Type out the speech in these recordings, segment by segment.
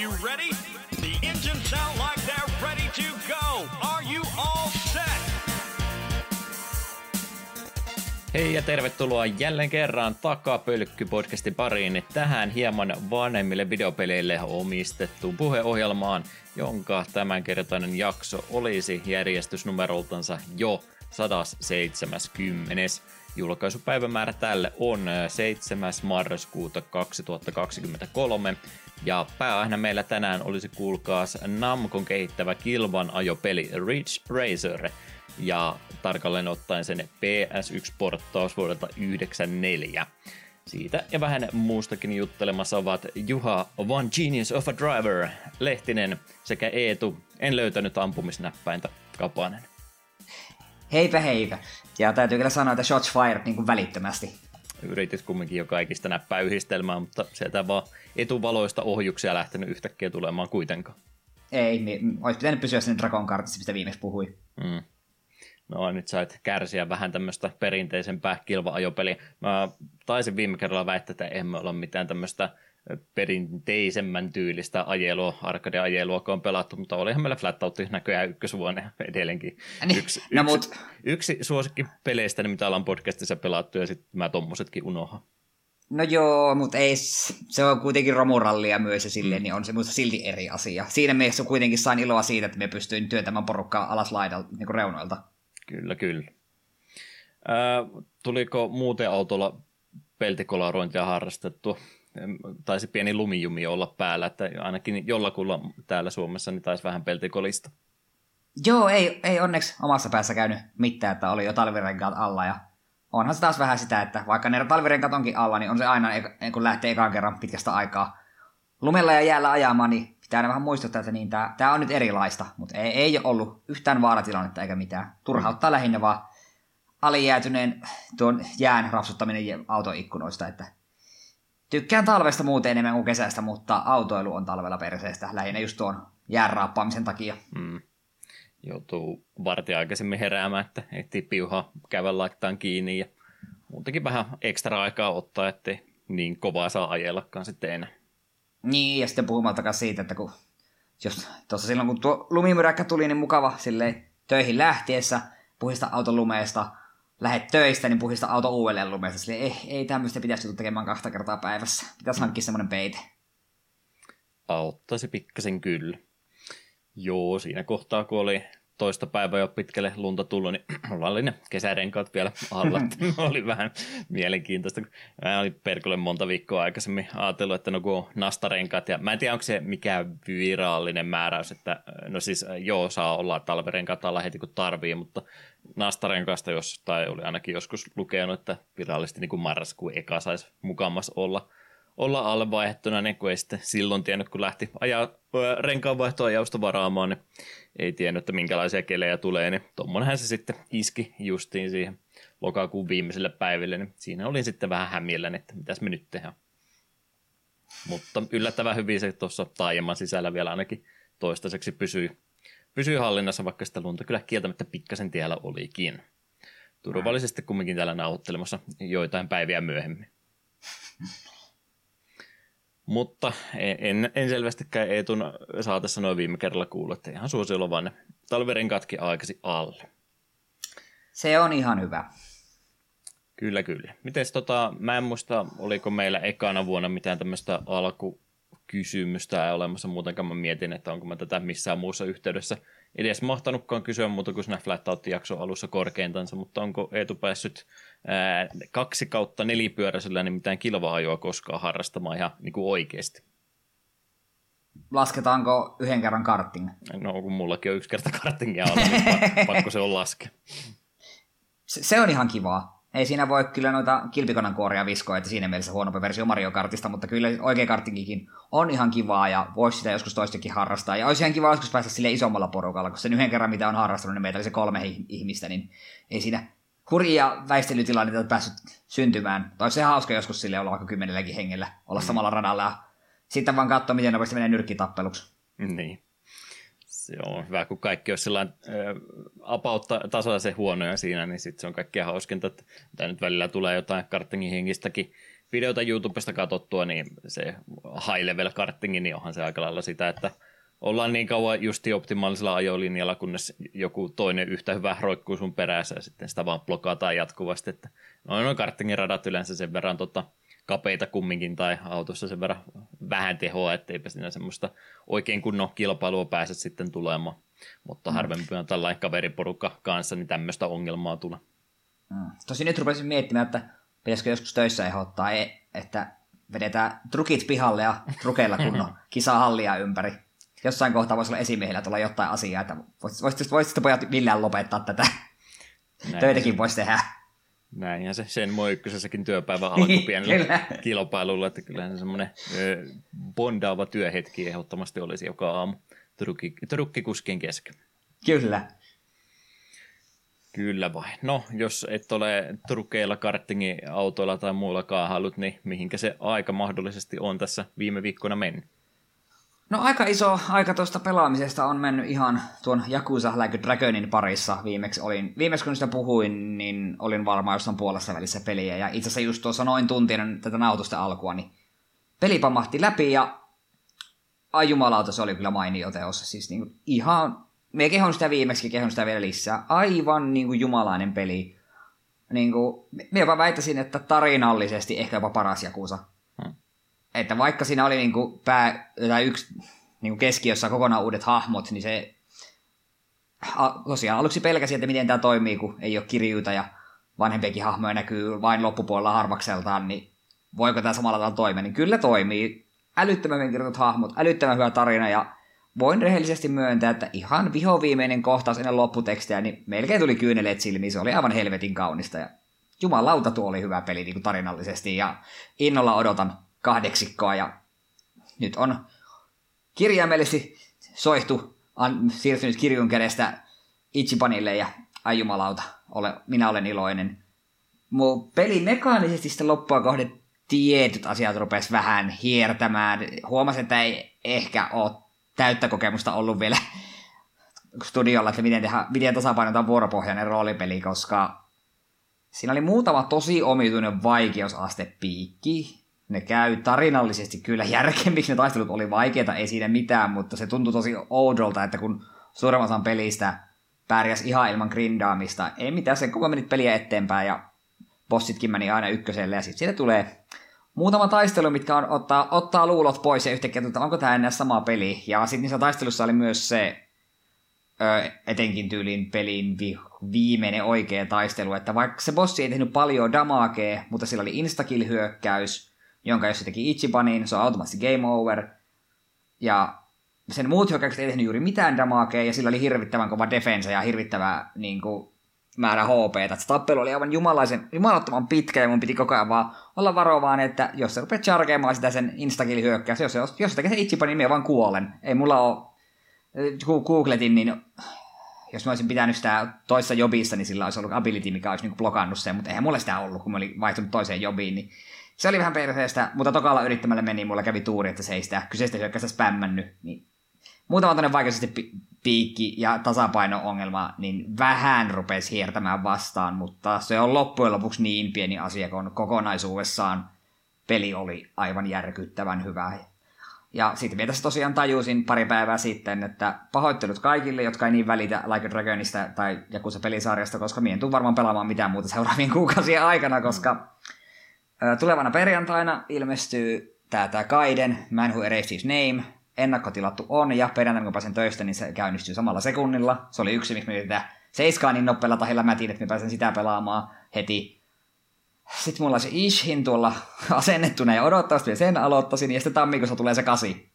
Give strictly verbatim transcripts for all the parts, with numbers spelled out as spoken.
you ready? The engines sound like they're ready to go. Are you all set? Hei ja tervetuloa jälleen kerran Takapölkky-podcastin pariin tähän hieman vanhemmille videopeleille omistettuun puheohjelmaan, jonka tämänkertainen jakso olisi järjestysnumeroltansa jo sata seitsemänkymmentä. Julkaisupäivämäärä tälle on seitsemäs marraskuuta kaksituhattakaksikymmentäkolme ja pääaiheena meillä tänään olisi kuulkaas Namcon kehittävä kilvan ajopeli Ridge Racer ja tarkalleen ottaen sen P S yksi-porttaus vuodelta yhdeksänkymmentäneljä. Siitä ja vähän muustakin juttelemassa ovat Juha, One Genius of a Driver, Lehtinen sekä Eetu, en löytänyt ampumisnäppäintä, Kapanen. Heipä heipä. Ja täytyy kyllä sanoa, että shots fired niin kuin välittömästi. Yritit kumminkin jo kaikista näppää yhdistelmää, mutta sieltä vaan etuvaloista ohjuksia lähtenyt yhtäkkiä tulemaan kuitenkaan. Ei, niin, olisi pitänyt pysyä sen Dragon kartissa, mistä viimeksi puhui. Mm. No nyt sait kärsiä vähän tämmöistä perinteisempää kilva-ajopeliä. Mä taisin viime kerralla väittää, että emme olla mitään tämmöistä perinteisemmän tyylistä ajelua, arcade-ajelua, on pelattu, mutta olihan meillä Flatout näköjään ykkösvuonna edelleenkin. Niin, yksi, no yksi, mut... yksi suosikki peleistä, mitä ollaan podcastissa pelattu, ja sitten mä tommosetkin unohan. No joo, mutta ei, se on kuitenkin romurallia myös, ja silleen, mm. niin on se musta silti eri asia. Siinä mielessä kuitenkin sain iloa siitä, että me pystyin työntämään porukkaa alas laidalta, niin kuin reunoilta. Kyllä, kyllä. Äh, tuliko muuten autolla peltikolarointia harrastettua? Taisi pieni lumijumi olla päällä, että ainakin jollakulla täällä Suomessa niin taisi vähän peltikolista. Joo, ei, ei onneksi omassa päässä käynyt mitään, että oli jo talvirenkaat alla, ja onhan se taas vähän sitä, että vaikka ne talvirenkaat onkin alla, niin on se aina, kun lähtee ekan kerran pitkästä aikaa lumella ja jäällä ajamaan, niin pitää aina vähän muistuttaa, että niin, tää, tää on nyt erilaista, mutta ei, ei ole ollut yhtään vaaratilannetta eikä mitään. Turhauttaa mm. lähinnä vaan alijäätyneen tuon jään rapsuttaminen autoikkunoista, että tykkään talvesta muuten enemmän kuin kesästä, mutta autoilu on talvella perseestä, lähinnä just tuon jään raappaamisen takia. Mm. Joutuu vartin aikaisemmin heräämään, että ehtii piuhaa käydä laittaan kiinni ja muutenkin vähän ekstra aikaa ottaa, ettei niin kovaa saa ajellakaan sitten enää. Niin, ja sitten puhumaltakaan siitä, että kun jos tuossa silloin kun tuo lumimyräkkä tuli, niin mukava silleen töihin lähtiessä, puhista auton lumeesta, lähet töistä, niin puhista auto uudelleen lumeesta. Silleen, ei, ei tämmöistä pitäisi tulla tekemään kahta kertaa päivässä. Pitäisi hankkia semmoinen peite. Auttaisi pikkasen kyllä. Joo, siinä kohtaa, kun oli toista päivää jo pitkälle lunta tullut, niin oli ne kesärenkaat vielä alla. Oli vähän mielenkiintoista. Mä olin perkulle monta viikkoa aikaisemmin ajatellut, että no kun on nastarenkaat, ja mä en tiedä, onko se mikään virallinen määräys, että no siis joo, saa olla talvirenkaat alla heti kun tarvii, mutta nastarenkaasta jos, tai oli ainakin joskus lukenut, että virallisesti niin kuin marraskuun eka saisi mukamas olla. olla alle vaihettuna, niin kun ei sitten silloin tiennyt, kun lähti ajaa renkaanvaihtoajausta varaamaan, niin ei tiennyt, että minkälaisia kelejä tulee, niin tommonenhän se sitten iski justiin siihen lokakuun viimeiselle päiville, niin siinä olin sitten vähän hämilläni, että mitäs me nyt tehdään. Mutta yllättävän hyvin se tuossa taajaman sisällä vielä ainakin toistaiseksi pysyi, pysyi hallinnassa, vaikka sitä lunta kyllä kieltämättä pikkasen tiellä olikin. Turvallisesti kumminkin täällä nauhoittelemassa joitain päiviä myöhemmin. Mutta en, en selvästikään Eetun saatessa noin viime kerralla kuullut, että ihan suosiolla vaan ne talvirenkaatkin aikaisin alle. Se on ihan hyvä. Kyllä, kyllä. Mites tota, mä en muista, oliko meillä ekana vuonna mitään tämmöistä alkukysymystä olemassa, muutenkaan mä mietin, että onko mä tätä missään muussa yhteydessä edes mahtanutkaan kysyä muuta kuin siinä Flatout-jakson alussa korkeintansa, mutta onko Eetu päässyt ää, kaksi kautta nelipyöräisellä niin mitään kilva-ajoa koskaan harrastamaan ihan niin kuin oikeasti? Lasketaanko yhden kerran karting? No kun mullakin on yksi kerta kartingia alla, niin pakko se on laske. Se, se on ihan kivaa. Ei siinä voi kyllä noita kilpikonan kuoria viskoa, että siinä mielessä huonompi versio Mario Kartista, mutta kyllä oikea kartingikin on ihan kivaa ja voisi sitä joskus toistakin harrastaa. Ja olisi ihan kiva joskus päästä sille isommalla porukalla, kun sen yhden kerran mitä on harrastanut, niin meitä oli se kolme ihmistä, niin ei siinä hurjia väistelytilanteita ole päässyt syntymään. Tai olisi se hauska joskus sille olla vaikka kymmenelläkin hengellä, olla mm. samalla radalla ja sitten vaan katsoa, miten nopeasti menee nyrkkitappeluksi. Niin. Se on hyvä, kun kaikki olisi sellainen äh, about tasaisen huonoja siinä, niin sitten se on kaikkein hauskinta, että mitä nyt välillä tulee jotain kartingin hengistäkin videota YouTubesta katsottua, niin se high level kartingi, niin onhan se aika lailla sitä, että ollaan niin kauan justi optimaalisella ajolinjalla, kunnes joku toinen yhtä hyvä roikkuu sun perässä ja sitten sitä vaan blokataan jatkuvasti. Että noin on kartingin radat yleensä sen verran tota, kapeita kumminkin tai autossa sen verran vähän tehoa, etteipä siinä semmoista oikein kunnon kilpailua pääse sitten tulemaan. Mutta harvempi on tällainen kaveriporukka kanssa, niin tämmöistä ongelmaa tulee. Mm. Tosin nyt rupesin miettimään, että pitäisikö joskus töissä ehdottaa, että vedetään trukit pihalle ja trukeilla kunnon kisahallia ympäri. Jossain kohtaa voisi olla esimiehillä tuolla jotain asiaa, että voisitte voisit pojat millään lopettaa tätä. Näin töitäkin voisi tehdä. Näinhän se sen moi ykkösessäkin työpäivän alku pienellä kilpailulla, että kyllähän se semmoinen bondaava työhetki ehdottomasti olisi joka aamu trukki, trukkikuskien kesken. Kyllä. Kyllä vai. No, jos et ole trukeilla, kartingin autoilla tai muulla kaahailut, niin mihinkä se aika mahdollisesti on tässä viime viikkoina mennyt? No aika iso aika tuosta pelaamisesta on mennyt ihan tuon Yakuza Like a Dragonin parissa. Viimeksi, olin, viimeksi kun sitä puhuin, niin olin varmaan jostain puolessa välissä peliä. Ja itse asiassa just tuossa noin tuntiin tätä nautusta alkua, niin peli pamahti läpi ja ai jumalauta, se oli kyllä mainio teos. Siis niinku ihan, me kehon sitä viimeksi, kehon sitä vielä lisää. Aivan niinku jumalainen peli. Niinku, me jopa väittäisin, että tarinallisesti ehkä jopa paras Yakuza. Hmm. Että vaikka siinä oli niinku pää, tai yksi niinku keskiössä kokonaan uudet hahmot, niin se a, tosiaan aluksi pelkäsi, että miten tämä toimii, kun ei ole kirjuita ja vanhempiakin hahmoja näkyy vain loppupuolella harvakseltaan, niin voiko tämä samalla tavalla toimia? Niin kyllä toimii. Älyttömän kirjoitut hahmot, älyttömän hyvä tarina ja voin rehellisesti myöntää, että ihan vihoviimeinen kohtaus ennen lopputekstiä, niin melkein tuli kyyneleet silmiin. Se oli aivan helvetin kaunista ja jumalauta tuo oli hyvä peli niin kuin tarinallisesti ja innolla odotan kahdeksikkoa ja nyt on kirjaimellisesti soihtu, on siirtynyt kirjun kädestä Ichibanille ja ai jumalauta, ole, minä olen iloinen. Mun peli mekaanisesti sitä loppua kohden tietyt asiat rupes vähän hiertämään. Huomasin, että ei ehkä ole täyttä kokemusta ollut vielä studiolla, että miten, tehdä, miten tasapainotaan vuoropohjainen roolipeli, koska siinä oli muutama tosi omituinen vaikeusaste piikki. Ne käy tarinallisesti kyllä järkemmiksi, ne taistelut oli vaikeita, ei siinä mitään, mutta se tuntui tosi oudolta, että kun suurimman osan pelistä pärjäs ihan ilman grindaamista, ei mitään, sen kun menit peliä eteenpäin ja bossitkin meni aina ykköselle ja sitten siitä tulee muutama taistelu, mitkä on, ottaa, ottaa luulot pois ja yhtäkkiä tuntuu, onko tämä enää sama peli. Ja sitten niissä taistelussa oli myös se ö, etenkin tyylin pelin vi, viimeinen oikea taistelu, että vaikka se bossi ei tehnyt paljon damagea, mutta sillä oli instakill-hyökkäys, jonka jos se teki Ichibanin, se on automaattisesti game over. Ja sen muut hyökkäykset ei tehnyt juuri mitään damagea, ja sillä oli hirvittävän kova defense ja hirvittävä niin kuin, määrä H P:tä. Se tappelu oli aivan jumalaisen, jumalattoman pitkä, ja mun piti koko ajan vaan olla varovaan, että jos sä rupeat chargeamaan sitä sen instakill-hyökkäys, jos, jos, jos se tekee se Ichiban, niin minä vaan kuolen. Ei mulla ole, kun googletin, niin jos mä olisin pitänyt sitä toisessa jobissa, niin sillä olisi ollut ability, mikä olisi niin blokannut sen, mutta eihän mulla sitä ollut, kun mä olin vaihtunut toiseen jobiin, niin se oli vähän perseestä, mutta tokalla yrittämällä meni, mulla kävi tuuri, että se ei sitä kyseistä hyökkäystä spämmännyt. Niin muutama toinen vaikeasti piikki ja tasapaino-ongelma, niin vähän rupesi hiertämään vastaan, mutta se on loppujen lopuksi niin pieni asia, kun kokonaisuudessaan peli oli aivan järkyttävän hyvä. Ja sitten vielä tässä tosiaan tajusin pari päivää sitten, että pahoittelut kaikille, jotka ei niin välitä Like a Dragonista tai Yakuza-pelisarjasta, koska mie en tule varmaan pelaamaan mitään muuta seuraavien kuukausien aikana, koska tulevana perjantaina ilmestyy tää, tää Gaiden, Man Who Erased His Name, ennakkotilattu on, ja perjantaina kun pääsen töistä, niin se käynnistyy samalla sekunnilla. Se oli yksi, miksi me yritetään seiskaa niin nopealla tahilla, mä tiedän, että me pääsen sitä pelaamaan heti. Sitten mulla on se Ishin tuolla asennettuna, ja odottavasti sen aloittaisin, ja sitten tammikuussa tulee se kasi.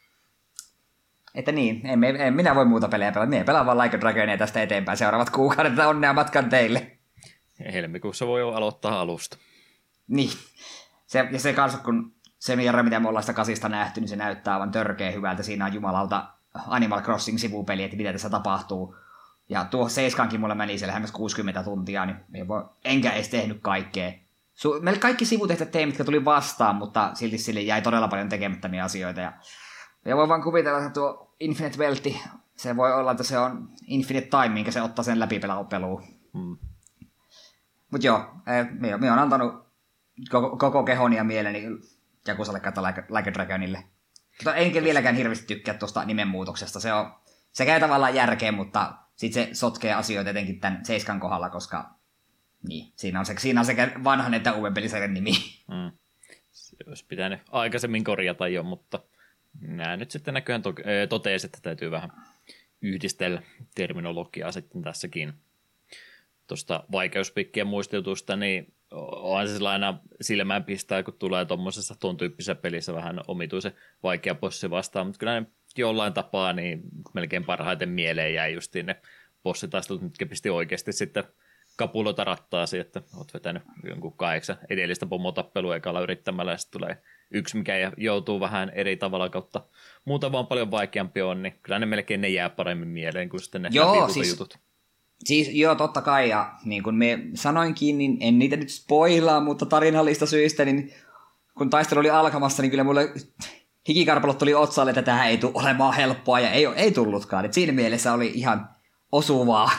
Että niin, en, en minä voi muuta pelejä pelata, minä pelaan vaan Like a Dragonia tästä eteenpäin seuraavat kuukaudet, että onnea matkan teille. Helmikuussa voi jo aloittaa alusta. Niin, se, ja se kanssa, kun se mitä me ollaan sitä kasista nähty, niin se näyttää aivan törkeä hyvältä. Siinä on jumalauta Animal Crossing-sivupeli, että mitä tässä tapahtuu. Ja tuo Seiskankin mulla meni siellä lähemmäs kuusikymmentä tuntia, niin voi, enkä edes tehnyt kaikkea. Su- meillä kaikki sivutehtävät tein, mitkä tuli vastaan, mutta silti sille jäi todella paljon tekemättömiä asioita. Ja, ja voi vaan kuvitella, että tuo Infinite Weltti, se voi olla, että se on Infinite Time, minkä se ottaa sen läpi peluun. Hmm. Mutta joo, me, me on antanut koko, koko kehoni ja mieleni Jakusalle kautta Like, like a Dragonille. Mutta enkä vieläkään hirveästi tykkää tuosta nimenmuutoksesta. Se, on, se käy tavallaan järkeen, mutta sitten se sotkee asioita etenkin tämän Seiskan kohdalla, koska niin, siinä on, se, siinä on sekä vanhan että uuden pelisarjan nimi. Mm. Se olisi pitänyt aikaisemmin korjata jo, mutta nämä nyt sitten näköjään to- toteesi, että täytyy vähän yhdistellä terminologiaa sitten tässäkin. Tuosta vaikeuspikkien muistutusta, niin on se sellainen silmään pistää, kun tulee tuommoisessa tuon tyyppisessä pelissä vähän omituisen vaikea bossi vastaan, mutta kyllä ne jollain tapaa niin melkein parhaiten mieleen jäi justiin ne bossitaistelut, mitkä pisti oikeasti sitten kapuloita rattaasi, että olet vetänyt jonkun kahdeksan edellistä pomotappelua ekalla yrittämällä ja sitten tulee yksi, mikä joutuu vähän eri tavalla kautta. Muuta vaan paljon vaikeampi on, niin kyllä ne melkein ne jää paremmin mieleen kuin sitten ne läpihuutojutut. Siis, siis joo, totta kai, ja niin kuin me sanoinkin, niin en niitä nyt spoilaa, mutta tarinallista syistä, niin kun taistelu oli alkamassa, niin kyllä mulle hikikarpalot tuli otsalle, että tähän ei tule olemaan helppoa, ja ei, ei tullutkaan. Et siinä mielessä oli ihan osuvaa.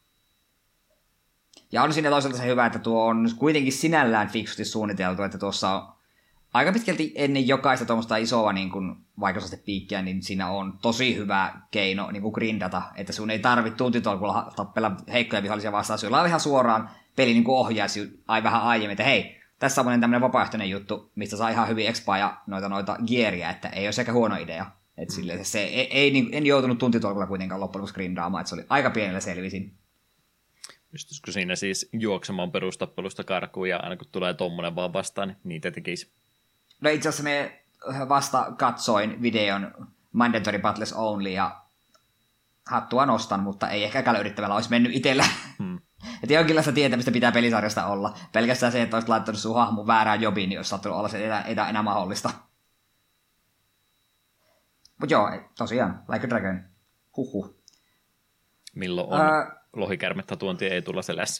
Ja on siinä toisaalta se hyvä, että tuo on kuitenkin sinällään fiksusti suunniteltu, että tuossa on aika pitkälti ennen jokaista tuommoista isoa niin kuin vaikeusastepiikkiä, niin siinä on tosi hyvä keino niin kuin grindata, että sun ei tarvitse tuntitolkulla tappella heikkoja vihollisia vastaan, sulla on ihan suoraan peli niin kuin ohjaisi ai vähän aiemmin, että hei, tässä on tämmöinen vapaaehtoinen juttu, mistä saa ihan hyvin expaa ja noita, noita gearia, että ei ole sekä huono idea. Että mm. sille, se ei, ei, niin, en joutunut tuntitolkulla kuitenkaan loppujen lopuksi grindaamaan, että se oli aika pienellä selvisin. Pystyisikö siinä siis juoksemaan perustappelusta karkuun ja aina kun tulee tommonen vaan vastaan, niin niitä tekisi? No itse asiassa me vasta katsoin videon Mandatory Battles Only ja hattua nostan, mutta ei ehkä ekalla yrittämällä olisi mennyt itsellä. Hmm. Että jonkinlaista tietämistä pitää pelisarjasta olla. Pelkästään se, että olisit laittanut sun hahmon väärään jobiin, niin olisi saattanut olla se ei, ei enää mahdollista. Mutta joo, tosiaan, Like a Dragon. Huhhuh. Milloin on uh, lohikärmettä tuontia ei tulla selässä?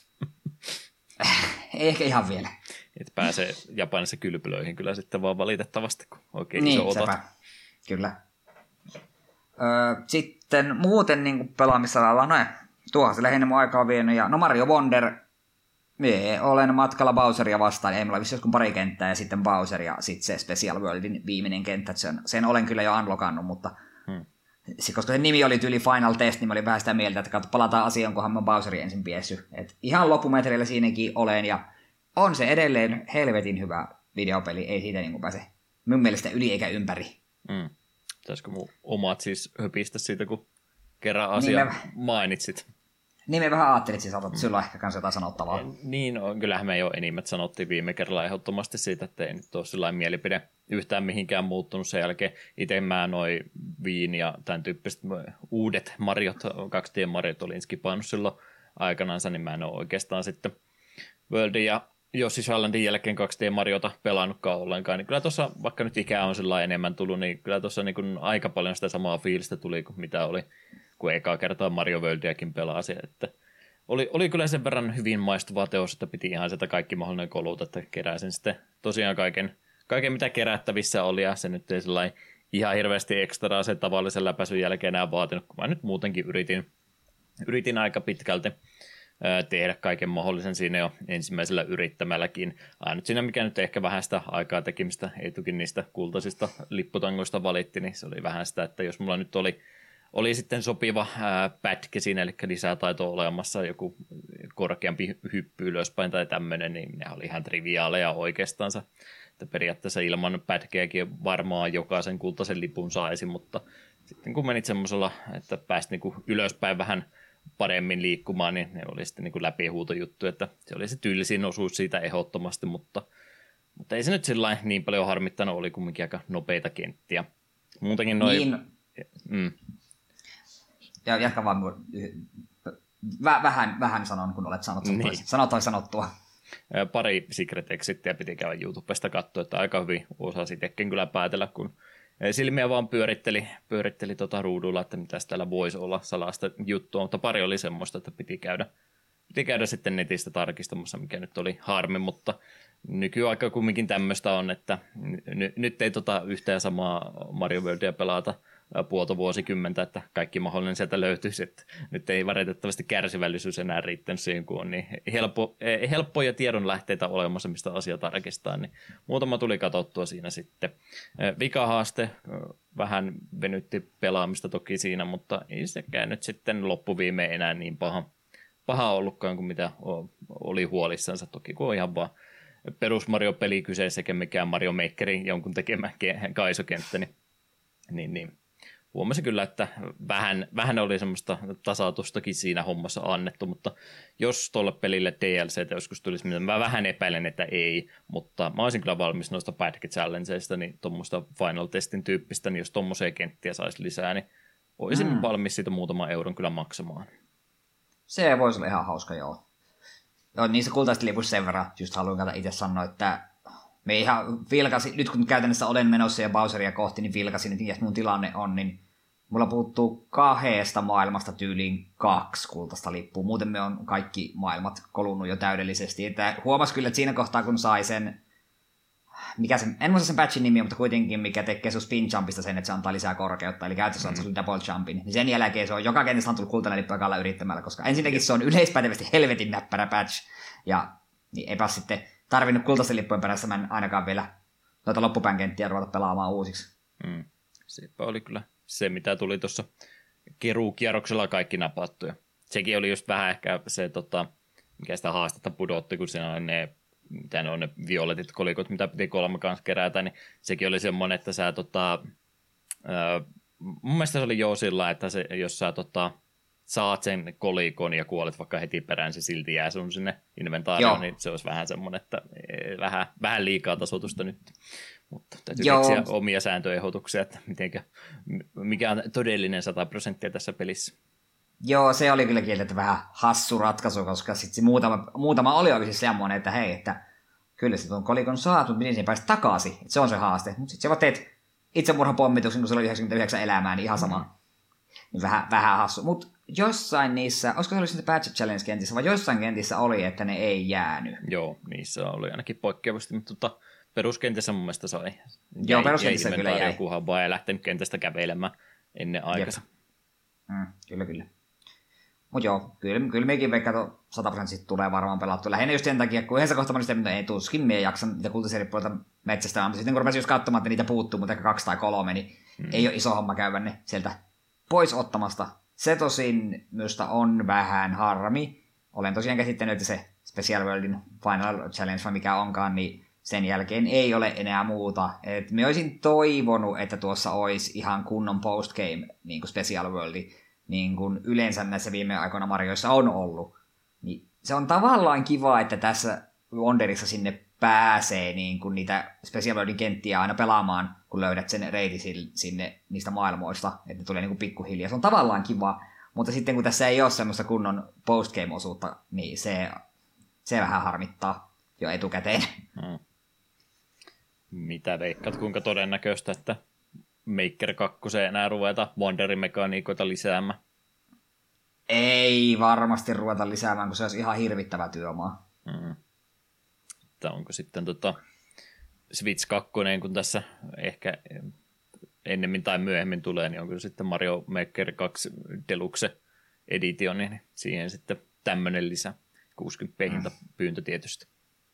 Ei ehkä ihan vielä. Et pääsee Japanissa kylpylöihin kyllä sitten vaan valitettavasti, kun oikein niin, iso otat. Sepä. Kyllä. Öö, sitten muuten niin pelaamisalalla, no tuohon se lähinnä mun aikaa vienyt. Ja, no Mario Wonder, mie olen matkalla Bowseria vastaan. Ei mulla vissi joskus pari kenttää ja sitten Bowser ja sitten se Special Worldin viimeinen kenttä. Sen, sen olen kyllä jo unlockannut, mutta hmm. koska se nimi oli tyyli Final Test, niin mä olin vähän sitä mieltä, että katso, palataan asiaan, kunhan mä Bowserin ensin piessy. Et ihan loppumetreillä siinäkin olen, ja on se edelleen helvetin hyvä videopeli, ei siitä niin kuin pääse mun mielestä yli eikä ympäri. Mm. Pitäisikö mun omat siis höpistä siitä, kun kerran asia niin me, mainitsit? Niin me vähän ajattelit, siis että sulla on ehkä kans jotain sanottavaa. Niin, on, kyllähän me jo enimmät sanottiin viime kerralla ehdottomasti siitä, että ei nyt ole sellainen mielipide yhtään mihinkään muuttunut sen jälkeen. Itse mä noi Viin ja tämän tyyppiset uudet Mariot, kaksi D Mariot olin skipannut silloin aikanansa, niin mä en ole oikeastaan sitten Worldin ja Yoshi's Islandin jälkeen kaksi D Mariota pelannutkaan ollenkaan. Niin kyllä tuossa, vaikka nyt ikää on sellainen enemmän tullut, niin kyllä tuossa niin kuin aika paljon sitä samaa fiilistä tuli kuin mitä oli, kun ekaa kertaa Mario Worldiakin pelasi, että Oli, oli kyllä sen verran hyvin maistuva teos, että piti ihan sitä kaikki mahdollinen kolut, että keräsin sitten tosiaan kaiken, kaiken mitä kerättävissä oli, ja se nyt ei sellainen ihan hirveästi ekstraa sen tavallisen läpäisyn jälkeen enää vaatinut, kun mä nyt muutenkin yritin, yritin aika pitkälti ää, tehdä kaiken mahdollisen siinä jo ensimmäisellä yrittämälläkin. Ainut siinä, mikä nyt ehkä vähän sitä aikaa tekemistä, ei toki niistä kultaisista lipputangoista valitti, niin se oli vähän sitä, että jos mulla nyt oli Oli sitten sopiva ää, pätkä siinä, eli lisää taitoa olemassa, joku korkeampi hyppy ylöspäin tai tämmöinen, niin ne oli ihan triviaaleja oikeastansa. Että periaatteessa ilman pätkeäkin varmaan jokaisen kultaisen lipun saisi, mutta sitten kun menit semmoisella, että pääsit niinku ylöspäin vähän paremmin liikkumaan, niin ne oli sitten niinku läpihuutojuttu, että se oli se tylsin osuus siitä ehdottomasti, mutta, mutta ei se nyt sillain niin paljon harmittanut, oli kumminkin aika nopeita kenttiä. Muutenkin noin... Niin. Mm. Ja jatka vaan Vä, vähän, vähän sanon, kun olet sanottu. Niin. Sanot tai sanottua. Pari Secret Exittiä piti käydä YouTubesta katsoa, että aika hyvin osasi itsekin kyllä päätellä, kun silmiä vaan pyöritteli, pyöritteli tota ruudulla, että mitäs täällä voisi olla salasta juttua, mutta pari oli semmoista, että piti käydä, piti käydä sitten netistä tarkistamassa, mikä nyt oli harmi, mutta nykyaika kumminkin tämmöistä on, että n- n- nyt ei tota yhtään samaa Mario Worldia pelata puolta vuosikymmentä, että kaikki mahdollinen sieltä löytyisi, että nyt ei valitettavasti kärsivällisyys enää riittänyt siihen, kun on niin helppo, helppoja tiedonlähteitä olemassa, mistä asia tarkistaa, niin muutama tuli katsottua siinä sitten. Vikahaaste vähän venytti pelaamista toki siinä, mutta ei sekään nyt sitten loppuviimeen enää niin paha, paha ollutkaan kuin mitä oli huolissansa, toki kun on ihan vaan perus Mario-peli kyseessä, eikä mikään Mario Makerin jonkun tekemä kaisokenttä, niin, niin, niin huomasin kyllä, että vähän, vähän oli semmoista tasatustakin siinä hommassa annettu, mutta jos tuolle pelille D L C:tä joskus tulisi, mitä mä vähän epäilen, että ei, mutta mä olisin kyllä valmis noista Padke Challengeista, niin tuommoista Final Testin tyyppistä, niin jos tuommoisia kenttiä saisi lisää, niin olisin mm. valmis siitä muutaman euron kyllä maksamaan. Se voisi olla ihan hauska, joo. Joo, niissä kultaisesti lipuissa sen verran, just haluan itse sanoa, että me ihan vilkasin, nyt kun käytännössä olen menossa ja Bowseria kohti, niin vilkasin, että mikä mun tilanne on, niin mulla puuttuu kahdesta maailmasta tyyliin kaksi kultaista lippua. Muuten me on kaikki maailmat kolunnut jo täydellisesti. Että huomas kyllä, että siinä kohtaa, kun sai sen, mikä sen, en muista sen patchin nimi, mutta kuitenkin mikä tekee sun spin jumpista sen, että se antaa lisää korkeutta, eli käytössä mm. on double jumpin, niin sen jälkeen se on joka kentässä on tullut kultainen lippu jakalla yrittämällä, koska ensinnäkin se on yleispätevästi helvetin näppärä patch, ja niin eipä sitten tarvinnut kultaisten lippujen perässä mä en ainakaan vielä noita loppupään kenttiä ruveta pelaamaan uusiksi. Mm. Sepä oli kyllä se, mitä tuli tuossa keruukierroksella kaikki napattuja. Sekin oli just vähän ehkä se, tota, mikä sitä haastetta pudotti, kun siinä on ne, mitä ne on ne violetit kolikot, mitä piti kolme kanssa kerätä, niin sekin oli semmoinen, että sä tota, ää, mun mielestä se oli jo sillä, että se, jos sä tota, saat sen kolikon ja kuolet vaikka heti perään, se silti jää sun sinne inventaarioon, niin se olisi vähän semmoinen, että vähän, vähän liikaa tasoitusta nyt. Mutta täytyy Joo. keksiä omia sääntöehdotuksia, että mitenkä, mikä on todellinen sata prosenttia tässä pelissä. Joo, se oli kyllä kieltä vähän hassu ratkaisu, koska sitten muutama, muutama oli oikeasti semmoinen, että hei, että kyllä se tuon kolikon saat, mutta miten se päästä takaisin, että se on se haaste. Mutta sitten sä vaan teet itsemurhapommituksen, kun sulla oli yhdeksänkymmentäyhdeksän elämää, niin ihan sama. Mm. Niin vähän, vähän hassu. Mutta jossain niissä, olisiko se ollut sitten Patch Challenge-kentissä, vai jossain kentissä oli, että ne ei jäänyt. Joo, niissä oli ainakin poikkeavasti, mutta tota, peruskentissä mun mielestä sai. Joo, peruskentissä kyllä jäi. Jokuhan vaan ei lähtenyt kentästä kävelemään ennen aikansa. Mm, kyllä, kyllä. Mutta joo, kyllä, kyllä mekin veikkaan sata prosenttia tulee varmaan pelattu. Lähinnä just sen takia, kun yhdessä kohtaa mä olin sitä, ei tuskin mie jaksa niitä kultaseripuolta metsästä, mutta sitten kun rupesin just katsomaan, että niitä puuttuu, mutta ehkä kaksi tai kolme, niin mm. ei ole iso homma käydä ne sieltä pois ottamasta. Se tosin minusta on vähän harmi. Olen tosiaan käsittänyt, että se Special Worldin Final Challenge, vai mikä onkaan, niin sen jälkeen ei ole enää muuta. Et me olisin toivonut, että tuossa olisi ihan kunnon postgame niin kuin Special Worldi, niin kuin yleensä näissä viime aikoina Marioissa on ollut. Niin se on tavallaan kiva, että tässä Wonderissa sinne pääsee niin kuin niitä Special Worldin kenttiä aina pelaamaan, kun löydät sen reitin sinne niistä maailmoista, että ne tulee niin kuin pikkuhiljaa. Se on tavallaan kiva, mutta sitten kun tässä ei ole semmoista kunnon postgame-osuutta, niin se, se vähän harmittaa jo etukäteen. Hmm. Mitä veikkaat, kuinka todennäköistä, että Maker kaksi enää ruveta Wonderin mekaniikoita lisäämään? Ei varmasti ruveta lisäämään, kun se olisi ihan hirvittävä työmaa. Hmm. Että onko sitten tota Switch kaksi, kun tässä ehkä ennemmin tai myöhemmin tulee, niin onko se sitten Mario Maker kaksi Deluxe Edition, niin siihen sitten tämmöinen lisä kuusikymmentä hinta pyyntö tietysti.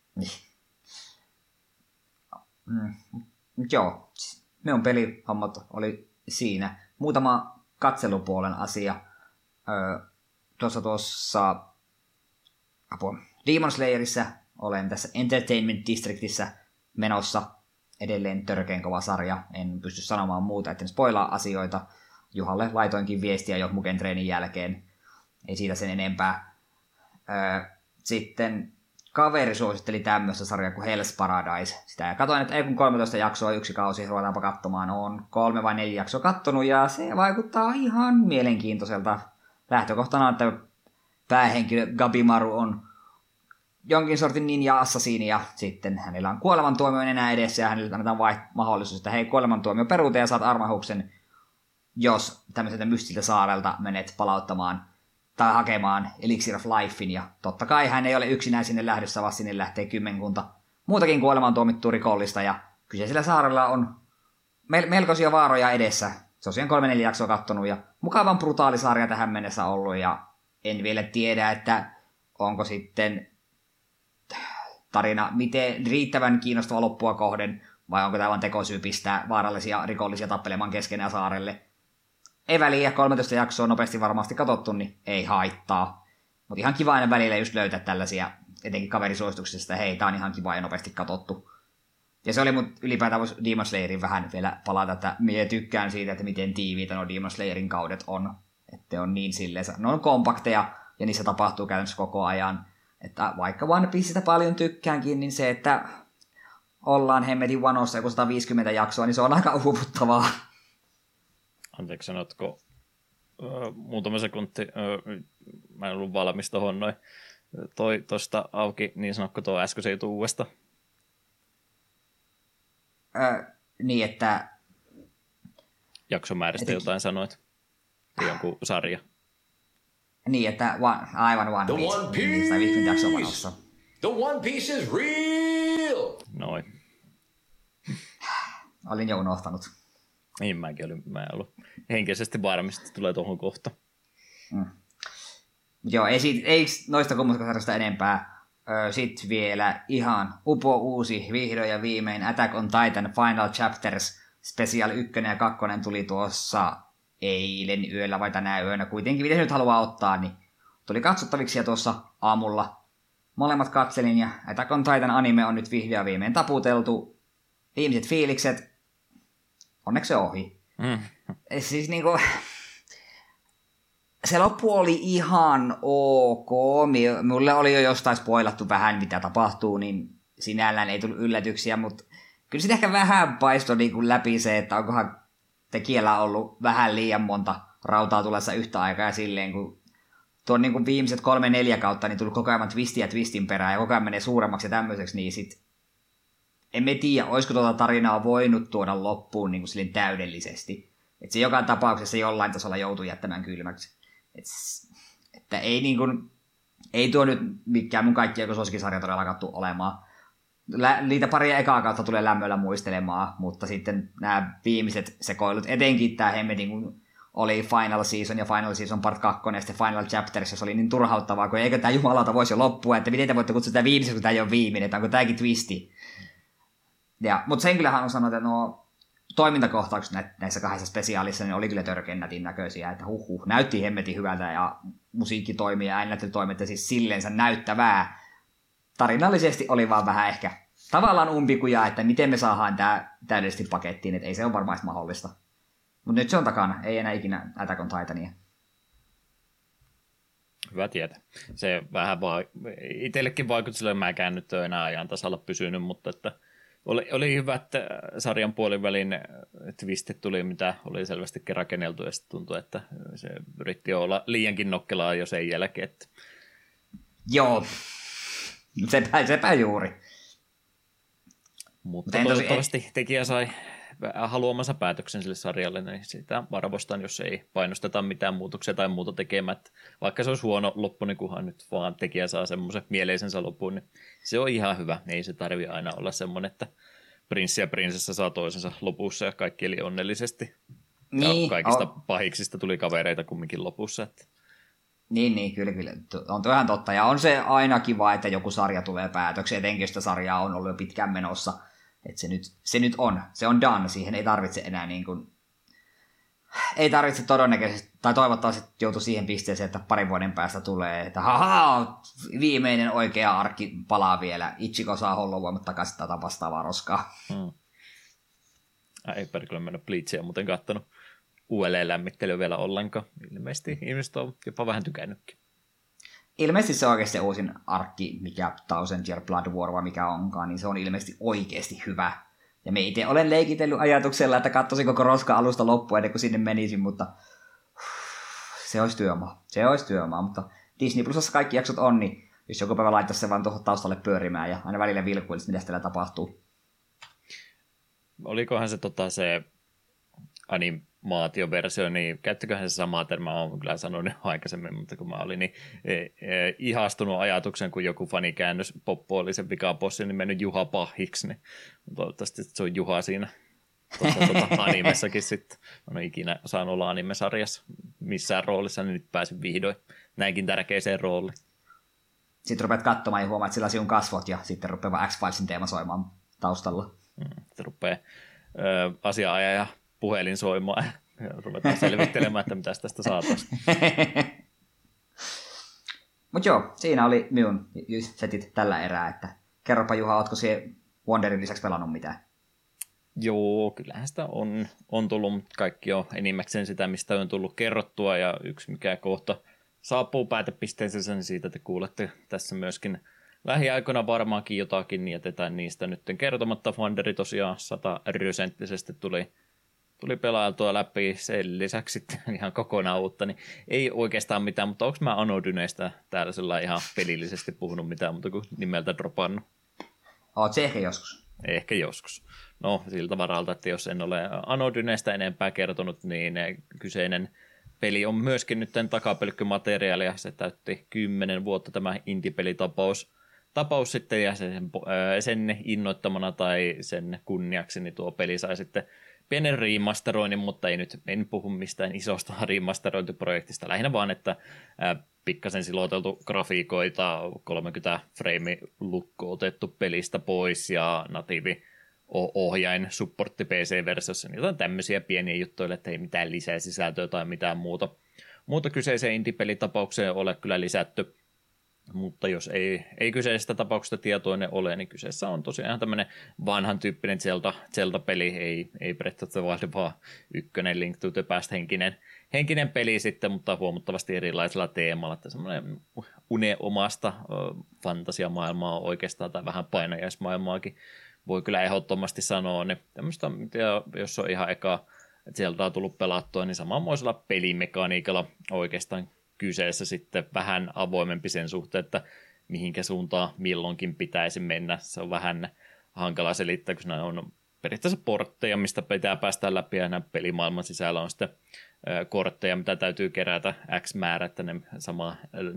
Mm. Joo, minun pelihommat oli siinä. Muutama katselupuolen asia. Öö, tuossa tuossa apua. Demon Slayerissa olen tässä Entertainment Districtissä menossa. Edelleen törkeän kova sarja. En pysty sanomaan muuta, etten spoilaa asioita. Juhalle laitoinkin viestiä jo Mugen treenin jälkeen. Ei siitä sen enempää. Öö, sitten kaveri suositteli tämmöistä sarjaa kuin Hell's Paradise. Sitä ja katsoin, että ei kun kolmetoista jaksoa yksi kausi, ruvetaanpa katsomaan. On kolme vai neljä jaksoa kattonut ja se vaikuttaa ihan mielenkiintoiselta. Lähtökohtana on, että päähenkilö Gabimaru on jonkin sortin ninja-assassiini ja sitten hänellä on kuolemantuomio enää edessä ja hänelle annetaan vai- mahdollisuus, että hei, kuolemantuomio peruuteen ja saat armahuksen, jos tämmöiseltä mystiltä saarelta menet palauttamaan tai hakemaan Elixir of Lifein, ja totta kai hän ei ole yksinään sinne lähdössä, vaan sinne lähtee kymmenkunta muutakin kuolemaan tuomittua rikollista, ja kyseisellä saarella on mel- melkoisia vaaroja edessä. tosiaan kolme neljä jaksoa kattonut ja mukavan brutaali sarja tähän mennessä ollut ja en vielä tiedä, että onko sitten tarina miten riittävän kiinnostava loppua kohden vai onko tämä vain tekosyy pistää vaarallisia rikollisia tappelemaan keskenään saarelle. Ei väliä, kolmetoista jaksoa nopeasti varmasti katsottu, niin ei haittaa. Mutta ihan kiva aina välillä just löytää tällaisia, etenkin kaverisuosituksista, että hei, tää on ihan kiva ja nopeasti katsottu. Ja se oli mut ylipäätään voisi Demon Slayerin vähän vielä palata, että mie tykkään siitä, että miten tiiviitä nuo Demon Slayerin kaudet on. Että on niin silleen, ne on kompakteja ja niissä tapahtuu käytännössä koko ajan. Että vaikka One Piecesta paljon tykkäänkin, niin se, että ollaan hemmetin vanossa joku sata viisikymmentä jaksoa, niin se on aika uuvuttavaa. Anteeksi, sanotko öö, muutama sekunti, öö, mä en ollut valmis tuohon noin, toi tuosta auki, niin sanotko tuo äsken se jutu uudesta? Öö, niin, että... Jaksomääristä jotain sanoit, jonkun sarja. Niin, että one, aivan One The Piece, One niin sata viisikymmentä jaksoa Piece! vanossa. The One Piece is real! Noin. Olin jo unohtanut. Niin mäkin olin, mä en ollut henkisesti varmista, että tulee tuohon kohta. Mm. Joo, ei, siitä, ei noista kummuskasarjasta enempää. Öö, Sitten vielä ihan upo uusi, vihdoin ja viimein Attack on Titan Final Chapters Special yksi ja kaksi tuli tuossa eilen yöllä vai tänään yönä. Kuitenkin, mitä se nyt haluaa ottaa, niin tuli katsottaviksi ja tuossa aamulla molemmat katselin ja Attack on Titan anime on nyt vihdoin ja viimein taputeltu. Viimeiset fiilikset, onneksi se ohi. Mm. Siis niinku... Se loppu oli ihan ok. Mulle oli jo jostain spoilattu vähän, mitä tapahtuu, niin sinällään ei tullut yllätyksiä, mutta kyllä sitä ehkä vähän paistoi niin läpi se, että onkohan tekijällä ollut vähän liian monta rautaa tulessa yhtä aikaa ja silleen, kun tuon niin kuin viimeiset kolme neljä kautta niin tullut koko ajan twistin ja twistin perään ja koko ajan menee suuremmaksi ja tämmöiseksi, niin sit emme tiedä, olisiko tuota tarinaa voinut tuoda loppuun niin kuin silleen täydellisesti. Että se joka tapauksessa jollain tasolla joutui jättämään kylmäksi. Et, että ei, niin kuin, ei tuo nyt mikään mun kaikki joku suosikkisarja todella kattu olemaan. Lä, niitä paria ekaa kautta tulee lämmöllä muistelemaan, mutta sitten nämä viimeiset sekoilut, etenkin tämä hemmetin, kun oli Final Season ja Final Season Part kaksi ja sitten Final Chapters, se oli niin turhauttavaa, kun eikö tämä jumalauta voisi jo loppua, että miten te voitte kutsua tätä viimeiseksi, kun tämä ei ole viimeinen, että onko tämäkin twisti. Ja, mutta sen kyllähän on sanonut, että no toimintakohtaukset näissä kahdessa spesiaalissa niin oli kyllä törkeän nätin näköisiä, että huh huh, näytti hemmetin hyvältä ja musiikki toimii ja äänättely toimii, siis silleensä näyttävää. Tarinallisesti oli vaan vähän ehkä tavallaan umpikuja, että miten me saadaan tämä täydellisesti pakettiin, että ei se ole varmaan mahdollista. Mutta nyt se on takana, ei enää ikinä Attack on Titania. Hyvä tietää. Se vähän vaan, itsellekin vaikutti silleen, mäkään nyt ole enää ajan tasalla pysynyt, mutta että Oli, oli hyvä, että sarjan puolivälin twistit tuli, mitä oli selvästikin rakenneltu, ja sitten tuntui, että se yritti olla liiankin nokkelaa jo sen jälkeen. Että... Joo, sepä, sepä juuri. Mutta Mut toivottavasti tosi... tekijä sai haluamansa päätöksen sille sarjalle, niin sitä arvostan, jos ei painosteta mitään muutoksia tai muuta tekemättä. Vaikka se olisi huono loppu, niin kunhan nyt vaan tekijä saa semmoisen mieleisensä lopun, niin se on ihan hyvä. Ei se tarvitse aina olla semmoinen, että prinssi ja prinsessa saa toisensa lopussa ja kaikki eli onnellisesti. Niin, ja kaikista on... pahiksista tuli kavereita kumminkin lopussa. Että... Niin, niin, kyllä, kyllä. On tuo ihan totta. Ja on se aina kiva, että joku sarja tulee päätökseen, etenkin jos sitä sarjaa on ollut jo pitkään menossa. Että se nyt, se nyt on. Se on done. Siihen ei tarvitse enää niin kuin... Ei tarvitse todennäköisesti, tai toivottavasti joutu siihen pisteeseen, että parin vuoden päästä tulee, että haha, viimeinen oikea arkki palaa vielä. Ichiko saa Hollow takaisin tätä vastaavaa roskaa. Hmm. Ei perkele mennä Bleachia muuten kattonut uudelleen lämmittelyä vielä ollenkaan. Ilmeisesti ihmiset on jopa vähän tykännytkin. Ilmeisesti se on oikeasti se uusin arkki, mikä Thousand Year Blood War, vai mikä onkaan, niin se on ilmeisesti oikeasti hyvä. Ja me itse olen leikitellyt ajatuksella, että katsoisin koko roska alusta loppuun ennen kuin sinne menisin, mutta se olisi työmaa. Se olisi työmaa, mutta Disney Plusassa kaikki jaksot on, niin jos joku päivä laittaisi se vaan tuohon taustalle pyörimään ja aina välillä vilkuilisi, mitä täällä tapahtuu. Olikohan se, tota, se animaatioversio, niin käyttiköhän se samaa termaa, olen kyllä sanonut aikaisemmin, mutta kun mä olin niin e, e, ihastunut ajatuksen, kun joku fanikäännös Poppo oli sen vikapossi, niin mennyt Juha pahiksi, niin toivottavasti se on Juha siinä tuossa tuota animessakin sitten. Mä en ikinä saanut olla anime-sarjassa missään roolissa, niin nyt pääsin vihdoin näinkin tärkeiseen rooliin. Sitten rupeat katsomaan ja huomaat, että sillä on sinun kasvot ja sitten rupeaa X-Filesin teema soimaan taustalla. Mm, sitten rupeaa ö, asiaajaja puhelin soimaan ja ruvetaan selvittelemään, että mitäs tästä saataisiin. Mutta joo, siinä oli minun setit tällä erää, että kerropa Juha, ootko siihen Wonderin lisäksi pelannut mitään? Joo, kyllähän sitä on, on tullut, mutta kaikki on enimmäkseen sitä, mistä on tullut kerrottua, ja yksi mikä kohta saapuu päätepisteensä, niin siitä te kuulette tässä myöskin lähiaikoina varmaankin jotakin, niin jätetään niistä nyt kertomatta. Wonderi tosiaan sataprosenttisesti tuli, tuli pelailtua läpi, sen lisäksi sitten ihan kokonaan uutta, niin ei oikeastaan mitään, mutta onko mä Anodyneista täällä sellainen ihan pelillisesti puhunut mitään, mutta kuin nimeltä dropannut? Oot se ehkä joskus. Ehkä joskus. No, siltä varalta, että jos en ole Anodyneista enempää kertonut, niin kyseinen peli on myöskin nyt takapelkkymateriaalia. Se täytti kymmenen vuotta tämä indie-pelitapaus tapaus sitten, ja sen, sen innoittamana tai sen kunniaksi niin tuo peli sai sitten pienen remasteroinnin, mutta ei nyt en puhu mistään isosta remasterointiprojektista, lähinnä vaan, että pikkasen siloteltu grafiikoita, kolmekymmentä frame lukko otettu pelistä pois ja natiivi ohjain supportti P C-versiossa, niin jotain tämmöisiä pieniä juttuja, että ei mitään lisää sisältöä tai mitään muuta. Muuta kyseiseen indie-pelitapaukseen ole kyllä lisätty, mutta jos ei, ei kyseisestä tapauksesta tietoinen ole, niin kyseessä on tosiaan tämmöinen vanhan tyyppinen Zelda, Zelda-peli, ei, ei Breath of the Wild, vaan ykkönen Link to the Past henkinen, henkinen peli sitten, mutta huomattavasti erilaisella teemalla, että semmoinen uneomasta fantasiamaailmaa oikeastaan, tai vähän painajaismaailmaakin voi kyllä ehdottomasti sanoa, niin tämmöistä, jos on ihan eka Zeldaa tullut pelattua, niin samanmoisella pelimekaniikalla oikeastaan kyseessä sitten vähän avoimempi sen suhteen, että mihinkä suuntaan milloinkin pitäisi mennä. Se on vähän hankala selittää, kun nämä on periaatteessa portteja, mistä pitää päästä läpi, ja nämä pelimaailman sisällä on sitten kortteja, mitä täytyy kerätä X määrä, että ne sama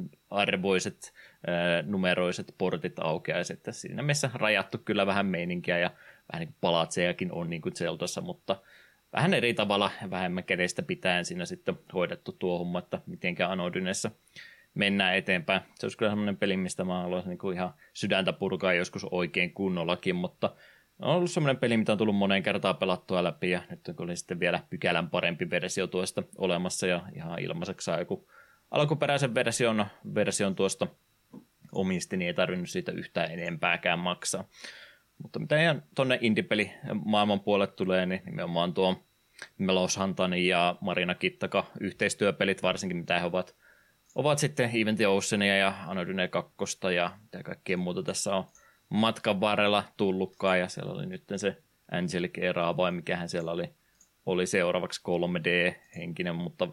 arvoiset numeroiset portit aukeaa, ja sitten siinä mielessä rajattu kyllä vähän meininkiä, ja vähän niin kuin palatsejakin on niin kuin Zeldassa, mutta vähän eri tavalla, vähemmän kädestä pitäen siinä sitten hoidettu tuo homma, että mitenkään Anodyneessa mennään eteenpäin. Se olisi kyllä sellainen peli, mistä mä haluaisin niin kuin ihan sydäntä purkaa joskus oikein kunnollakin, mutta on ollut sellainen peli, mitä on tullut moneen kertaan pelattua läpi, ja nyt kun oli sitten vielä pykälän parempi versio tuosta olemassa, ja ihan ilmaiseksi saa joku alkuperäisen version, version tuosta omisti, niin ei tarvinnut siitä yhtään enempääkään maksaa. Mutta mitä ihan tuonne indie-peli maailman puolelle tulee, niin nimenomaan tuo Melos Huntanin ja Marina Kittaka yhteistyöpelit varsinkin, mitä he ovat, ovat sitten Event Oceania ja Anodyne kaksi ja mitä kaikkea muuta tässä on matkan varrella tullutkaan, ja siellä oli nyt se Angelic Era, vai mikähän siellä oli, oli seuraavaksi kolme D-henkinen, mutta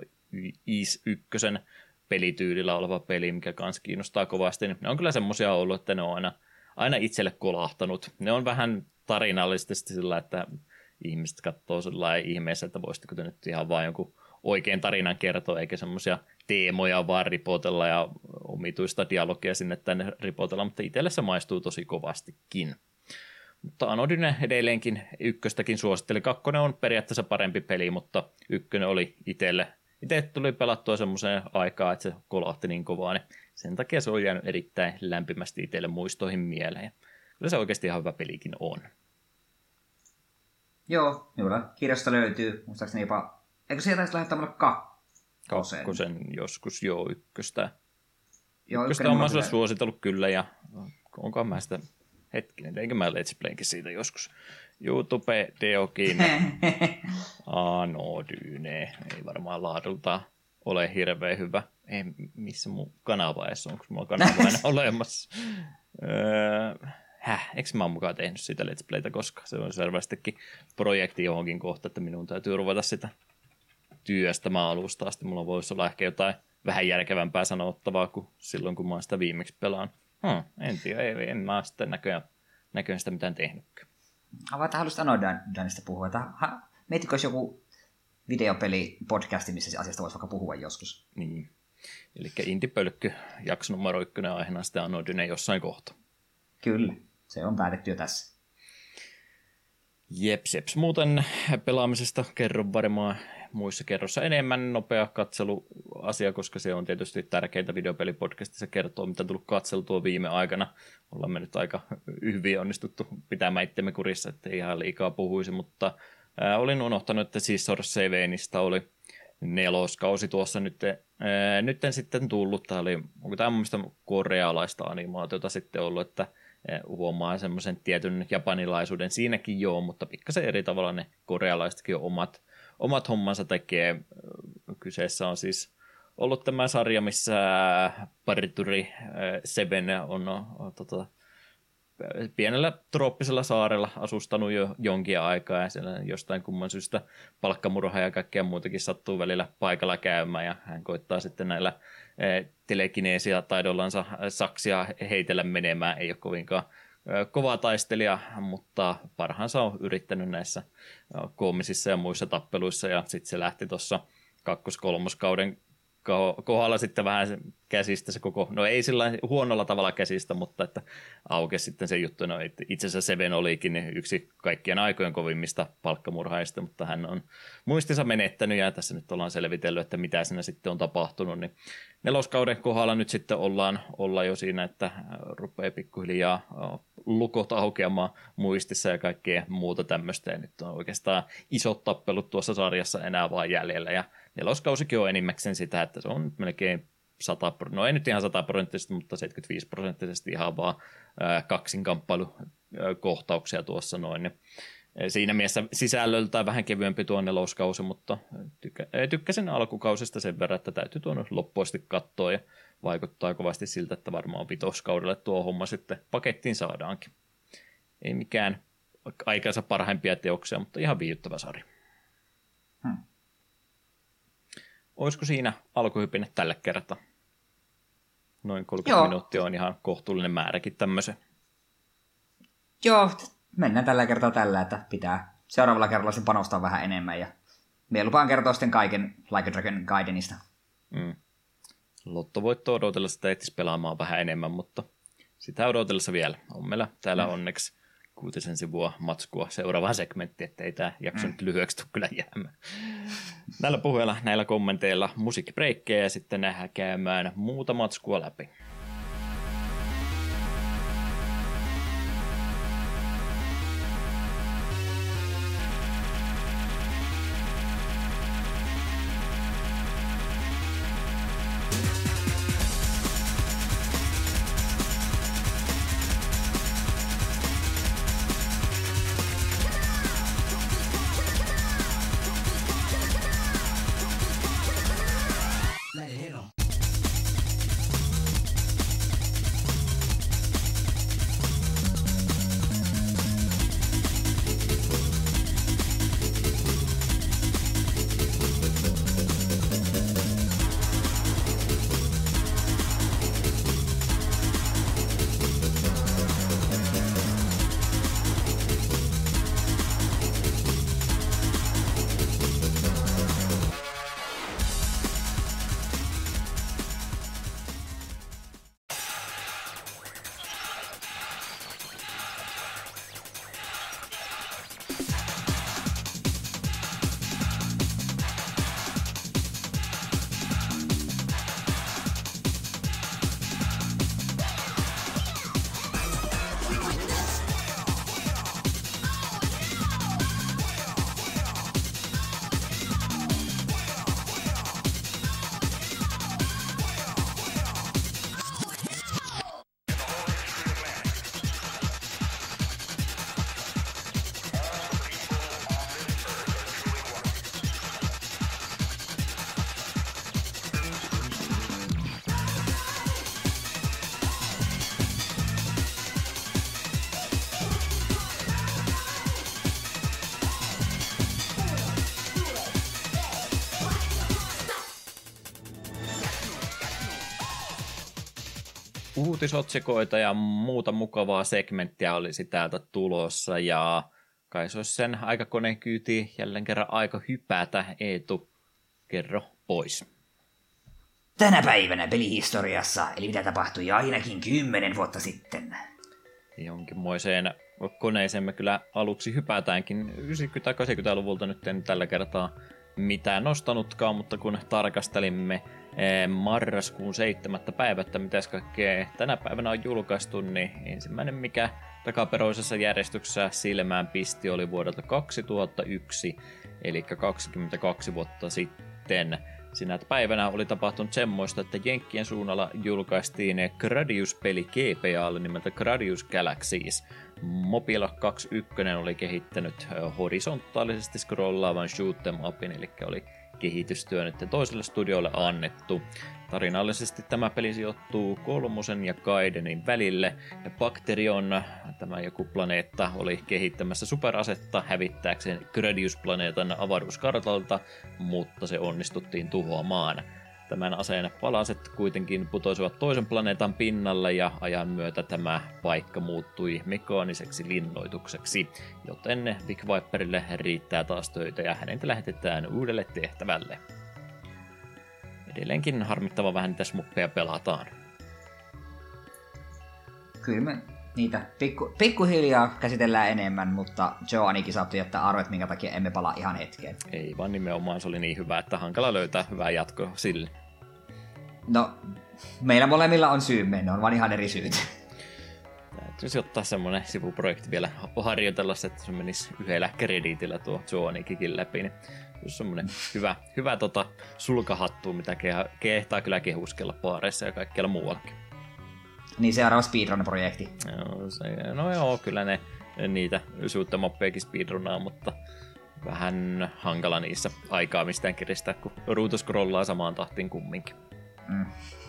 Is yksi pelityylillä oleva peli, mikä kans kiinnostaa kovasti, niin ne on kyllä semmoisia ollut, että ne on aina aina itselle kolahtanut. Ne on vähän tarinallisesti sillä, että ihmiset katsoo sellainen ihmeessä, että voisitteko te nyt ihan vain jonkun oikein tarinan kertoa, eikä semmoisia teemoja vaan ripotella ja omituista dialogia sinne tänne ripotella, mutta itselle se maistuu tosi kovastikin. Mutta Anodyne edelleenkin ykköstäkin suositteli. Kakkonen on periaatteessa parempi peli, mutta ykkönen oli itselle. Itse tuli pelattua semmoiseen aikaan, että se kolahti niin kovaa, niin sen takia se on jäänyt erittäin lämpimästi itselle muistoihin mieleen. Kyllä se oikeasti ihan hyvä pelikin on. Joo, minulla kirjasta löytyy, muistaakseni jopa, eikö sieltä taisi lähettää mulle kakkosen? Kakkosen joskus, joo, ykköstä. Joo, ykköstä on mä sulle suositellut kyllä, ja onkohan mä sitä, hetkinen, eikö mä Let's Playinkin siitä joskus. YouTube, Deokin, Anodyne, ei varmaan laadulta ole hirveän hyvä. Ei, missä mun kanava edes on, onko mulla kanava aina olemassa? Öö, häh, eikö mä oon mukaan tehnyt sitä Let's Playtä, koska se on selvästikin projekti johonkin kohta, että minun täytyy ruveta sitä työstämään alusta asti. Mulla voisi olla ehkä jotain vähän järkevämpää sanottavaa kuin silloin, kun mä oon sitä viimeksi pelaan. Hmm, en tiedä, ei, en mä sitten näköjään, näköjään sitä mitään tehnytkään. Avataan haluaisit Anodyneista puhua. Mietitkö olisi joku videopeli-podcasti, missä asiasta voisi vaikka puhua joskus? Niin. Eli Indie-pölkky, jakso numero ykkönen aiheena sitten Anodyne jossain kohta. Kyllä, se on päätetty jo tässä. Jeps, jeps. Muuten pelaamisesta kerron varmaan muissa kerrossa enemmän nopea katseluasia, koska se on tietysti tärkeintä videopelipodcastissa kertoa, mitä on tullut katseltua viime aikana. Ollaan me nyt aika hyvin onnistuttu pitämään itsemme kurissa, ettei ihan liikaa puhuisi, mutta ää, olin unohtanut, että Scissor Sevenistä oli neloskausi tuossa nyt, ää, nyt en sitten tullut. Tämä oli, onko tämä mun mielestä korealaista animaatiota sitten ollut, että huomaa semmoisen tietyn japanilaisuuden siinäkin joo, mutta pikkasen eri tavalla ne korealaisetkin omat, omat hommansa tekee. Kyseessä on siis ollut tämä sarja, missä parituri Seven on, on tota, pienellä trooppisella saarella asustanut jo jonkin aikaa ja siellä jostain kumman syystä palkkamurha ja kaikkea muutakin sattuu välillä paikalla käymään ja hän koittaa sitten näillä telekineesia taidollansa saksia heitellä menemään. Ei ole kovinkaan kova taistelija, mutta parhaansa on yrittänyt näissä koomisissa ja muissa tappeluissa ja sitten se lähti tuossa kakkos-kolmoskauden kohdalla sitten vähän käsistä se koko, no ei sillä huonolla tavalla käsistä, mutta että aukesi sitten se juttu, no itse asiassa Seven olikin yksi kaikkien aikojen kovimmista palkkamurhaista, mutta hän on muistinsa menettänyt ja tässä nyt ollaan selvitellyt, että mitä siinä sitten on tapahtunut, niin neloskauden kohdalla nyt sitten ollaan, ollaan jo siinä, että rupeaa pikkuhiljaa lukot aukeamaan muistissa ja kaikkea muuta tämmöistä ja nyt on oikeastaan isot tappelut tuossa sarjassa enää vaan jäljellä ja neloskausikin on enimmäkseen sitä, että se on melkein sata, no ei nyt ihan sata prosenttisesti, mutta seitsemänkymmentäviisi prosenttisesti ihan vaan kaksinkamppailukohtauksia tuossa noin. Siinä mielessä sisällöltään vähän kevyempi tuo neloskausi, mutta tykkä, tykkäsin alkukausista sen verran, että täytyy tuon loppuasti katsoa ja vaikuttaa kovasti siltä, että varmaan vitoskaudelle tuo homma sitten pakettiin saadaankin. Ei mikään aikansa parhaimpia teoksia, mutta ihan viihdyttävä sarja. Hmm. Olisiko siinä alkuhypinne tällä kertaa? Noin kolmekymmentä Joo. minuuttia on ihan kohtuullinen määräkin tämmöisen. Joo, mennään tällä kertaa tällä, että pitää seuraavalla kerralla sen panostaa vähän enemmän. Ja me lupaan kertoa sitten kaiken Like a Dragon Gaidenista. Mm. Lottovoitto odotellessa sitä ehtisi pelaamaan vähän enemmän, mutta sitä odotellessa vielä. On meillä täällä mm. onneksi kuutisen sivua matskua seuraavaan segmenttiin, ettei tämä jakso mm. nyt lyhyeksi tule kyllä jäämään. Näillä puheilla, näillä kommenteilla musiikkibreikkejä ja sitten nähdään käymään muuta matskua läpi. Uutisotsikoita ja muuta mukavaa segmenttiä olisi täältä tulossa ja kai se olisi sen aikakoneen kyytiin jälleen kerran aika hypätä. Eetu, kerro pois. Tänä päivänä pelihistoriassa, eli mitä tapahtui ainakin kymmenen vuotta sitten. jonkinmoiseen koneeseen me kyllä aluksi hypätäänkin. yhdeksänkymmentä-kahdeksankymmentäluvulta nyt en tällä kertaa mitään nostanutkaan, mutta kun tarkastelimme marraskuun seitsemättä päivättä, mitäs kaikkea tänä päivänä on julkaistu, niin ensimmäinen mikä takaperoisessa järjestyksessä silmään pisti oli vuodelta kaksituhattayksi, eli kaksikymmentäkaksi vuotta sitten. Sinä päivänä oli tapahtunut semmoista, että Jenkkien suunnalla julkaistiin Gradius-peli G P A:lle nimeltä Gradius Galaxies. Mobila kaksikymmentäyksi oli kehittänyt horisontaalisesti scrollaavan shoot 'em upin, eli oli kehitystyö nyt toiselle studiolle annettu. Tarinallisesti tämä peli sijoittuu kolmosen ja Gaidenin välille, ja Bacterion, tämä joku planeetta, oli kehittämässä superasetta hävittääkseen Gradius-planeetan avaruuskartalta, mutta se onnistuttiin tuhoamaan. Tämän aseen palaset kuitenkin putoisivat toisen planeetan pinnalle, ja ajan myötä tämä paikka muuttui mekaaniseksi linnoitukseksi, joten Vic Viperille riittää taas töitä ja hänet lähetetään uudelle tehtävälle. Edelleenkin harmittava vähän niitä smuppeja pelataan. Kyllä me niitä pikku, pikkuhiljaa käsitellään enemmän, mutta Joe ainakin saattoi jättää arvet, minkä takia emme palaa ihan hetkeen. Ei vaan nimenomaan, se oli niin hyvä, että hankala löytää hyvää jatkoa sille. No, meillä molemmilla on syymme, ne on vaan ihan eri syyt. Täytyisi ottaa semmonen sivuprojekti vielä harjoitella, että se menisi yhdellä krediitillä tuo Joanikikin läpi. Niin se on semmonen hyvä, hyvä tota sulkahattu, mitä kehtaa kyllä kehuskella baareissa ja kaikkialla muuallakin. Niin seuraava speedrun-projekti. No, se, no joo, kyllä ne niitä suuttamoppejakin speedrunaa, mutta vähän hankala niissä aikaa mistään kiristää, kun ruutu scrollaa samaan tahtiin kumminkin. Mm.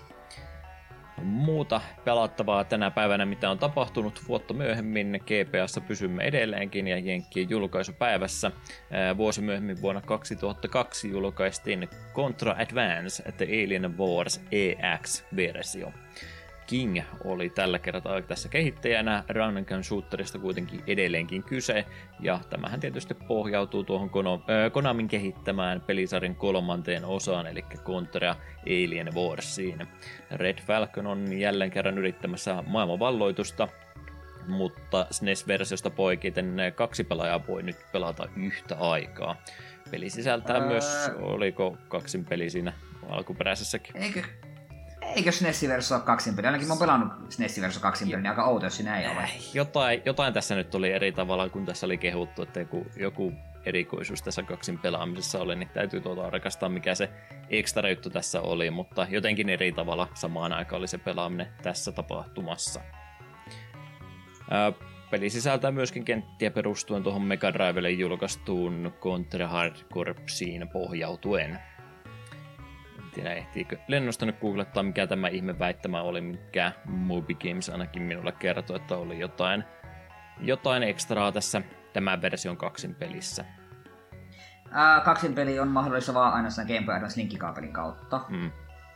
Muuta pelattavaa tänä päivänä, mitä on tapahtunut vuotta myöhemmin. G P A:ssa pysymme edelleenkin ja Jenkkien julkaisupäivässä. Vuosi myöhemmin vuonna kaksituhattakaksi julkaistiin Contra Advance The Alien Wars E X-versio. King oli tällä kertaa tässä kehittäjänä, run and gun shooterista kuitenkin edelleenkin kyse, ja tämähän tietysti pohjautuu tuohon Konamin kehittämään pelisarjan kolmanteen osaan, eli Contra Alien Warsiin. Red Falcon on jälleen kerran yrittämässä maailmanvalloitusta, mutta S N E S-versiosta poiketen kaksi pelaajaa voi nyt pelata yhtä aikaa. Peli sisältää Ää... myös, oliko kaksin peli siinä alkuperäisessäkin? Eikö? Eikö S N E S-versio ole kaksinpeli? Ainakin mä oon pelannut S N E S-versio kaksinpeli, niin aika outo, jos siinä ei ole. Jotain, jotain tässä nyt oli eri tavalla, kun tässä oli kehuttu, että joku, joku erikoisuus tässä kaksin pelaamisessa oli, niin täytyy tuota rakastaa, mikä se ekstra juttu tässä oli, mutta jotenkin eri tavalla samaan aikaan oli se pelaaminen tässä tapahtumassa. Ää, peli sisältää myöskin kenttiä perustuen tuohon Mega Drivelle julkaistuun Contra Hard Corpsiin pohjautuen. Tiedä, ehtiikö lennosta nyt googlettaa, mikä tämä ihme väittämä oli, mikä Moby Games ainakin minulle kertoi, että oli jotain, jotain ekstraa tässä tämän version kaksin pelissä. Ää, kaksin peli on mahdollista vaan ainoastaan Game Boy Advance linkkikaapelin kautta. Mm.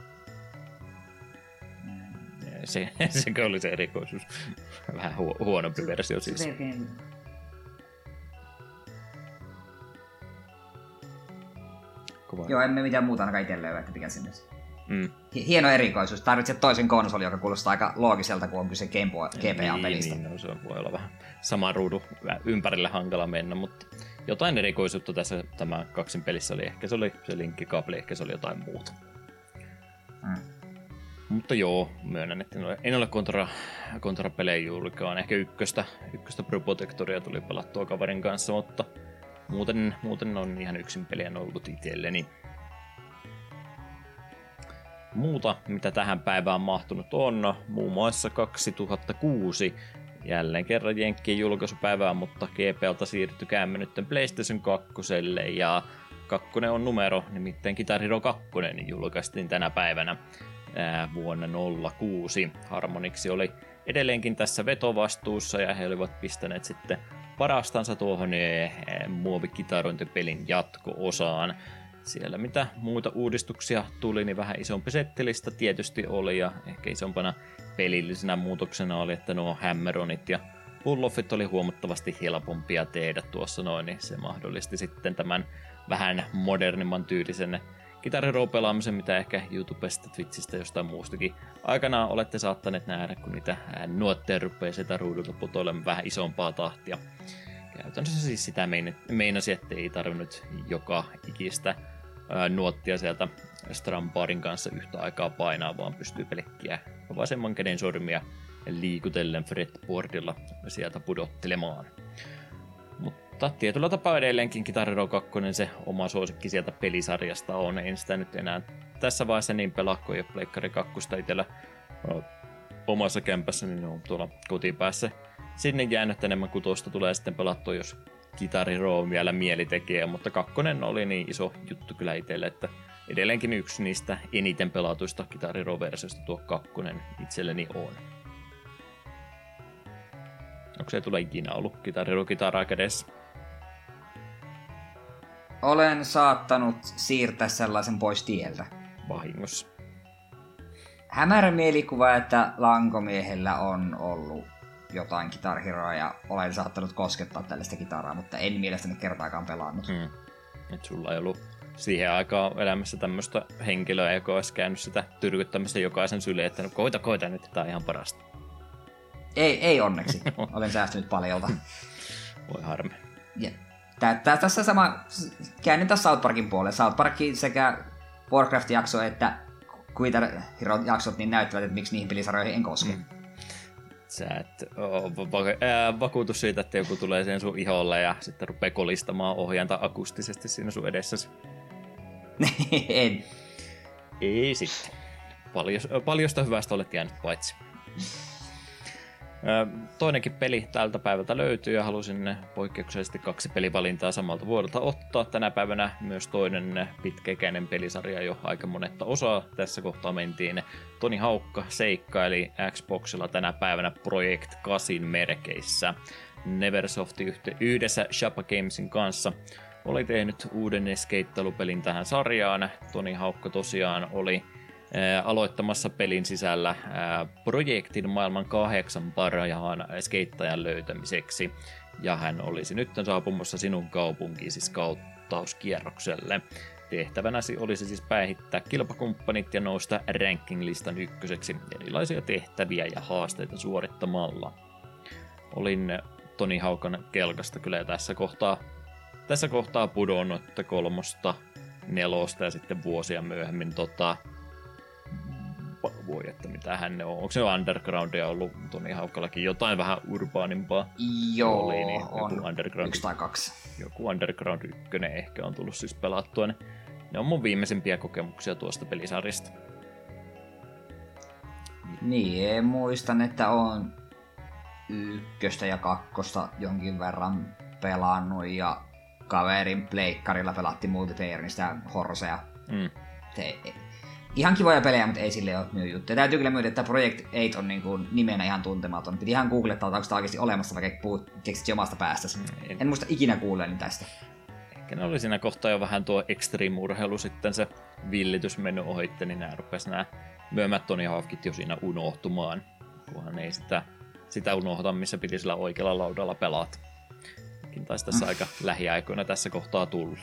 Se, sekö oli se erikoisuus. Vähän hu- huonompi versio siis. Selkein. Kova. Joo, emme mitään muuta ainakaan itse löyä, että mikä sinne. Mm. Hieno erikoisuus. Tarvitset toisen konsolin, joka kuulostaa aika loogiselta, kun on kyse Game Boy G P A-pelistä. Niin, niin no, se voi olla vähän sama ruudun ympärille hankala mennä, mutta jotain erikoisuutta tässä tämä kaksin pelissä oli. Ehkä se oli se linkkikaapeli, ehkä se oli jotain muuta. Mm. Mutta joo, myönnän, että en ole kontra, kontrapelejä juurikaan. Ehkä ykköstä, ykköstä Pro Protectoria tuli pelattua kaverin kanssa, mutta Muuten, muuten on ihan yksin peliä ollut itselleni. Muuta, mitä tähän päivään on mahtunut on, muun muassa kaksituhattakuusi. Jälleen kerran Jenkkien julkaisupäivää, mutta G P A:lta siirtykäämme nyt PlayStation kakkoselle. Ja kakkonen on numero, nimittäin Guitar Hero kaksi niin julkaistiin tänä päivänä ää, vuonna nolla kuusi. Harmonixi oli edelleenkin tässä vetovastuussa ja he olivat pistäneet sitten parastansa tuohon muovikitarointipelin jatko-osaan. Siellä mitä muita uudistuksia tuli, niin vähän isompi settilista tietysti oli, ja ehkä isompana pelillisenä muutoksena oli, että nuo hammeronit ja pull-offit oli huomattavasti helpompia tehdä tuossa noin, niin se mahdollisti sitten tämän vähän modernimman tyylisen Guitar Hero-pelaamisen, mitä ehkä YouTubesta, Twitchistä, jostain muustakin aikanaan olette saattaneet nähdä, kun niitä nuotteja rupeaa sieltä ruudulta putoilemaan vähän isompaa tahtia. Käytännössä siis sitä meinasi, että ei tarvinnut joka ikistä ää, nuottia sieltä Strambarin kanssa yhtä aikaa painaa, vaan pystyy pelkkiä vasemman käden sormia liikutellen fretboardilla sieltä pudottelemaan. Mutta tietyllä tapaa edelleenkin Guitar Hero kaksi se oma suosikki sieltä pelisarjasta on. En sitä nyt enää tässä vaiheessa niin pelaa, kun ei ole Pleikkari kaksi itsellä omassa kämpässä, niin ne on tuolla kotipäässä sinne jäänyt enemmän kuin tuosta tulee sitten pelattua, jos Guitar Hero on vielä mielitekijä, mutta kakkonen oli niin iso juttu kyllä itselle, että edelleenkin yksi niistä eniten pelatuista Guitar Hero-versioista tuo kakkonen itselleni on. Onko se tule ikinä ollut Guitar Hero-kitaraa kädessä? Olen saattanut siirtää sellaisen pois tieltä. Vahingossa. Hämärä mielikuva, että lankomiehellä on ollut jotain Guitar Heroa ja olen saattanut koskettaa tällaista kitaraa, mutta en mielestäni kertaakaan pelannut. Hmm. Et sulla ei ollut siihen aikaan elämässä tämmöistä henkilöä, joka olisi käynyt sitä tyrkyttämistä jokaisen syliin, että no koita, koita nyt, tää on ihan parasta. Ei, ei onneksi. Olen säästynyt paljolta. Voi harmi. Ja tää, tää, tässä sama, käännyn taas South Parkin puolelle. South Parkin sekä Warcraft-jakso että Guitar Hero-jaksot niin näyttävät, että miksi niihin pelisarjoihin en koske. Mm. Sä et oo va- ää, vakuutus siitä, että joku tulee sen sun iholle ja sitten rupeaa kolistamaan ohjainta akustisesti siinä sun edessäsi. En. Ei sitten. Paljos, paljosta hyvästä olet jäänyt paitsi. Toinenkin peli tältä päivältä löytyy ja halusin poikkeuksellisesti kaksi pelivalintaa samalta vuodelta ottaa. Tänä päivänä myös toinen pitkäikäinen pelisarja jo aika monetta osaa. Tässä kohtaa mentiin Tony Hawkka seikkaili Xboxilla tänä päivänä Project kahdeksan merkeissä. Neversoft yhdessä Shabba Gamesin kanssa oli tehnyt uuden skeittelupelin tähän sarjaan. Tony Hawkka tosiaan oli aloittamassa pelin sisällä projektin maailman kahdeksan parhaan skeittajan löytämiseksi. Ja hän olisi nyt saapumassa sinun kaupunkiisi skauttauskierrokselle. Tehtävänäsi olisi siis päihittää kilpakumppanit ja nousta ranking-listan ykköseksi erilaisia tehtäviä ja haasteita suorittamalla. Olin Tony Hawkan kelkasta kyllä tässä kohtaa, tässä kohtaa pudonnut kolmosta, nelosta ja sitten vuosia myöhemmin tota, voi, että mitä hän on. Onko se undergroundia ollut Tony Hawkallakin jotain vähän urbaanimpaa? Joo, oli, niin on underground, yksi tai kaksi. Joku Underground ykkönen ehkä on tullut siis pelattua. Ne on mun viimeisimpiä kokemuksia tuosta pelisarjasta. Niin, muistan, että on ykköstä ja kakkosta jonkin verran pelannut ja kaverin pleikkarilla pelattiin multiplayerista sitä Horseja. Mm. Te, ihan kivoja pelejä, mutta ei sille ole myy juttuja. Täytyy kyllä myydä, että Project kahdeksan on niin kuin nimenä ihan tuntematon. Piti ihan googlettaa, onko sitä oikeasti olemassa, vaikka puhut keksit omasta päästäsi. Mm, en... en muista ikinä kuulleeni tästä. Ehkä ne oli siinä kohtaa jo vähän tuo extreme-urheilu sitten se villitys mennyt ohitte, niin nämä rupesi nämä myömmät Tony Hawkit jo siinä unohtumaan. Kunhan ei sitä, sitä unohta, missä piti sillä oikealla laudalla pelata. Taisi tässä mm. aika lähiaikoina tässä kohtaa tulla.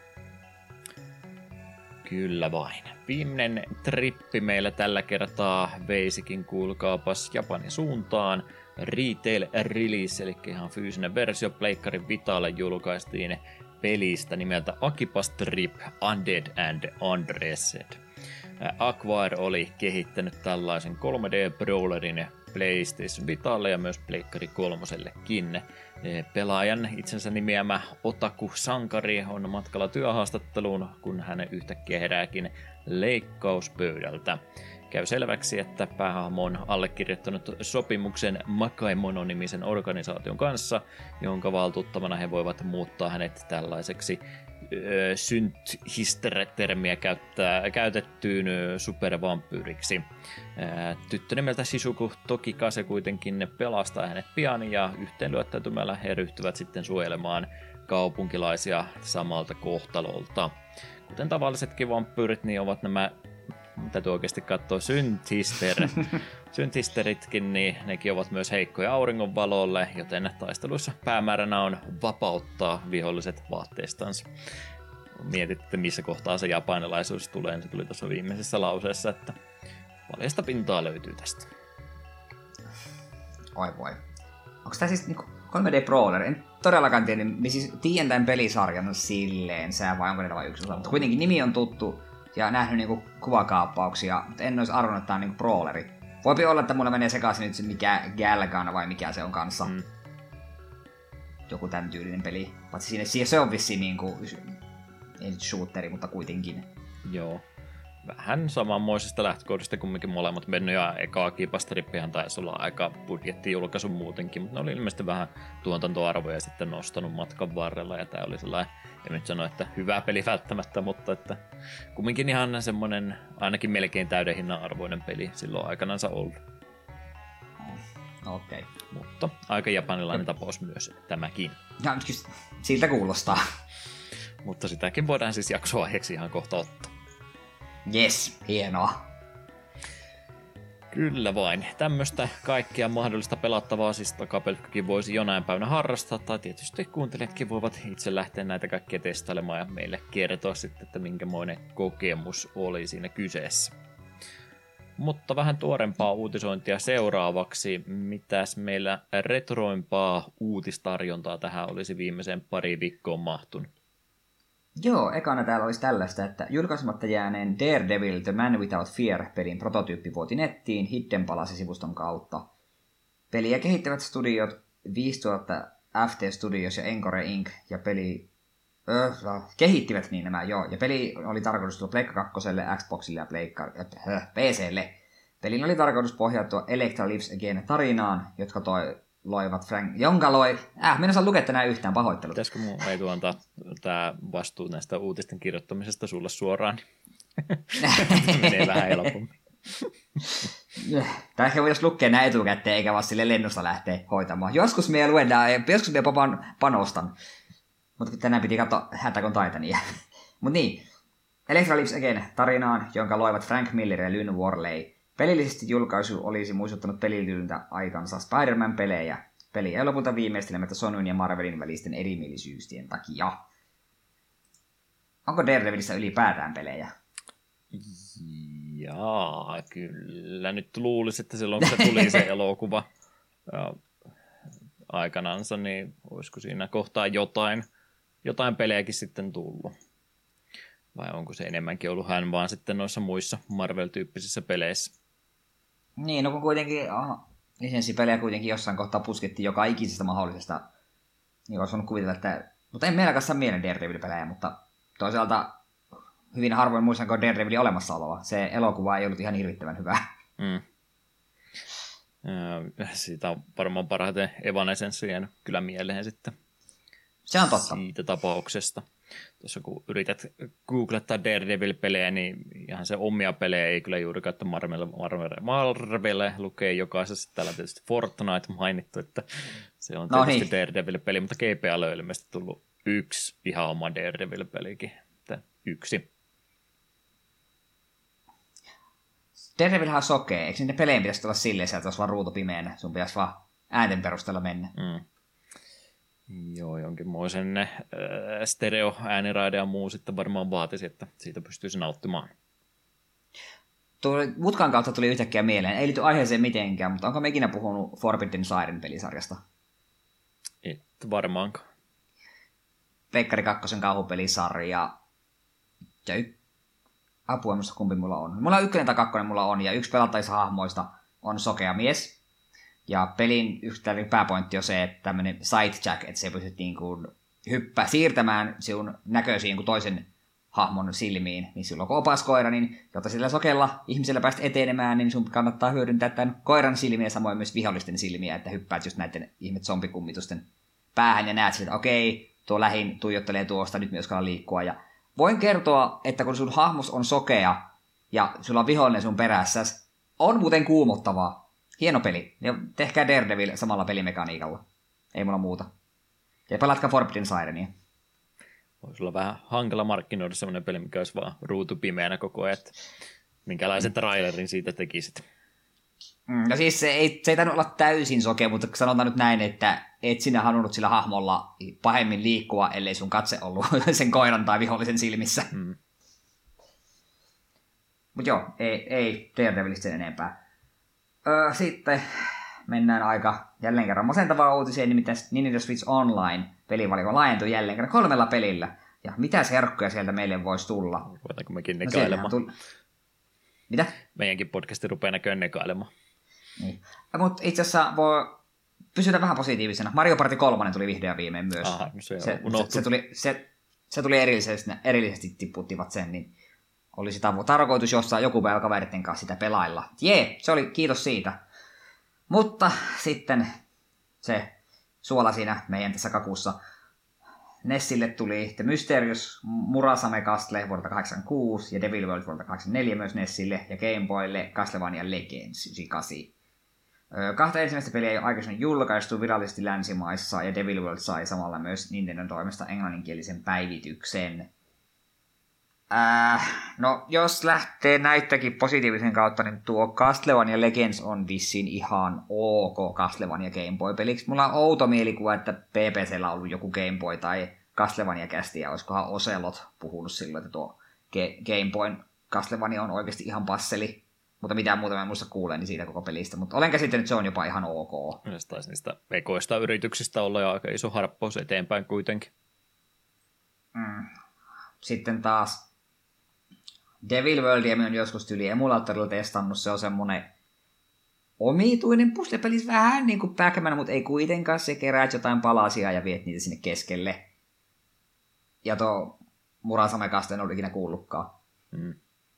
Kyllä vain. Viimeinen trippi meillä tällä kertaa veisikin, kuulkaapas, Japanin suuntaan. Retail Release, eli ihan fyysinen versio Pleikkarin Vitalle julkaistiin pelistä nimeltä Akiba Strip Undead and Undressed. Acquire oli kehittänyt tällaisen kolme D-brawlerin PlayStation Vitalle ja myös Pleikkari kolmosellekin. Pelaajan itsensä nimeämä Otaku Sankari on matkalla työhaastatteluun, kun hän yhtäkkiä herääkin leikkauspöydältä. Käy selväksi, että päähahmo on allekirjoittanut sopimuksen Makaimono-nimisen organisaation kanssa, jonka valtuuttamana he voivat muuttaa hänet tällaiseksi ö, synth-hister-termiä käyttää, käytettyyn supervampyyriksi. Tyttö nimeltä Shizuku Tokikase kuitenkin pelastaa hänet pian ja yhteenlyöttäytymällä he ryhtyvät sitten suojelemaan kaupunkilaisia samalta kohtalolta. Kuten tavallisetkin vampyyrit, niin ovat nämä, täytyy oikeasti katsoa, synth-hister. Synth-histeritkin, niin nekin ovat myös heikkoja auringonvalolle, joten taisteluissa päämääränä on vapauttaa viholliset vaatteistansa. mietit, että missä kohtaa se japanilaisuus tulee, niin se tuli tuossa viimeisessä lauseessa, että paljasta pintaa löytyy tästä. Oi voi. Onko tämä siis niinku kolme D-brawler? En todellakaan tiedä, niin siis tiedän tämän pelisarjan silleen sää, vai onko ne vain yksi osa. Mutta kuitenkin nimi on tuttu ja nähnyt niinku kuvakaappauksia, mutta en olisi arvonnut, että tämä on niinku brawleri. Voipi olla, että mulla menee sekaisin nyt se mikä Galgan vai mikä se on kanssa. Mm. Joku tämän tyylinen peli. Paitsi siinä se on vissiin niinku, ei nyt shooteri, mutta kuitenkin. Joo. Vähän samanmoisesta lähtökohdista kumminkin molemmat mennyt, ja ekaa kiipastrippihan taisi olla aika budjettijulkaisu muutenkin, mutta ne oli ilmeisesti vähän tuotantoarvoja sitten nostanut matkan varrella, ja tämä oli sellainen, en nyt sano, että hyvä peli välttämättä, mutta että kumminkin ihan semmoinen ainakin melkein täyden hinnan arvoinen peli silloin aikanansa ollut. Okei. Okay. Mutta aika japanilainen tapaus myös tämäkin. Ja siltä kuulostaa. Mutta sitäkin voidaan siis jaksoaiheeksi ihan kohta ottaa. Jes, hienoa. Kyllä vain. Tämmöistä kaikkea mahdollista pelattavaa siis Takapelkkäkin voisi jonain päivänä harrastaa, tai tietysti kuuntelijatkin voivat itse lähteä näitä kaikkia testailemaan ja meille kertoa sitten, että minkämoinen kokemus oli siinä kyseessä. Mutta vähän tuorempaa uutisointia seuraavaksi. Mitäs meillä retroimpaa uutistarjontaa tähän olisi viimeiseen pari viikkoon mahtunut? Joo, ekana täällä olisi tällaista, että julkaisematta jääneen Daredevil The Man Without Fear-pelin prototyyppi vuoti nettiin Hidden Palace-sivuston kautta. Peliä kehittävät studiot viisituhatta F T Studios ja Encore Incorporated ja peli... Öö, kehittivät niin nämä, joo. Ja peli oli tarkoitus tulla Pleikka kakkoselle, Xboxille ja Pleikka... Äh, P C:lle. Pelin oli tarkoitus pohjautua Electra Lives Again tarinaan, jotka toi... loivat Frank, jonka loi... Äh, minä saan lukea tänään yhtään, pahoittelut. Pitäisikö mun ei antaa tämä vastuu näistä uutisten kirjoittamisesta sulle suoraan? Menee vähän helpommin. Tai ehkä voitaisiin lukea nämä etukäteen, eikä vaan sille lennosta lähteä hoitamaan. Joskus me luedaan, joskus me papan panostan. Mutta tänään piti katsoa Attack on Titania. Mut niin, Electra Lives Again tarinaan, jonka loivat Frank Miller ja Lynn Worley. Pelillisesti julkaisu olisi muistuttanut pelilyltä aikansa Spider-Man-pelejä. Peli ei lopulta viimeistelemättä Sonyn ja Marvelin välisten erimielisyyksien takia. Onko Daredevilissä ylipäätään pelejä? Jaa, kyllä. Nyt luulisi, että silloin kun se tuli se elokuva ja aikanansa, niin olisiko siinä kohtaa jotain, jotain pelejäkin sitten tullut? Vai onko se enemmänkin ollut hän vaan sitten noissa muissa Marvel-tyyppisissä peleissä? Niin, no kun kuitenkin aha, lisenssipelejä kuitenkin jossain kohtaa puskettiin joka ikisestä mahdollisesta. Niin olisi voinut kuvitella, että... Mutta en meillä saa mielen Daredevil-pelejä, mutta toisaalta hyvin harvoin muistanko Daredevilin olemassaoloa. Se elokuva ei ollut ihan hirvittävän hyvä. Mm. Siitä on varmaan parhaiten Evanescence jäänyt kyllä mieleen sitten. Se on totta. Siitä tapauksesta. Tuossa kun yrität googlettaa Daredevil-pelejä, niin ihan se omia pelejä ei kyllä juurikaan, että Marvel, Marvel, Marvel lukee jokaisessa. Täällä on tietysti Fortnite mainittu, että se on tietysti no niin. Daredevil-peli, mutta G P A on ilmeisesti tullut yksi ihan oma Daredevil-pelikin. Yksi. Daredevilhan on sokea. Eikö niiden pelejä pitäisi olla silleen, että olisi vaan ruutu pimeänä? Sun pitäisi vaan äänten perusteella mennä. Mm. Joo, jonkinmoisen äh, stereo-ääniraide ja muu sitten varmaan vaatisi, että siitä pystyisi nauttimaan. Tuli, mutkan kautta tuli yhtäkkiä mieleen. Ei liity aiheeseen mitenkään, mutta onko me ikinä puhunut Forbidden Siren pelisarjasta? Et varmaankaan. Pleikkari kakkosen kauhupelisarja. Ja y... apua, musta kumpi mulla on. Mulla on ykkönen tai kakkonen mulla on, ja yksi pelattaisa hahmoista on sokea mies. Ja pelin yhtä pääpointti on se, että tämmöinen sidejack, että se pystyt niin kuin hyppää, siirtämään sinun näköisiin kuin toisen hahmon silmiin. Niin silloin kun opaskoira, niin jotta sillä sokella ihmisellä päästä etenemään, niin sun kannattaa hyödyntää tämän koiran silmiä ja samoin myös vihollisten silmiä, että hyppäät just näiden ihmet zombikummitusten päähän ja näet sille, että okei, tuo lähin tuijottelee tuosta, nyt myös liikkua. Ja voin kertoa, että kun sun hahmos on sokea ja sulla on vihollinen sun perässäs, on muuten kuumottavaa. Hieno peli. Ja tehkää Daredevil samalla pelimekaniikalla. Ei mulla muuta. Ja pelatkaa Forbidden Sirenia. Voisi olla vähän hankala markkinoida semmoinen peli, mikä olisi vaan ruutu pimeänä koko ajan. Minkälaisen trailerin siitä tekisit? Mm, no siis se ei, se ei tainnut olla täysin sokea, mutta sanotaan nyt näin, että et sinä halunnut sillä hahmolla pahemmin liikkua, ellei sun katse ollut sen koiran tai vihollisen silmissä. Mm. Mutta joo, ei, ei Daredevilista sen enempää. Öö, sitten mennään aika jälleen kerran masentavaa uutiseen, nimittäin Nintendo Switch Online-pelivaliko laajentui jälleen kerran kolmella pelillä. Ja mitä herkkuja sieltä meille voisi tulla? Voidaanko mekin nekailemaan? No, tull... Mitä? Meidänkin podcasti rupeaa näköjään nekailemaan. Niin. Mutta itse asiassa voi pysytä vähän positiivisena. Mario Party kolme tuli vihdoin viimein myös. Aha, no se, se, se, se, tuli, se, se tuli erillisesti, erillisesti tipputtivat sen, niin olisi tarkoitus jossain joku päivä kaveritten kanssa sitä pelailla. Jee, se oli, kiitos siitä. Mutta sitten se suola siinä meidän tässä kakussa. Nessille tuli The Mysterious Murasame Castle vuodelta kahdeksankymmentäkuusi ja Devil World vuodelta kahdeksankymmentäneljä myös Nessille ja Game Boylle Castlevania Legends yhdeksänkymmentäkahdeksan. Kahta ensimmäistä peliä ei ole aikaisemmin julkaistu virallisesti länsimaissa ja Devil World sai samalla myös Nintendon toimesta englanninkielisen päivityksen. Äh, no, jos lähtee näittäkin positiivisen kautta, niin tuo Castlevania Legends on vissiin ihan ok Castlevania Game Boy-peliksi. Mulla on outo mielikuva, että P P C:llä on ollut joku Game Boy tai Castlevania-kästi, ja olisikohan Ocelot puhunut silloin, että tuo Game Boyn Castlevania on oikeasti ihan passeli. Mutta mitään muuta mä en muista kuuleen siitä koko pelistä, mutta olen käsittänyt, että se on jopa ihan ok. Se taisi niistä vekoista yrityksistä olla jo aika iso harppaus eteenpäin kuitenkin. Mm. Sitten taas Devil Worldia mä oon joskus tyyli emulaattorilla testannut. Se on semmonen omituinen puzzle-pelis, vähän niin kuin Pac-Man, mutta ei kuitenkaan. Se keräät jotain palasia ja viet niitä sinne keskelle. Ja tuo Murasame Castle en ole ikinä kuullutkaan. Mm.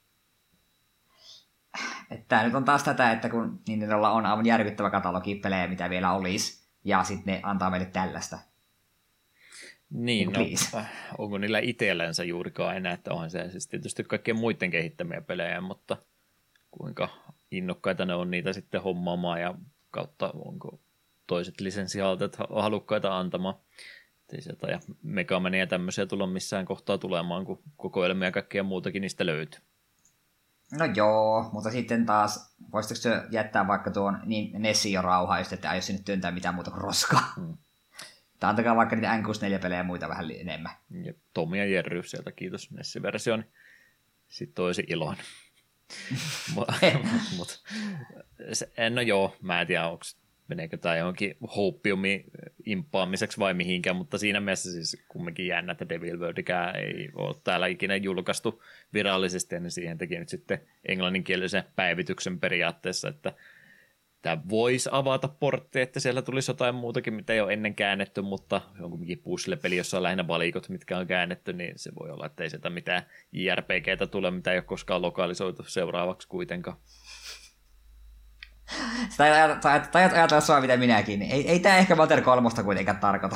Tämä nyt on taas tätä, että kun Nintendolla on aivan järkyttävä katalogi pelejä, mitä vielä olisi, ja sitten ne antaa meille tällaista. Niin, no, onko niillä itsellänsä juurikaan enää, että onhan se siis tietysti kaikkien muiden kehittämiä pelejä, mutta kuinka innokkaita ne on niitä sitten hommaamaan ja kautta onko toiset lisenssihaltijat halukkaita antamaan. Ei sieltä ja Megamania ja tämmöisiä tulla missään kohtaa tulemaan, kun kokoelmia ja kaikkea muutakin niistä löytyy. No joo, mutta sitten taas, voisitko se jättää vaikka tuon niin Nessin jo rauhaa, just että ei sinne työntää mitään muuta kuin roskaa. Hmm. Tai antakaa vaikka niitä N kuusikymmentäneljä-pelejä ja muita vähän enemmän. Ja Tomi ja Jerry sieltä, kiitos Nessi-versioon. Sitten olisi iloinen. Mut, no joo, mä en tiedä, onko meneekö tämä johonkin houppiumin imppaamiseksi vai mihinkään, mutta siinä mielessä siis kumminkin jännä, että Devil Worldikään ei ole täällä ikinä julkaistu virallisesti, niin siihen teki nyt sitten englanninkielisen päivityksen periaatteessa, että tämä voisi avata portteja, että siellä tulisi jotain muutakin, mitä ei ole ennen käännetty, mutta se on kumminkin puzzle-peli, jossa on lähinnä valikot, mitkä on käännetty, niin se voi olla, että ei sieltä mitään J R P G:tä tule, mitä ei ole koskaan lokalisoitu seuraavaksi kuitenkaan. Tai ajatella sua mitä minäkin. Ei, ei tämä ehkä Mater kolmosta kuitenkaan tarkoita.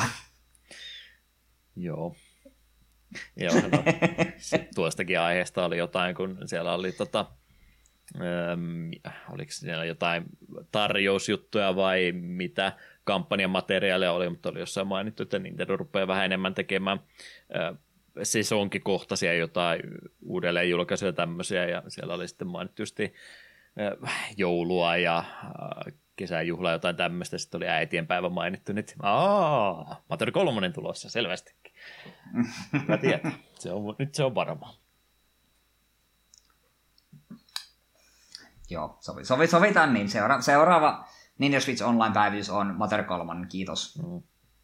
Joo. Joo, no. Tuostakin aiheesta oli jotain, kun siellä oli tota, ähm, oliko siellä jotain tarjousjuttuja vai mitä kampanjamateriaalia oli, mutta oli jossain mainittu, että Nintendo rupeaa vähän enemmän tekemään äh, sesonkikohtaisia jotain uudelleen julkaisuja tämmöisiä, ja siellä oli sitten mainittu justi joulua ja kesäjuhlaa, jotain tämmöistä. Sitten oli äitienpäivä mainittu nyt. Aaa, Mater kolmonen tulossa, selvästikin. Mä tiedän, se on, nyt se on varmaa. Joo, sovi, sovi, sovitaan niin. Seura- seuraava Nintendo Switch Online-päivitys on Mater kolmonen, kiitos. Mm.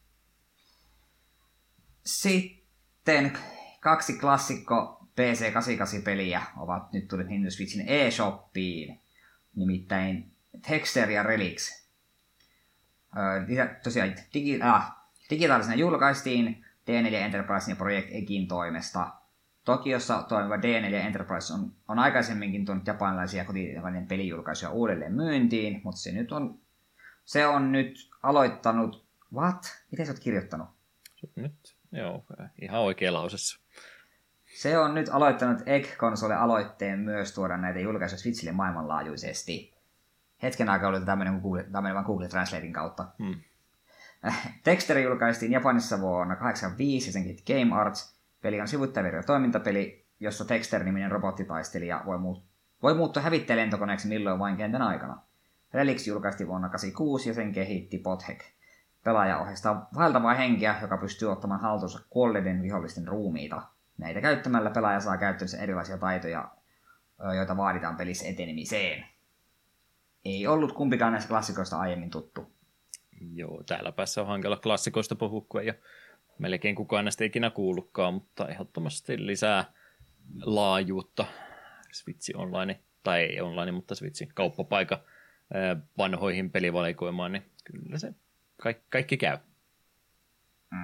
Sitten kaksi klassikko P C kahdeksankymmentäkahdeksan-peliä ovat nyt tulleet Nintendo Switchin eShopiin, nimittäin Texter ja Relics. Öö, tosiaan digi- ah, digitaalisena julkaistiin D neljä Enterprise ja Project Egin toimesta. Tokiossa toimiva D neljä Enterprise on, on aikaisemminkin tuonut japanilaisia kotimainen pelijulkaisuja uudelleen myyntiin, mutta se nyt on, se on nyt aloittanut... What? Miten sä oot kirjoittanut? Nyt, joo, ihan oikea lausessa. Se on nyt aloittanut Egg-konsole-aloitteen myös tuoda näitä julkaisuja Switchille maailmanlaajuisesti. Hetken aikaa oli tämmöinen Google, tämmöinen Google Translatein kautta. Hmm. Texter julkaistiin Japanissa vuonna kahdeksankymmentäviisi ja senkin Game Arts. Peli on sivuttajavirjo toimintapeli, jossa Texter-niminen robottitaistelija voi, muut- voi muuttua hävittäjälentokoneeksi milloin vain kentän aikana. Relics julkaistiin vuonna kahdeksankymmentäkuusi ja sen kehitti Pothek. Pelaaja ohjastaa vaeltavaa henkeä, joka pystyy ottamaan haltuunsa kuolleiden vihollisten ruumiita. Näitä käyttämällä pelaaja saa käyttöönsä erilaisia taitoja, joita vaaditaan pelissä etenemiseen. Ei ollut kumpikaan näistä klassikoista aiemmin tuttu. Joo, täällä päässä on hankala klassikoista puhua, kun ei ole melkein kukaan näistä ikinä kuullutkaan, mutta ehdottomasti lisää laajuutta Switch Online, tai ei online, mutta Switchin kauppapaikka vanhoihin pelivalikoimaan, niin kyllä se kaikki, kaikki käy. Mm.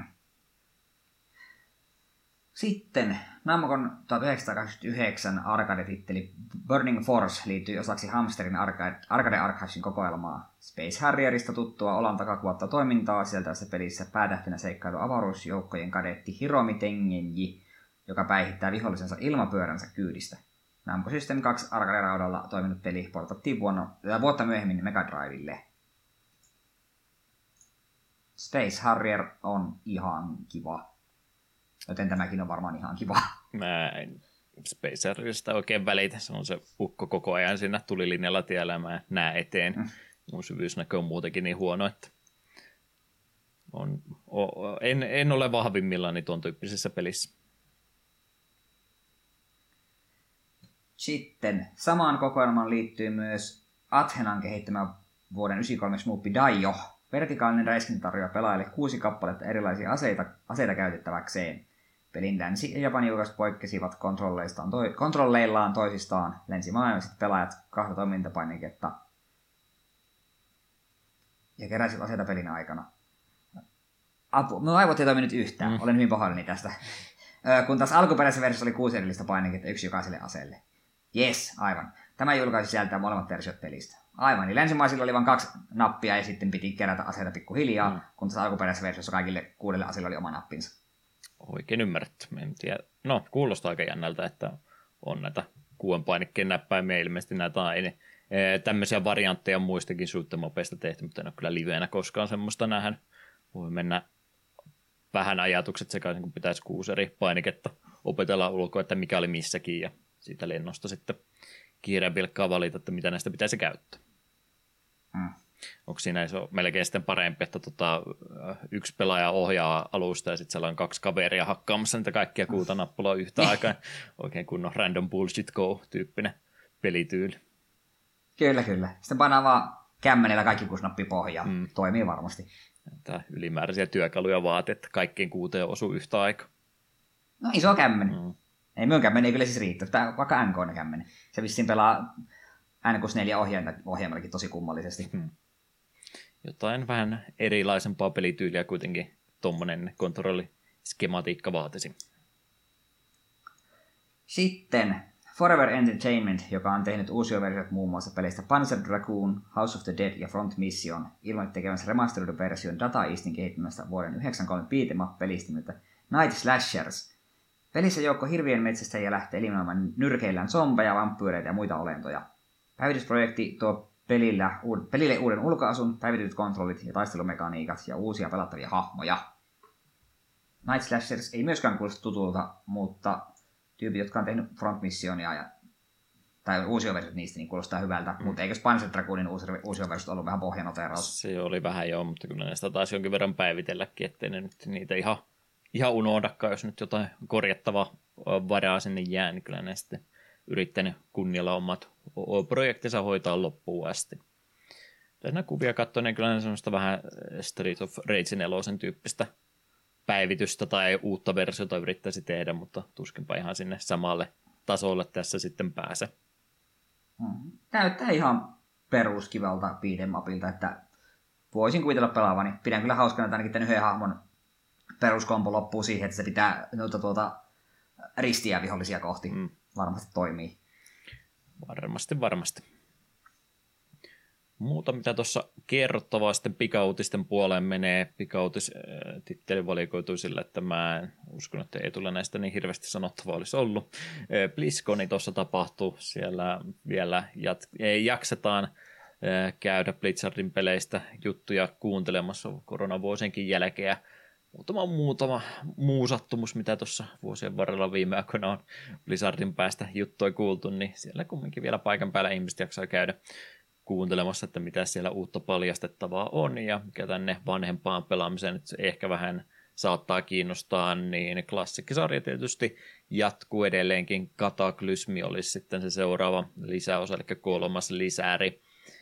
Sitten Namcon tuhatyhdeksänsataakahdeksankymmentäyhdeksän arcade-titteli Burning Force liittyy osaksi Hamsterin Arcade, Arcade Archivesin kokoelmaa. Space Harrierista tuttua olan takakuvatta toimintaa sieltävässä pelissä päätähtenä seikkailu avaruusjoukkojen kadetti Hiromi Tengenji, joka päihittää vihollisensa ilmapyöränsä kyydistä. Namco System kaksi arcade-raudalla toiminut peli portattiin vuonna, vuotta myöhemmin Mega Drivelle. Space Harrier on ihan kiva. Joten tämäkin on varmaan ihan kiva. Mä en Space Harrierista oikein välitä. Se on se ukko koko ajan siinä tulilinjalla tiellä. Mä näen eteen. Mm. Mun syvyysnäkö on muutenkin niin huono, että on, o, en, en ole vahvimmillani tuon tyyppisessä pelissä. Sitten samaan kokoelmaan liittyy myös Athenan kehittämä vuoden yhdeksänkymmentäkolme Smoopi Daio. Vertikaalinen räiskintä tarjoaa pelaajille kuusi kappaletta erilaisia aseita, aseita käytettäväkseen. Pelin länsi- ja Japanin julkaiset poikkesivat kontrolleistaan toi, kontrolleillaan toisistaan. Länsimaailmaiset pelaajat kahta toimintapainiketta ja keräsivät aseita pelin aikana. Apu, minun aivot ei toiminut yhtään. Mm. Olen hyvin pahoillani tästä. Kun taas alkuperäisessä versiossa oli kuusi erillistä painiketta, yksi jokaiselle aseelle. Yes, aivan. Tämä julkaisi sieltä molemmat versiot pelistä. Aivan, niin länsimaisilla oli vain kaksi nappia ja sitten piti kerätä aseita pikkuhiljaa, mm. kun tässä alkuperäisessä versiossa kaikille kuudelle aseille oli oma nappinsa. Oikein ymmärretty. En tiedä. No, kuulostaa aika jännältä, että on näitä kuuden painikkeen näppäimiä. Ilmeisesti näitä on ei, tämmöisiä variantteja muistakin shoot-em-upeista tehty, mutta en ole kyllä liveenä koskaan semmoista nähdä. Voi mennä vähän ajatukset sekaisin, kun pitäisi kuusi eri painiketta opetella ulkoa, että mikä oli missäkin, ja siitä lennosta sitten kiireen vilkkaa valita, että mitä näistä pitäisi käyttää. Mm. Onko siinä se on melkein sitten parempi, että tota, yksi pelaaja ohjaa alusta ja sitten siellä on kaksi kaveria hakkaamassa niitä kaikkia kultanappuloa yhtä aikaa. Oikein kunnon random bullshit go-tyyppinen pelityyli. Kyllä, kyllä. Sitten painaa vaan kämmenellä kaikki kuusi nappia pohjaan. Mm. Toimii varmasti. Tämä ylimääräisiä työkaluja vaatii, että kaikkien kuuteen osuu yhtä aikaa. No iso kämmeni. Mm. Ei minun kämmeni ei kyllä siis riittää. Tämä vaikka N K kämmeni. Se vissiin pelaa N kuusikymmentäneljä ohjelmallakin tosi kummallisesti. Hmm. Jotain vähän erilaisempaa pelityyliä kuitenkin tuommoinen kontrolliskematiikka vaatisi. Sitten Forever Entertainment, joka on tehnyt uusia versioita muun muassa pelistä Panzer Dragoon, House of the Dead ja Front Mission, ilmoitti tekemänsä remasteroidun version Data Eastin kehittämästä vuoden yhdeksänkymmentäkolme beat'em-up-pelistä nimeltä Night Slashers. Pelissä joukko hirvien metsästäjiä lähtee eliminoimaan nyrkeillään zombeja, vampyyreitä ja muita olentoja. Päivitysprojekti tuo pelillä, uud, pelille uuden ulkoasun, päivitetyt kontrollit ja taistelumekaniikat ja uusia pelattavia hahmoja. Night Slashers ei myöskään kuulosta tutulta, mutta tyypit, jotka on tehnyt Front Missionia ja, tai uusia versiot niistä, niin kuulostaa hyvältä. Mm. Mutta eikö Panzer Dragoonin uusi, uusia versiot ollut vähän pohjanoteraus? Se oli vähän joo, mutta kyllä näistä taisi jonkin verran päivitelläkin, ettei ne nyt niitä ihan, ihan unohdakaan, jos nyt jotain korjattavaa varaa sinne jää, niin kyllä ne sitten yrittänyt kunnialla omat projektinsa hoitaa loppuun asti. Tässä kuvia katsoin, niin kyllä ne semmoista vähän Street of Rage nelosen tyyppistä päivitystä tai uutta versiota yrittäisi tehdä, mutta tuskinpa ihan sinne samalle tasolle tässä sitten pääse. Hmm. Näyttää ihan peruskivalta beat'em-upilta, että voisin kuvitella pelaavani. Pidän kyllä hauskana, että ainakin tämän yhden hahmon peruskompo loppuu siihen, että se pitää tuota, tuota, ristiä vihollisia kohti. Hmm. Varmasti toimii. Varmasti, varmasti. Muuta, mitä tuossa kerrottavaa sitten pikautisten puoleen menee. Pikautis-titteli valikoitui sillä, että mä en uskon, että ei tule näistä niin hirveästi sanottavaa olisi ollut. BlizzConi tuossa tapahtuu. Siellä vielä jat- ei jaksetaan käydä Blizzardin peleistä juttuja kuuntelemassa koronavuosienkin jälkeen. Muutama muutama muu sattumus, mitä tuossa vuosien varrella viime aikoina on Blizzardin päästä juttuja kuultu, niin siellä kumminkin vielä paikan päällä ihmiset jaksaa käydä kuuntelemassa, että mitä siellä uutta paljastettavaa on ja mikä tänne vanhempaan pelaamiseen että se ehkä vähän saattaa kiinnostaa, niin klassikkisarja tietysti jatkuu edelleenkin. Kataklysmi olisi sitten se seuraava lisäosa, eli kolmas lisääri.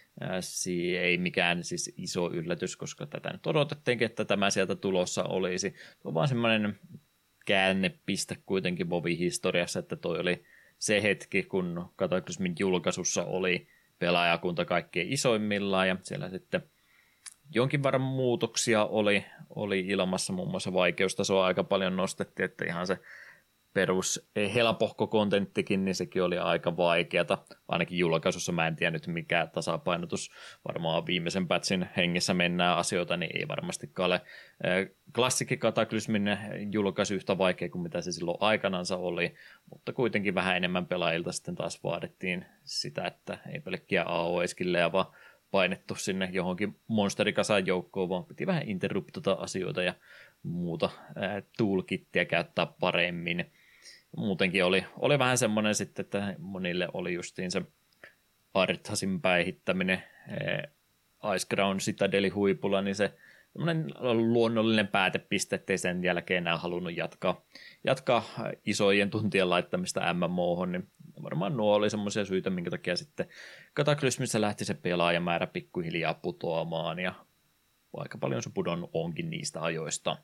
Se ei mikään siis iso yllätys, koska tätä nyt odotettiinkin, että tämä sieltä tulossa olisi. Se on vaan semmoinen käännepiste kuitenkin Vovin historiassa, että toi oli se hetki, kun Kataklysmin julkaisussa oli pelaajakunta kaikkein isoimmillaan, ja siellä sitten jonkin verran muutoksia oli, oli ilmassa, muun muassa vaikeustasoa aika paljon nostettiin, että ihan se perus helpohko kontenttikin, niin sekin oli aika vaikeata. Ainakin julkaisussa mä en tiedä nyt mikä tasapainotus. Varmaan viimeisen patchin hengessä mennään asioita, niin ei varmastikaan ole. Klassikki Kataklysmin julkaisu yhtä vaikea kuin mitä se silloin aikanansa oli, mutta kuitenkin vähän enemmän pelaajilta sitten taas vaadittiin sitä, että ei pelkkiä A O E-skillejä, vaan painettu sinne johonkin monsterikasaan joukkoon, vaan piti vähän interruptata asioita ja muuta toolkittiä käyttää paremmin. Muutenkin oli, oli vähän semmoinen sitten, että monille oli justiin se Arthasin päihittäminen Iceground Citadelin huipulla, niin se luonnollinen päätepiste, ettei sen jälkeen enää halunnut jatkaa, jatkaa isojen tuntien laittamista M M O:hon, niin varmaan nuo oli semmoisia syitä, minkä takia sitten Kataklysmissä lähti se pelaajamäärä pikkuhiljaa putoamaan, ja aika paljon se pudonnut onkin niistä ajoista.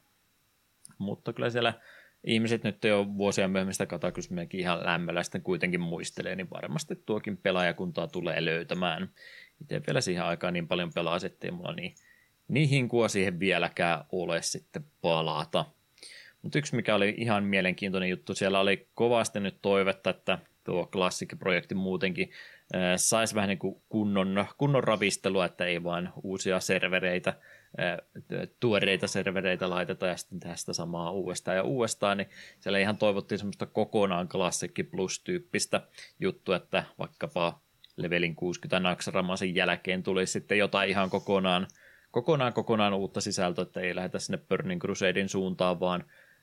Mutta kyllä siellä ihmiset nyt jo vuosia myöhemmin sitä Kataklysmiäkin ihan lämmöllä sitten kuitenkin muistelee, niin varmasti tuokin pelaajakuntaa tulee löytämään. Itse vielä siihen aikaan niin paljon pelasi, ettei mulla niin, niin hinkua siihen vieläkään ole sitten palata. Mutta yksi mikä oli ihan mielenkiintoinen juttu, siellä oli kovasti nyt toivetta, että tuo klassikkiprojekti muutenkin äh, saisi vähän niin kuin kunnon, kunnon ravistelua, että ei vain uusia servereitä, äh, tuoreita servereitä laiteta ja sitten tehdä sitä samaa uudestaan ja uudestaan, niin siellä ihan toivottiin semmoista kokonaan klassikki plus-tyyppistä juttua, että vaikkapa levelin kuusikymmentä naksaramasin jälkeen tulisi sitten jotain ihan kokonaan, kokonaan, kokonaan uutta sisältöä, että ei lähdetä sinne Burning Crusadein suuntaan, vaan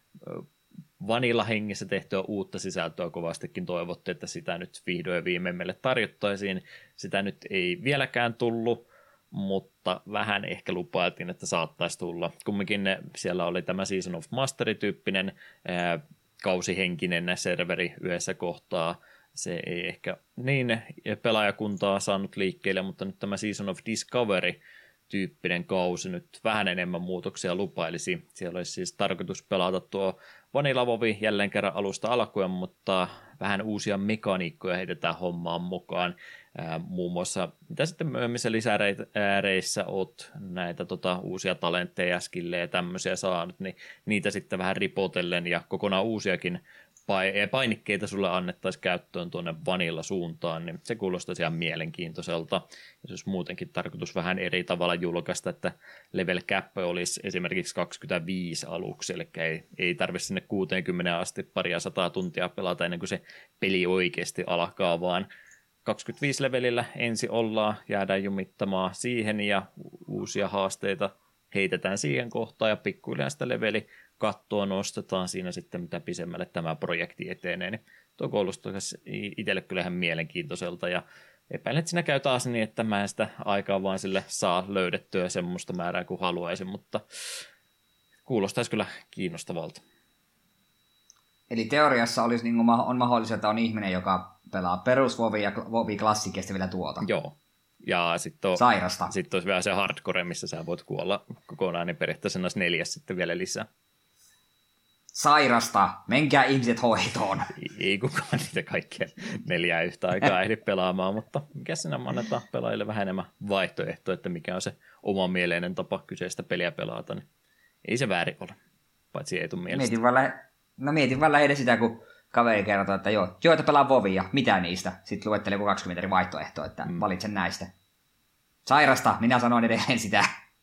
vanilla hengessä tehtyä uutta sisältöä kovastikin toivottiin, että sitä nyt vihdoin ja viimein meille tarjottaisiin. Sitä nyt ei vieläkään tullut, mutta vähän ehkä lupailtiin, että saattaisi tulla. Kumminkin ne, siellä oli tämä Season of Mastery-tyyppinen ää, kausihenkinen serveri yhdessä kohtaa. Se ei ehkä niin pelaajakuntaa saanut liikkeelle, mutta nyt tämä Season of Discovery tyyppinen kausi nyt vähän enemmän muutoksia lupailisi. Siellä olisi siis tarkoitus pelata tuo Vanilla Vovi jälleen kerran alusta alkuun, mutta vähän uusia mekaniikkoja heitetään hommaan mukaan. Ää, muun muassa, mitä sitten myöhemmissä lisäreissä oot näitä tota, uusia talentteja, skillejä ja tämmöisiä saanut, niin niitä sitten vähän ripotellen ja kokonaan uusiakin painikkeita sulle annettaisiin käyttöön tuonne Vanilla suuntaan, niin se kuulostaisi ihan mielenkiintoiselta. Ja se olisi muutenkin tarkoitus vähän eri tavalla julkaista, että level cap olisi esimerkiksi kaksikymmentäviisi aluksi, eli ei, ei tarvitse sinne kuuteenkymmeneen asti paria sataa tuntia pelata ennen kuin se peli oikeasti alkaa, vaan kaksikymmentäviisi levelillä ensi ollaan, jäädään jumittamaan siihen ja uusia haasteita heitetään siihen kohtaan ja pikkuhiljaa sitä leveli kattoa nostetaan siinä sitten, mitä pisemmälle tämä projekti etenee, niin tuo kuulostaa itselle kyllä ihan mielenkiintoiselta, ja epäilen, että siinä käy taas niin, että mä en sitä aikaa vaan sille saa löydettyä semmoista määrää kuin haluaisin, mutta kuulostaisi kyllä kiinnostavalta. Eli teoriassa olisi niin kuin, on mahdollista, että on ihminen, joka pelaa perus Vovi ja Vovi klassikista vielä tuota. Joo. Ja sitten on, Sairasta. Sit olisi vielä se hardcore, missä sä voit kuolla kokonaan, niin periaatteessa olisi neljäs sitten vielä lisää. Sairasta. Menkää ihmiset hoitoon. Ei, ei kukaan niitä kaikkia neljää yhtä aikaa ehdi pelaamaan, mutta mikä sinä annetaan pelaajille vähän enemmän vaihtoehtoa, että mikä on se oma mieleinen tapa kyseistä peliä pelata, niin ei se väärin ole, paitsi ei tule mielestä. Mietin vaan, lä- no mietin vaan lähinnä sitä, kun kaveri kertoo, että joo, joita pelaa Vovia, mitä niistä? Sitten luettelee joku kaksikymmentä eri vaihtoehtoa, että mm. valitsen näistä. Sairasta, minä sanoin edelleen sitä.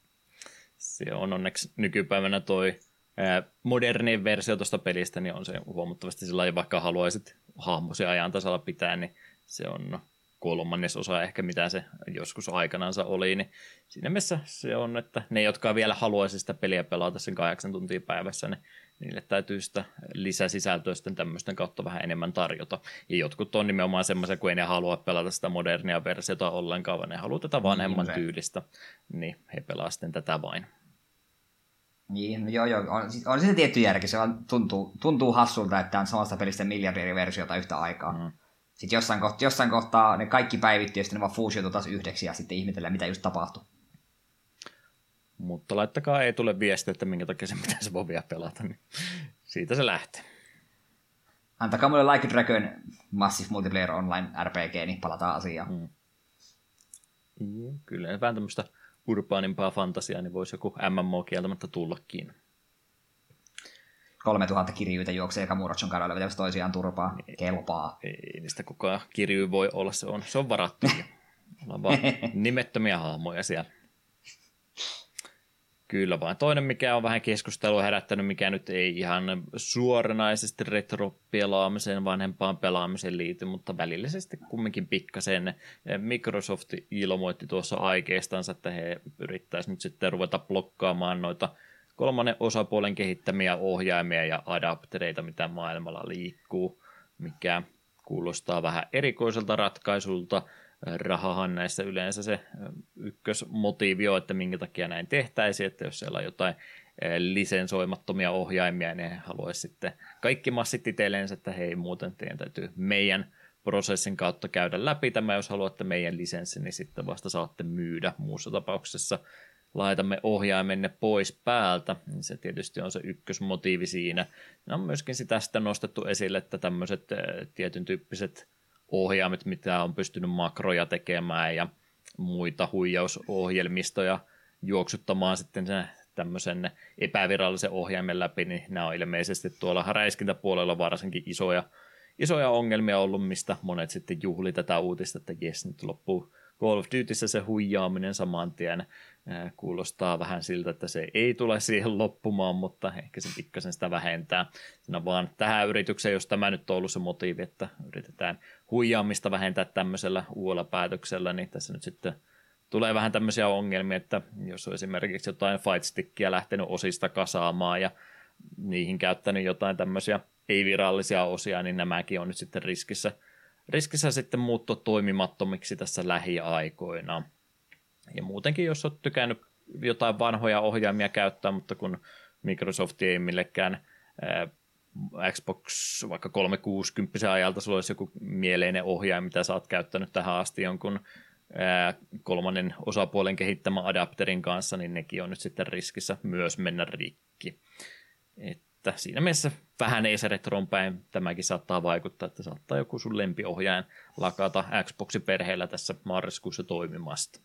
Se on onneksi nykypäivänä toi ää, modernin versio tuosta pelistä, niin on se huomattavasti sillä lailla, vaikka haluaisit hahmosia ajan tasalla pitää, niin se on kolmannesosa ehkä, mitä se joskus aikanaansa oli, niin siinä mielessä se on, että ne, jotka vielä haluaisi sitä peliä pelata sen kahdeksan tuntia päivässä, niin niille täytyy sitä lisäsisältöä sitten tämmöisten kautta vähän enemmän tarjota. Ja jotkut on nimenomaan semmoisia, kun ei ne halua pelata sitä modernia versiota ollenkaan, vaan ne haluaa tätä vanhemman niin, tyylistä, niin he pelaa sitten tätä vain. Niin, no joo, joo. On, on se tietty järki. Se vaan tuntuu, tuntuu hassulta, että on samasta pelistä miljardi eri versiota yhtä aikaa. Mm. Sitten jossain kohtaa, jossain kohtaa ne kaikki päivittyy ja sitten ne vaan fuusioitu taas yhdeksi ja sitten ihmetellään, mitä just tapahtui. Mutta laittakaa ei tule viestiä, että minkä takia se pitäisi Vovia pelata, niin siitä se lähtee. Antakaa mulle Like a Dragon Massive Multiplayer Online R P G, niin palataan asiaan. Mm. Mm, kyllä, vähän tämmöistä urbaanimpaa fantasiaa, niin voisi joku M M O kieltämättä tullakin. kolmetuhatta kirjyytä juoksee Kamurochon kadoilla vetävästi toisiaan turpaa. Ei, kelpaa. Ei niistä kukaan kirjyy voi olla, se on, se on varattu. Ollaan vaan nimettömiä hahmoja siellä. Kyllä vaan. Toinen, mikä on vähän keskustelua herättänyt, mikä nyt ei ihan suoranaisesti retro-pelaamiseen, vanhempaan pelaamiseen liity, mutta välillisesti kumminkin pikkasen. Microsoft ilmoitti tuossa aikeestansa, että he yrittäisivät nyt sitten ruveta blokkaamaan noita kolmannen osapuolen kehittämiä ohjaimia ja adaptereita, mitä maailmalla liikkuu, mikä kuulostaa vähän erikoiselta ratkaisulta. Rahahan näissä yleensä se ykkösmotiivi on, että minkä takia näin tehtäisiin, että jos siellä on jotain lisensoimattomia ohjaimia, niin he haluaisi sitten kaikki massit itselleensä, että hei, muuten teidän täytyy meidän prosessin kautta käydä läpi tämä, jos haluatte meidän lisenssi, niin sitten vasta saatte myydä. Muussa tapauksessa laitamme ohjaimenne pois päältä, niin se tietysti on se ykkösmotiivi siinä. Ja on myöskin sitä sitten nostettu esille, että tämmöiset tietyn tyyppiset ohjaimet, mitä on pystynyt makroja tekemään ja muita huijausohjelmistoja juoksuttamaan sitten sen tämmöisen epävirallisen ohjaimen läpi, niin nämä on ilmeisesti tuolla räiskintäpuolella varsinkin isoja, isoja ongelmia ollut, mistä monet sitten juhli tätä uutista, että jes, nyt loppuu Call of Dutyssä se huijaaminen saman tien. Kuulostaa vähän siltä, että se ei tule siihen loppumaan, mutta ehkä se pikkasen sitä vähentää. Siinä vaan tähän yritykseen, jos tämä nyt on ollut se motiivi, että yritetään huijaamista vähentää tämmöisellä uudella päätöksellä, niin tässä nyt sitten tulee vähän tämmöisiä ongelmia, että jos on esimerkiksi jotain fightstickia lähtenyt osista kasaamaan ja niihin käyttänyt jotain tämmöisiä ei-virallisia osia, niin nämäkin on nyt sitten riskissä, riskissä sitten muuttua toimimattomiksi tässä lähiaikoina. Ja muutenkin, jos olet tykännyt jotain vanhoja ohjaimia käyttää, mutta kun Microsoft ei millekään ää, Xbox vaikka kolmesataakuusikymmentä ajalta sulla olisi joku mieleinen ohjain, mitä sä oot käyttänyt tähän asti jonkun ää, kolmannen osapuolen kehittämän adapterin kanssa, niin nekin on nyt sitten riskissä myös mennä rikki. Että siinä mielessä vähän ei se retroon päin tämäkin saattaa vaikuttaa, että saattaa joku sun lempiohjain lakata Xboxin perheellä tässä marraskuussa toimimasta.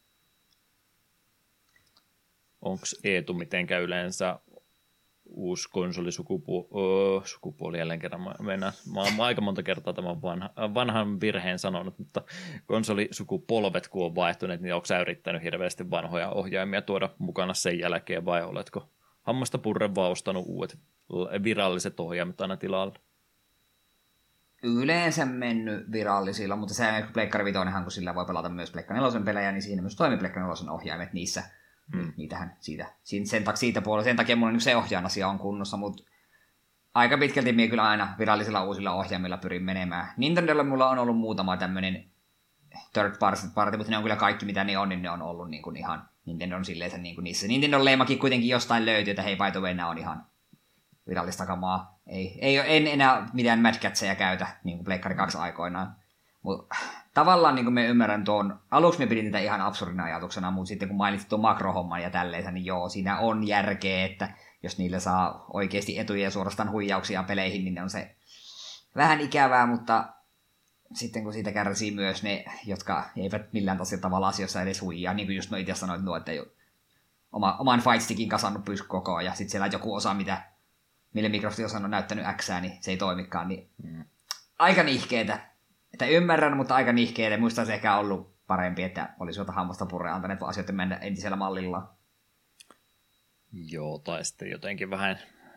Onko Eetu mitenkään yleensä uusi konsolisukupuoli jälleen kerran? Mä, mennään, mä oon aika monta kertaa tämän vanha, vanhan virheen sanonut, mutta konsolisukupolvet kun on vaihtuneet, niin onko sä yrittänyt hirveästi vanhoja ohjaimia tuoda mukana sen jälkeen vai oletko hammasta purren vaan ostanut uudet viralliset ohjaimet aina tilalle? Yleensä mennyt virallisilla, mutta se Pleikkari Vitonenhan, kun sillä voi pelata myös Pleikka nelosen pelejä, niin siinä myös toimii Pleikka nelosen ohjaimet niissä. Mm. Niitähän siitä, sen, siitä puolella, sen takia mulla se ohjaan asia on kunnossa, mutta aika pitkälti minä kyllä aina virallisilla uusilla ohjaimilla pyrin menemään. Nintendolla mulla on ollut muutama tämmöinen third party, mutta ne on kyllä kaikki mitä ne on, niin ne on ollut niin kuin ihan Nintendon silleen niin kuin niissä. Nintendon leimakin kuitenkin jostain löytyy, että hei, by the way, nämä on ihan virallista kamaa. Ei, ei, en enää mitään Mad Catseja käytä, niin kuin Pleikkari kaksi aikoinaan. Mut tavallaan niin kuin me ymmärrän tuon, aluksi me pidin tätä ihan absurdina ajatuksena, mutta sitten kun mainitsit tuon makrohomman ja tälleensä, niin joo, siinä on järkeä, että jos niillä saa oikeasti etuja ja suorastaan huijauksia peleihin, niin ne on se vähän ikävää, mutta sitten kun siitä kärsii myös ne, jotka eivät millään tavalla asioissa edes huijaa, niin kuin just mä itse sanoin, että ei ole oma, oman fightstickin kasannut pysy koko ajan, ja sitten siellä joku osa, mitä, mille Microsoft on näyttänyt Xää, niin se ei toimikaan, niin mm. aika nihkeetä. Että ymmärrän, mutta aika nihkeetä. Muista se ehkä ollut parempi, että olisi jotain hammasta purrea antaneet asioiden mennä entisellä mallilla. Joo, tai sitten jotenkin vähän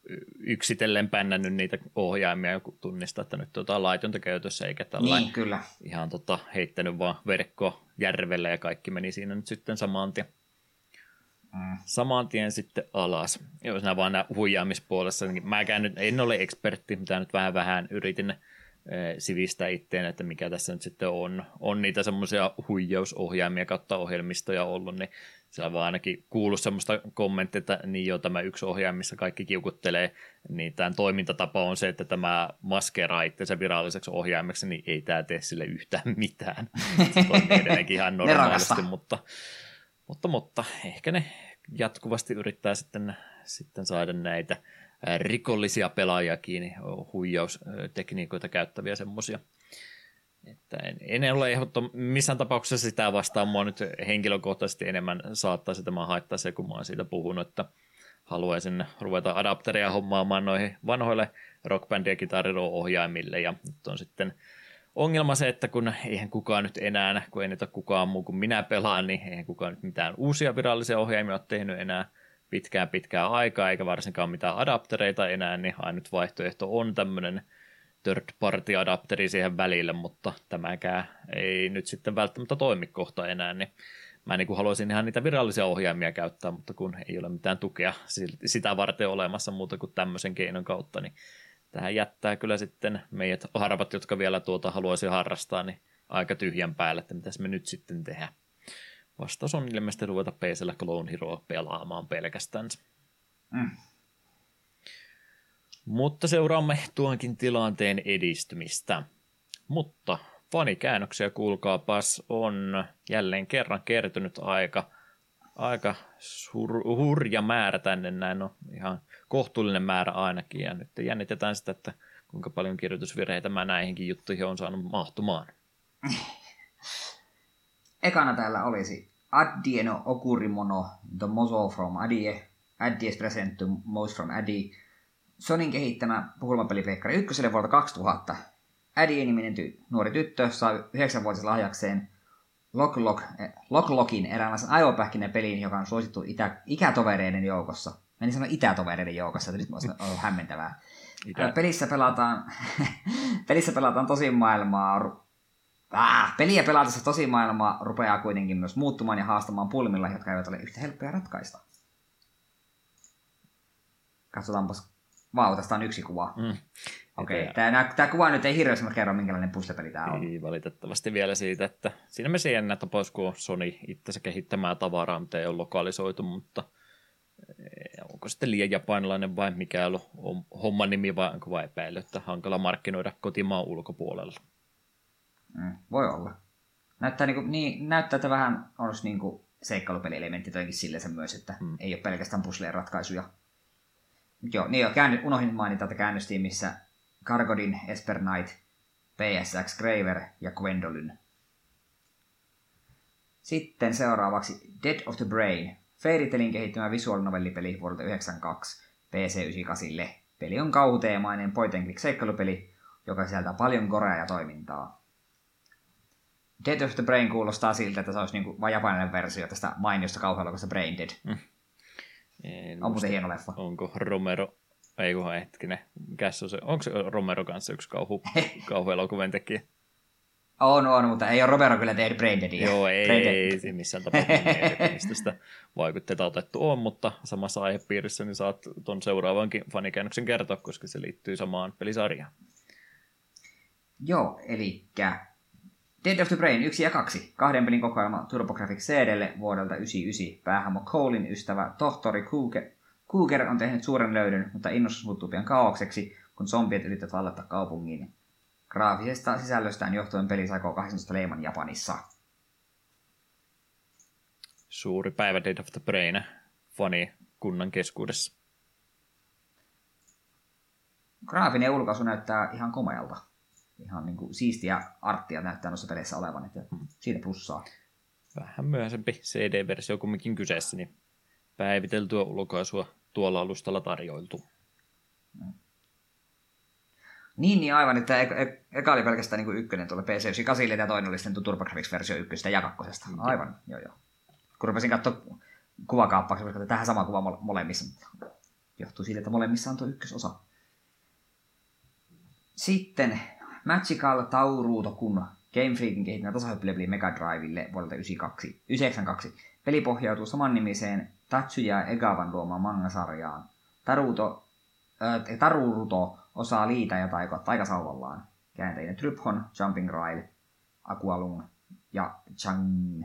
yksitellen pännännyt niitä ohjaimia, joku tunnistaa, että nyt jotain laitonta käytössä, eikä tällainen Niin, kyllä. ihan tota, heittänyt vaan verkkoa järvelle ja kaikki meni siinä nyt sitten saman tien. Mm. Saman tien sitten alas. Jos nämä vaan nämä huijaamispuolessa, niin mäkään nyt en ole ekspertti, mitä nyt vähän vähän yritin sivistää itteen, että mikä tässä nyt sitten on. On niitä semmoisia huijausohjaimia kautta ohjelmistoja ollut, niin siellä vaan ainakin kuullut semmoista kommenttia, että niin jo tämä yksi ohjain, missä kaikki kiukuttelee, niin tämän toimintatapa on se, että tämä maskeraa itseensä viralliseksi ohjaimeksi, niin ei tämä tee sille yhtään mitään. Se toimii edelleenkin ihan normaalisti, mutta, mutta, mutta ehkä ne jatkuvasti yrittää sitten, sitten saada näitä rikollisia pelaajia kiinni, huijaustekniikoita käyttäviä semmoisia. Että en, en ole ehdottom missään tapauksessa sitä vastaan. Mua nyt henkilökohtaisesti enemmän saattaisi tämä haittaa se, kun mä oon siitä puhunut, että haluaisin ruveta adapteria hommaamaan noihin vanhoille rockbändi- ja kitariroohjaimille. Ja nyt on sitten ongelma se, että kun eihän kukaan nyt enää, kun ei niitä kukaan muu kuin minä pelaan, niin eihän kukaan nyt mitään uusia virallisia ohjaimia ole tehnyt enää pitkään pitkään aikaa, eikä varsinkaan mitään adaptereita enää, niin ainut vaihtoehto on tämmöinen third-party-adapteri siihen välille, mutta tämäkään ei nyt sitten välttämättä toimi kohta enää, niin mä niin kuin haluaisin ihan niitä virallisia ohjaimia käyttää, mutta kun ei ole mitään tukea sitä varten olemassa muuta kuin tämmöisen keinon kautta, niin tähän jättää kyllä sitten meidät harvat, jotka vielä tuota haluaisi harrastaa, niin aika tyhjän päälle, että mitäs me nyt sitten tehdään. Vastaus on ilmeisesti ruveta P C:llä Clone Heroa pelaamaan pelkästään. Mm. Mutta seuraamme tuonkin tilanteen edistymistä. Mutta fanikäännöksiä, kuulkaapas, on jälleen kerran kertynyt aika, aika sur, hurja määrä tänne. Näin on ihan kohtuullinen määrä ainakin. Ja nyt jännitetään sitä, että kuinka paljon kirjoitusvirheitä mä näihinkin juttuihin on saanut mahtumaan. Ekana täällä olisi Addieno Okurimono the Mozo from Adie, Addies Presentu Most from Adi, Sonin kehittämä puhelmapelipleikkari ykköselle vuodelta kaksituhatta. Adie-niminen ty- nuori tyttö saa yhdeksänvuotias lahjakseen Lock-Lockin eräänlaisen aivopähkinä peliin, joka on suosittu itä- ikätovereiden joukossa. Menin sanoa itätovereiden joukossa, että nyt on ollut hämmentävää. Itä. Pelissä pelataan, pelissä pelataan tosimaailmaa. Ah, peliä pelatessa tosimaailmaa rupeaa kuitenkin myös muuttumaan ja haastamaan pulmilla, jotka eivät ole yhtä helppoja ratkaista. Katsotaanpas. Vau, tästä on yksi kuva. Mm. Okei, okay. tämä, tämä kuva nyt ei hirveästi kerro, minkälainen puzzle-peli tämä on. Ei valitettavasti vielä siitä, että siinä me jännä tapaus, kun Sony itsensä kehittämää tavaraa, mitä ei ole lokalisoitu, mutta onko sitten liian japanilainen vai mikä on homman nimi vai onko vai epäily, että hankala markkinoida kotimaan ulkopuolella. Mm, voi olla. Näyttää, niin kuin, niin, näyttää että vähän olisi niin kuin seikkailupelielementti toinkin silleen myös, että mm. ei ole pelkästään puzzleen ratkaisuja. Joo, niin jo, käänny, unohdin mainita, että käännöstiimissä Kargodin, Esper Knight, P S X Graver ja Gwendolyn. Sitten seuraavaksi Dead of the Brain, Fairy Tailin kehittämä visual novellipeli vuodelta yhdeksänkymmentäkaksi P C yhdeksänkymmentäkahdeksan. Peli on kauhuteemainen point and click seikkailupeli, joka sisältää paljon gorea ja toimintaa. Dead of the Brain kuulostaa siltä, että se olisi niinku vain japanilainen versio tästä mainiosta kauhuelokuvasta Brain Dead. Mm. En on muuten hieno leffa. Onko Romero, ei kun hetkinen, mikäs on se, onko se Romero kanssa yksi kauhu, kauhuelokuvien tekijä? On, on, mutta ei ole Romero kyllä tehnyt Brain Deadia. Joo, ei, Brain ei, ei missään tapauksessa, mistä sitä vaikutteita otettu on, mutta samassa aihepiirissä niin saat ton seuraavankin fanikäännöksen kertoa, koska se liittyy samaan pelisarjaan. Joo, elikkä Dead of the Brain yksi ja kaksi. Kahden pelin kokoelma TurboGrafx C D:lle vuodelta yhdeksänkymmentäyhdeksän. Päähahmo Colein ystävä tohtori Cougar, Cougar on tehnyt suuren löydön, mutta innostus muuttuu pian kaaokseksi, kun zombiet yrittävät vallata kaupungin. Graafisesta sisällöstään johtuen peli sai kahdeksantoista leiman Japanissa. Suuri päivä Dead of the Brain fani kunnan keskuudessa. Graafinen ulkaisu näyttää ihan komealta. Ihan niin kuin siistiä arttia näyttää noissa peleissä olevan, että siitä plussaa. Vähän myöhäisempi C D-versio kumminkin kyseessä, niin päiviteltyä ulkoasua tuolla alustalla tarjoiltu. Mm. Niin, niin aivan, että eka, eka oli pelkästään niin kuin ykkönen tuolla P C yhdeksänkymmentäkahdeksan ja toinen oli sitten TurboGrafx-versio ykkösestä ja kakkosesta. Aivan, joo joo. Kun rupesin katsoa kuvakaappauksessa, että tähän sama kuva molemmissa. Johtuu siitä, että molemmissa on tuo ykkösosa. Sitten Magical Tauruuto kun Game Freakin kehittämä tasohyppelypeli Mega Drivelle vuodelta yhdeksänkymmentäkaksi. Peli pohjautuu samannimiseen Tatsuya Egawan luomaan manga-sarjaan. Taruto, äh, Taruruto osaa liitä ja taikoa taikasauvallaan. Kääntäjinä Tryphon, Jumping Rail, Aqualung ja Chang.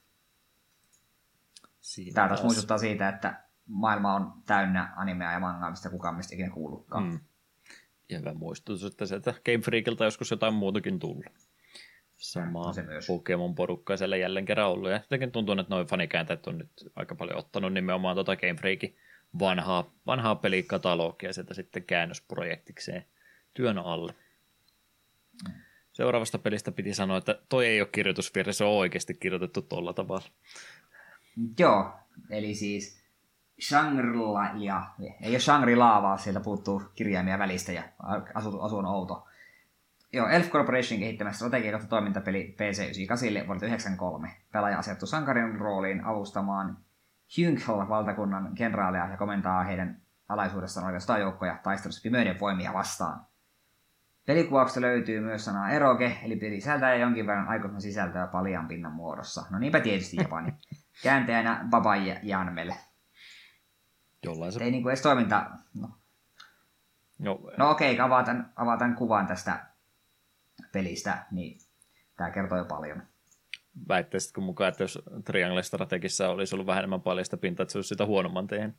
Siinä Tämä taas taas muistuttaa siitä, että maailma on täynnä animea ja mangaa, mistä kukaan mistä ikinä kuullutkaan. Mm. Ja hyvä muistutus, että sieltä Game Freakilta joskus jotain muutakin tullut. Samaa Pokemon-porukkaa siellä jälleen kerran ollut. Ja jotenkin tuntuu, että noin fanikääntäjät on nyt aika paljon ottanut nimenomaan tuota Game Freakin vanhaa, vanhaa pelikatalogia sieltä sitten käännösprojektikseen työn alle. Mm. Seuraavasta pelistä piti sanoa, että toi ei ole kirjoitusvirhe, se on oikeasti kirjoitettu tolla tavalla. Joo, eli siis Shangri-La, ei ole Shangri-La, vaan sieltä puuttuu kirjaimia välistä ja asu, asu on outo. Joo, Elf Corporation kehittämässä strategia- toimintapeli P C yhdeksänkymmentäkahdeksan vuodelta yhdeksänkymmentäkolme. Pelaaja asettuu sankarin rooliin avustamaan Hynkhl-valtakunnan kenraaleja ja komentaa heidän alaisuudessaan olevia sotajoukkoja taistelussa pimeyden voimia vastaan. Pelikuvauksesta löytyy myös sana eroge, eli peli sisältää jonkin verran aikuisen sisältöä paljan pinnan muodossa. No niinpä tietysti Japani. Kääntäjänä Baba Janmel. Jollain se... Ei niinku edes toiminta... No, no, no okei, okay, avataan, avataan kuvan tästä pelistä, niin tää kertoo jo paljon. Väittäisitkö mukaan, että jos Triangle-strategissa olisi ollut vähän enemmän paljasta pintaa, että se olisi sitä huonomman tehnyt?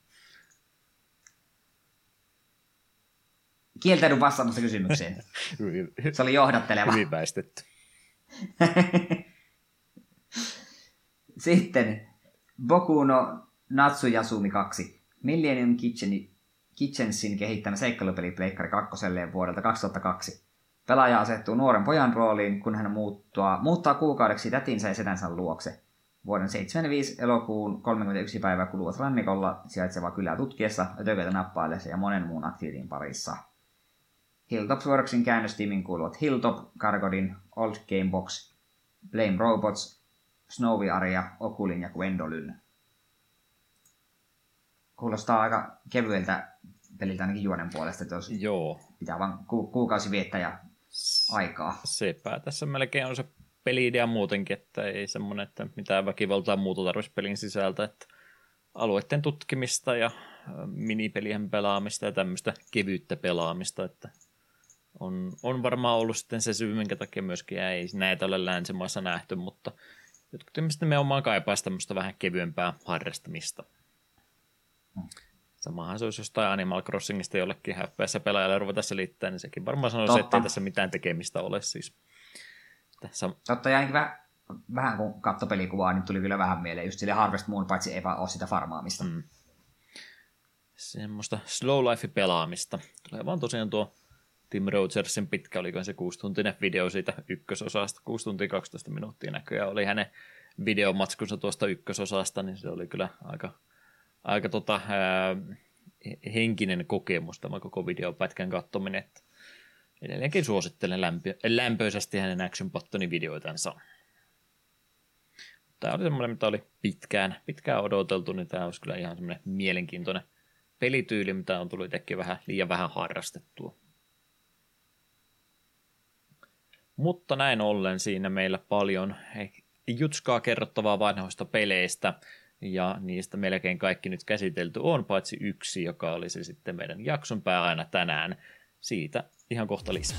Kieltäydyn vastaamassa kysymykseen. Se oli johdatteleva. Hyvin väistetty. Sitten Boku no Natsuyasumi kaksi. Millennium Kitchen, Kitchensin kehittämä seikkailupeli Pleikkari kakkoselle vuodelta kaksituhattakaksi. Pelaaja asettuu nuoren pojan rooliin, kun hän muuttaa, muuttaa kuukaudeksi tätinsä ja setänsä luokse. Vuoden seitsemänkymmentäviisi elokuun kolmekymmentäyksi päivää kuluvat rannikolla sijaitsevaa kylää tutkiessa, ötököitä nappaillessa ja monen muun aktiivin parissa. Hilltop Worksin käännöstiimin kuuluvat Hilltop, Gargodin, Old Gamebox, Blame Robots, Snowy Aria, Oculin ja Gwendolyn. Kuulostaa aika kevyeltä peliltä ainakin juonen puolesta, että jos Joo. pitää vaan ku- kuukausi viettää ja aikaa. Sepä tässä melkein on se peli-idea muutenkin, että ei semmoinen, että mitään väkivaltaa muuta tarvitsisi pelin sisältä, että alueiden tutkimista ja minipelien pelaamista ja tämmöistä kevyyttä pelaamista, että on, on varmaan ollut sitten se syy, minkä takia myöskin ei näitä ole länsimaissa nähty, mutta jotkut ihmiset nimenomaan kaipaisi tämmöistä vähän kevyempää harrastamista. Hmm. Samahan se olisi jostain Animal Crossingista jollekin häppäessä pelaajalle ruveta selittää, niin sekin varmaan sanoisi, että ei tässä mitään tekemistä ole. Siis. Tässä... Totta, ja ainakin vähän, vähän kun katsoi pelikuvaa, niin tuli kyllä vähän mieleen just sille Harvest Moon, paitsi ei vaan ole sitä farmaamista. Mm. Semmoista slow life-pelaamista. Tulee vaan tosiaan tuo Tim Rogersin pitkä, oliko se kuusituntinen video siitä ykkösosasta, kuusi tuntia kaksitoista minuuttia näköjään oli hänen videomatskunsa tuosta ykkösosasta, niin se oli kyllä aika... aika tota, ää, henkinen kokemus tämä koko videopätkän katsominen, että edelleenkin suosittelen lämpö, lämpöisesti hänen Action Buttonin videoitansa. Tämä oli semmoinen, mitä oli pitkään, pitkään odoteltu, niin tämä olisi kyllä ihan semmoinen mielenkiintoinen pelityyli, mitä on tullut itsekin vähän liian vähän harrastettua. Mutta näin ollen siinä meillä paljon jutskaa kerrottavaa vanhoista peleistä, ja niistä melkein kaikki nyt käsitelty on, paitsi yksi, joka oli se sitten meidän jakson pää aina tänään. Siitä ihan kohta lisää.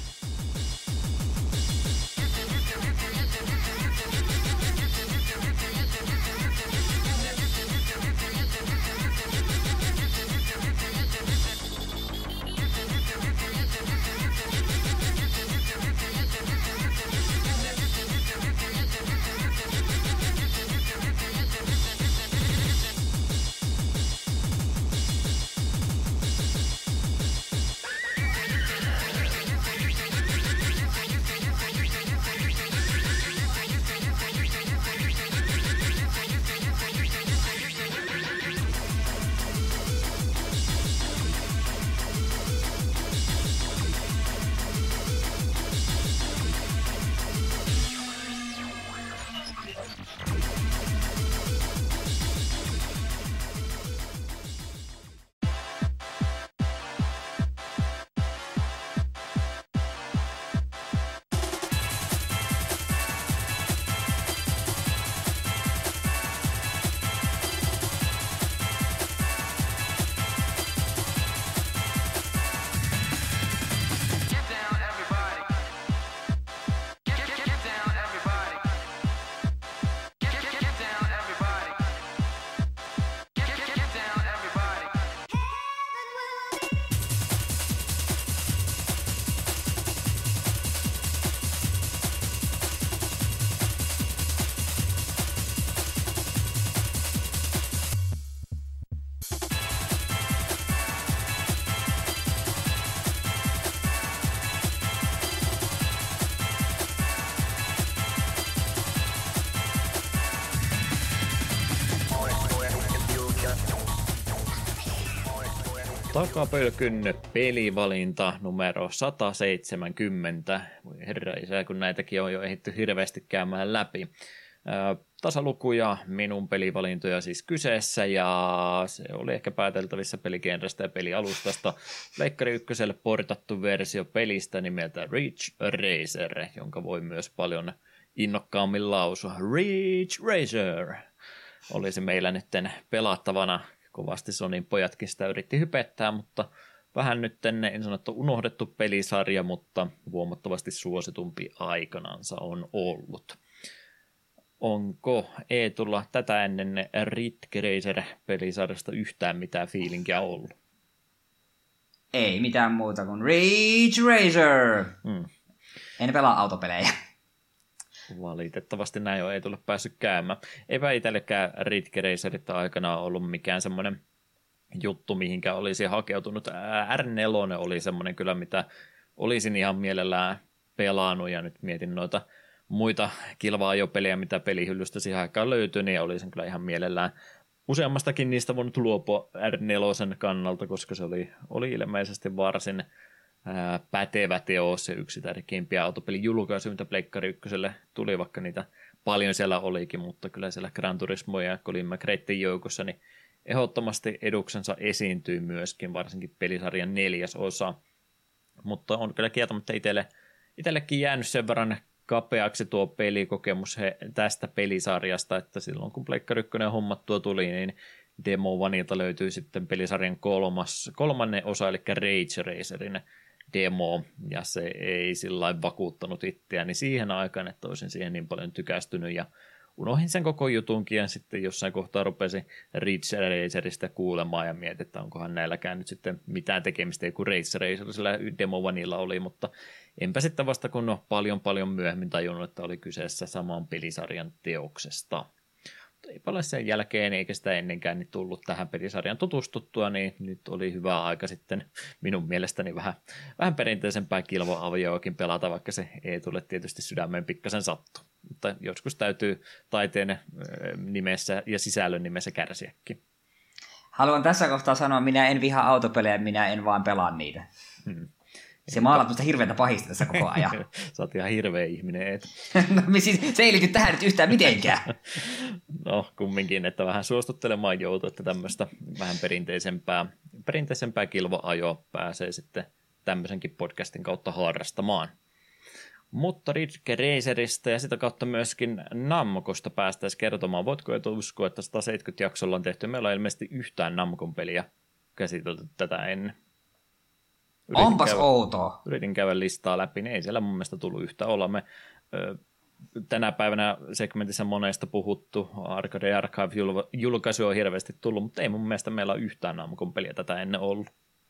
Takapölkyn pelivalinta numero sata seitsemänkymmentä. Voi herra isä, kun näitäkin on jo ehditty hirveästi käymään läpi. Tasalukuja, minun pelivalintoja siis kyseessä, ja se oli ehkä pääteltävissä peligenrestä ja pelialustasta. Pleikkari ykköselle portattu versio pelistä nimeltä Ridge Racer, jonka voi myös paljon innokkaammin lausua. Ridge Racer olisi meillä nyt pelattavana. Kovasti Sonin pojatkin sitä yritti hypettää, mutta vähän nyt en sanottu unohdettu pelisarja, mutta huomattavasti suositumpi aikanansa on ollut. Onko Eetulla tätä ennen Ridge Racer-pelisarjasta yhtään mitään fiilinkiä ollut? Ei mitään muuta kuin Ridge Racer! Hmm. En pelaa autopelejä. Valitettavasti näin on Eetulle päässyt käymään. Eipä itsellekään Ridge Racerit aikana ollut mikään semmoinen juttu, mihinkä olisi hakeutunut. R neljä oli semmoinen kyllä, mitä olisin ihan mielellään pelannut, ja nyt mietin noita muita kilva-ajopelejä, mitä pelihyllystä siihen aikaan löytyi, niin olisin kyllä ihan mielellään useammastakin niistä voinut luopua R neljä kannalta, koska se oli, oli ilmeisesti varsin ää, pätevä teos ja yksi tärkeimpiä autopelin julkaisuja, mitä Pleikkari ykköselle tuli, vaikka niitä paljon siellä olikin, mutta kyllä siellä Gran Turismo ja Colin McRaetin joukossa niin ehdottomasti eduksensa esiintyy myöskin, varsinkin pelisarjan neljäs osa, mutta on kyllä kieltämättä itselle, itsellekin jäänyt sen verran kapeaksi tuo pelikokemus he, tästä pelisarjasta, että silloin kun Pleikkari ykkönen hommattua tuli, niin Demo Vanilta löytyi sitten pelisarjan kolmas, kolmannen osa, eli Rage Racerin demo, ja se ei sillä vakuuttanut itseäni siihen aikaan, että olisin siihen niin paljon tykästynyt, ja unohdin sen koko jutunkin, ja sitten jossain kohtaa rupesi Ridge Racerista kuulemaan, ja mietin, että onkohan näilläkään nyt sitten mitään tekemistä, kun Rage Racer sillä Demo Vanilla oli, mutta enpä sitten vasta kun no, paljon paljon myöhemmin tajunnut, että oli kyseessä saman pelisarjan teoksesta. Mutta ei paljon sen jälkeen, eikä sitä ennenkään niin tullut tähän pelisarjan tutustuttua, niin nyt oli hyvä aika sitten minun mielestäni vähän, vähän perinteisempää kilva-avioakin pelata, vaikka se ei tule tietysti sydämeen pikkasen sattu. Mutta joskus täytyy taiteen nimessä ja sisällön nimessä kärsiäkin. Haluan tässä kohtaa sanoa, minä en vihaa autopelejä, minä en vaan pelaa niitä. Hmm. Se maalaat musta hirveätä pahista tässä koko ajan. Sä oot ihan hirveä ihminen. No siis, se ei liity tähän nyt yhtään mitenkään. No kumminkin, että vähän suostuttelemaan joutuu, että tämmöistä vähän perinteisempää, perinteisempää kilva-ajoa pääsee sitten tämmöisenkin podcastin kautta harrastamaan. Mutta Ridge Racerista ja sitä kautta myöskin Namcosta päästäisiin kertomaan. Voitko et uskoa, että sata seitsemänkymmentä jaksolla on tehty? Meillä on ilmeisesti yhtään Namcon peliä käsitelty tätä ennen. Yritin Onpas käydä, outoa. Yritin käydä listaa läpi, niin ei siellä mun mielestä tullut yhtä olla. Me ö, tänä päivänä segmentissä monesta puhuttu, Arcade Archive-julkaisu on hirveästi tullut, mutta ei mun mielestä meillä ole yhtään Namcon peliä tätä ennen ollut.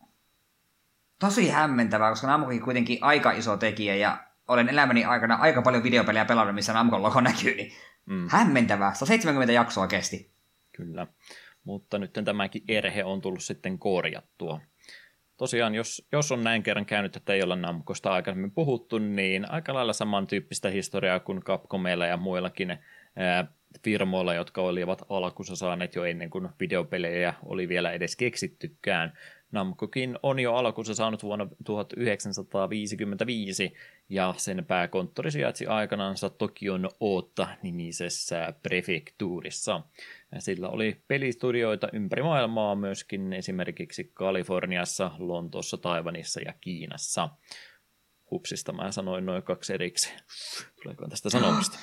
Tosi hämmentävää, koska Namcokin kuitenkin aika iso tekijä, ja olen elämäni aikana aika paljon videopelejä pelannut, missä Namcon logo näkyy, niin mm. hämmentävää. sata seitsemänkymmentä jaksoa kesti. Kyllä, mutta nyt tämäkin erhe on tullut sitten korjattua. Tosiaan, jos, jos on näin kerran käynyt, että ei olla Namcosta aikaisemmin puhuttu, niin aika lailla samantyyppistä historiaa kuin Capcomilla ja muillakin ää, firmoilla, jotka olivat alkuunsa saaneet jo ennen kuin videopelejä oli vielä edes keksittykään. Namcokin on jo alkuunsa saanut vuonna tuhatyhdeksänsataaviisikymmentäviisi, ja sen pääkonttori sijaitsi aikanaansa Tokion Ota-nimisessä prefektuurissa. Sillä oli pelistudioita ympäri maailmaa, myöskin esimerkiksi Kaliforniassa, Lontoossa, Taiwanissa ja Kiinassa. Hupsista mä sanoin noin kaksi erikseen. Tuleeko tästä sanomista?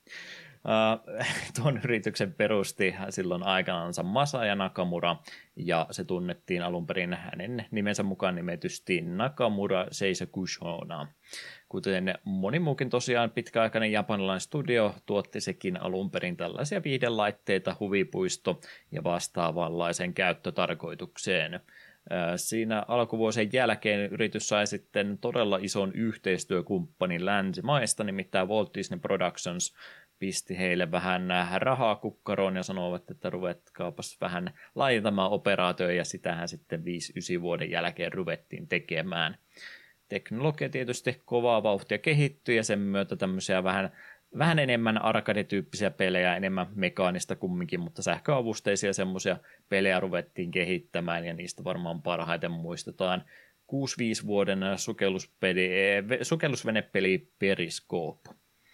Uh, tuon yrityksen perusti silloin aikanaansa Masaya Nakamura, ja se tunnettiin alun perin hänen nimensä mukaan nimetysti Nakamura Seisakushona. Kuten moni muukin tosiaan pitkäaikainen japanilainen studio, tuotti sekin alun perin tällaisia viihdelaitteita huvipuisto- ja vastaavanlaisen käyttötarkoitukseen. Siinä alkuvuosien jälkeen yritys sai sitten todella ison yhteistyökumppanin länsimaista, nimittäin Walt Disney Productions, pisti heille vähän rahaa kukkaroon ja sanoivat, että ruvetkaapas vähän laajentamaan operaatioja, ja sitähän sitten viisi yhdeksän vuoden jälkeen ruvettiin tekemään. Teknologia tietysti kovaa vauhtia kehittyi, ja sen myötä tämmöisiä vähän vähän enemmän arcade-tyyppisiä pelejä, enemmän mekaanista kumminkin, mutta sähköavusteisia semmoisia pelejä ruvettiin kehittämään, ja niistä varmaan parhaiten muistetaan kuusi-viisi vuoden sukelluspeli, sukellusvenepeli Periscope.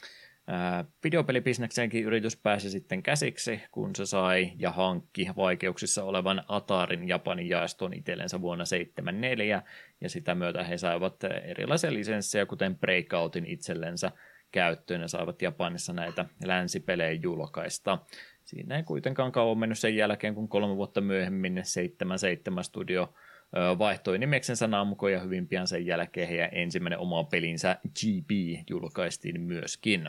Videopelibisnekseenkin yritys pääsi sitten käsiksi, kun se sai ja hankki vaikeuksissa olevan Atarin Japanin jaeston itsellensä vuonna seitsemänkymmentäneljä, ja sitä myötä he saivat erilaisia lisenssejä, kuten Breakoutin itsellensä käyttöön, ja saivat Japanissa näitä länsipelejä julkaista. Siinä ei kuitenkaan kauan mennyt sen jälkeen, kun kolme vuotta myöhemmin seitsemänkymmentäseitsemän Studio vaihtoi nimeksensä Namco, ja hyvin pian sen jälkeen heidän ensimmäinen oma pelinsä G B julkaistiin myöskin.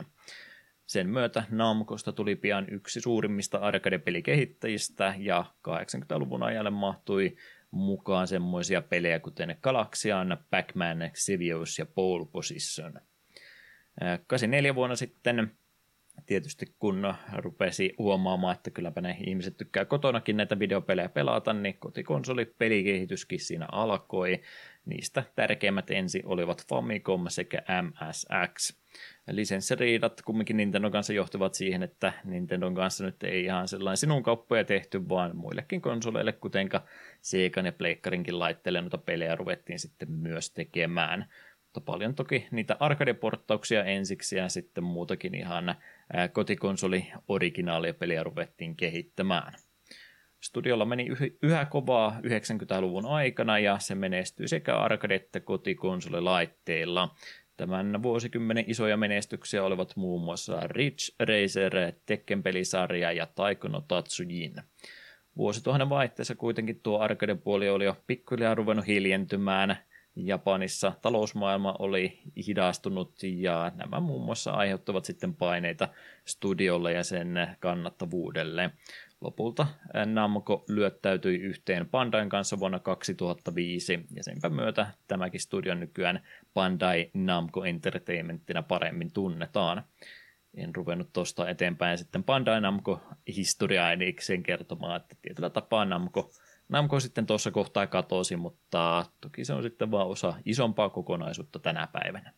Sen myötä Namcosta tuli pian yksi suurimmista arcade-pelikehittäjistä, ja kahdeksankymmentäluvun ajalle mahtui mukaan semmoisia pelejä kuten Galaxian, Pac-Man, Xevious ja Pole Position. kahdeksankymmentäneljä vuonna sitten, tietysti kun rupesi huomaamaan, että kylläpä ne ihmiset tykkää kotonakin näitä videopelejä pelata, niin kotikonsolipelikehityskin siinä alkoi. Niistä tärkeimmät ensin olivat Famicom sekä M S X. Lisenssiriidat kumminkin Nintendon kanssa johtivat siihen, että Nintendon kanssa nyt ei ihan sellainen sinun kauppoja tehty, vaan muillekin konsoleille, kutenka Segan ja Pleikkarinkin laitteille noita pelejä ruvettiin sitten myös tekemään. Mutta paljon toki niitä arcade-porttauksia ensiksi ja sitten muutakin ihan kotikonsoli-originaalia peliä ruvettiin kehittämään. Studiolla meni yhä kovaa yhdeksänkymmentäluvun aikana ja se menestyi sekä arcade- että kotikonsolilaitteilla. Tämän vuosikymmenen isoja menestyksiä olivat muun muassa Ridge Racer, Tekken-pelisarja ja Taiko no Tatsujin. Vuosituhannen vaihteessa kuitenkin tuo arcade-puoli oli jo pikkuhiljaa ruvennut hiljentymään. Japanissa talousmaailma oli hidastunut ja nämä muun muassa aiheuttavat sitten paineita studiolle ja sen kannattavuudelle. Lopulta Namco lyöttäytyi yhteen Bandain kanssa vuonna kaksituhattaviisi ja senpä myötä tämäkin studio nykyään Bandai Namco Entertainmentinä paremmin tunnetaan. En ruvennut tuosta eteenpäin sitten Bandai Namco historiaa edikseen kertomaan, että tietyllä tapaa Namco Namco sitten tuossa kohtaa katosi, mutta toki se on sitten vaan osa isompaa kokonaisuutta tänä päivänä.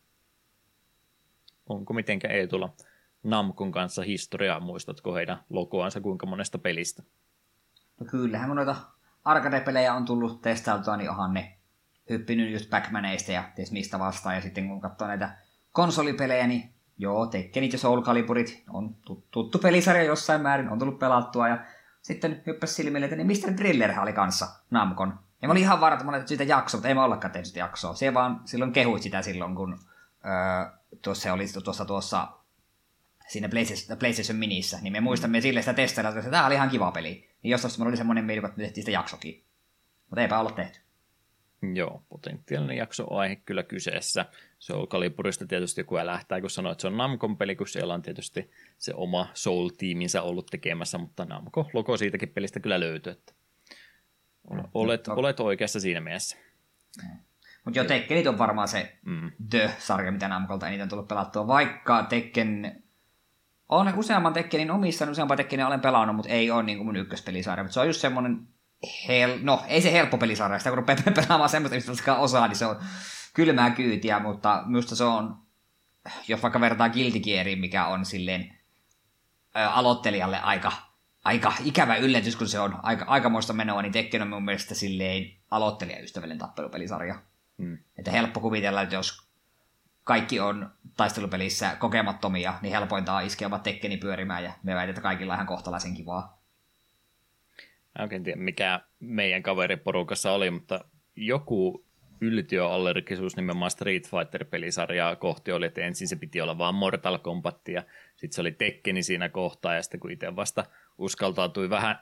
Onko mitenkä Eetulla Namcon kanssa historiaa, muistatko heidän logoansa kuinka monesta pelistä? No kyllähän mun noita arcade-pelejä on tullut testailtua, niin onhan ne hyppinyt just Pac-Maneista ja ties mistä vastaan. Ja sitten kun katsoo näitä konsolipelejä, niin joo, Tekkenit ja Soul Caliburit on tuttu pelisarja jossain määrin, on tullut pelattua ja sitten hyppäsi silmille, että niin mister Drillerhän oli kanssa Namcon. Ja mä olin ihan varma, että mä olin siitä jaksoa, mutta ei mä ollakaan tehnyt sitä jaksoa. Se vaan silloin kehuit sitä silloin, kun öö, tuossa oli tuossa, tuossa siinä PlayStation, PlayStation Minissä. Niin me muistamme sille sitä testailla, että tämä oli ihan kiva peli. Niin jostain mulla oli semmoinen mielikuva, että me tehtiin sitä jaksokin. Mutta eipä olla tehty. Joo, potentiaalinen jakso-aihe kyllä kyseessä. Soul Caliburista tietysti joku lähtää, kun sanoo, että se on Namcon peli, kun siellä on tietysti se oma Soul-tiiminsä ollut tekemässä, mutta Namco logo siitäkin pelistä kyllä löytyy. Että olet, no, olet oikeassa siinä mielessä. Mutta jo Tekkenit on varmaan se mm. The-sarja, mitä Namcolta eniten on tullut pelattua, vaikka Tekken on useamman Tekkenin omissa, useamman Tekkenin olen pelannut, mutta ei ole niin kuin mun ykköspelisarja, mutta se on just semmoinen Hel... No, ei se helppo pelisarja. Sitä kun rupeaa pelaamaan semmoista, mistä osaa, niin se on kylmää kyytiä, mutta minusta se on, jos vaikka vertaa Guilty Geariin, mikä on silleen ä, aloittelijalle aika, aika ikävä yllätys, kun se on aika, aikamoista menoa, niin Tekken on mun mielestä silleen aloittelijaystävällinen tappelupelisarja. Hmm. Että helppo kuvitella, että jos kaikki on taistelupelissä kokemattomia, niin helpointa on iskeä vaan Tekkeni pyörimään, ja me väitetään, että kaikilla on ihan kohtalaisen kivaa. Mä oikein tiedä, mikä meidän kaveriporukassa oli, mutta joku yltiöallergisuus nimenomaan Street Fighter-pelisarjaa kohti oli, että ensin se piti olla vaan Mortal Kombat, ja sitten se oli Tekkeni siinä kohtaa, ja sitten kun itse vasta uskaltautui vähän,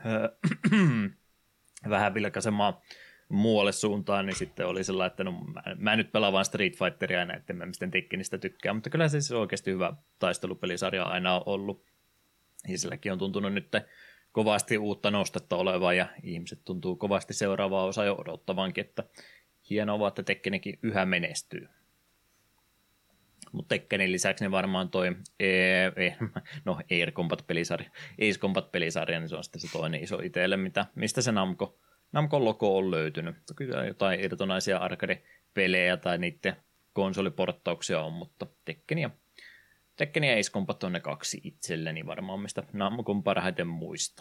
vähän vilkaisemaan muualle suuntaan, niin sitten oli sellainen, että no, mä, mä en nyt pelaa vaan Street Fighteria aina, että mä mistä Tekkenistä tykkää, mutta kyllä se siis oikeasti hyvä taistelupelisarja aina on ollut, ja silläkin on tuntunut nyt kovasti uutta nostetta olevaa ja ihmiset tuntuu kovasti seuraavaa osaa jo odottavankin, että hienoa, että Tekkenikin yhä menestyy. Mutta Tekkenin lisäksi niin varmaan toi e, e, no Air Combat-pelisarja, Ace Combat-pelisarja, niin se on sitten se toinen iso itselle, mitä, mistä se Namco, Namcon logo on löytynyt. Toki jotain irtonaisia arcade-pelejä tai niiden konsoliporttauksia on, mutta Tekkeniä Tekken ja Ace Combat on ne kaksi itselleni varmaan, mistä Namcon parhaiten muista.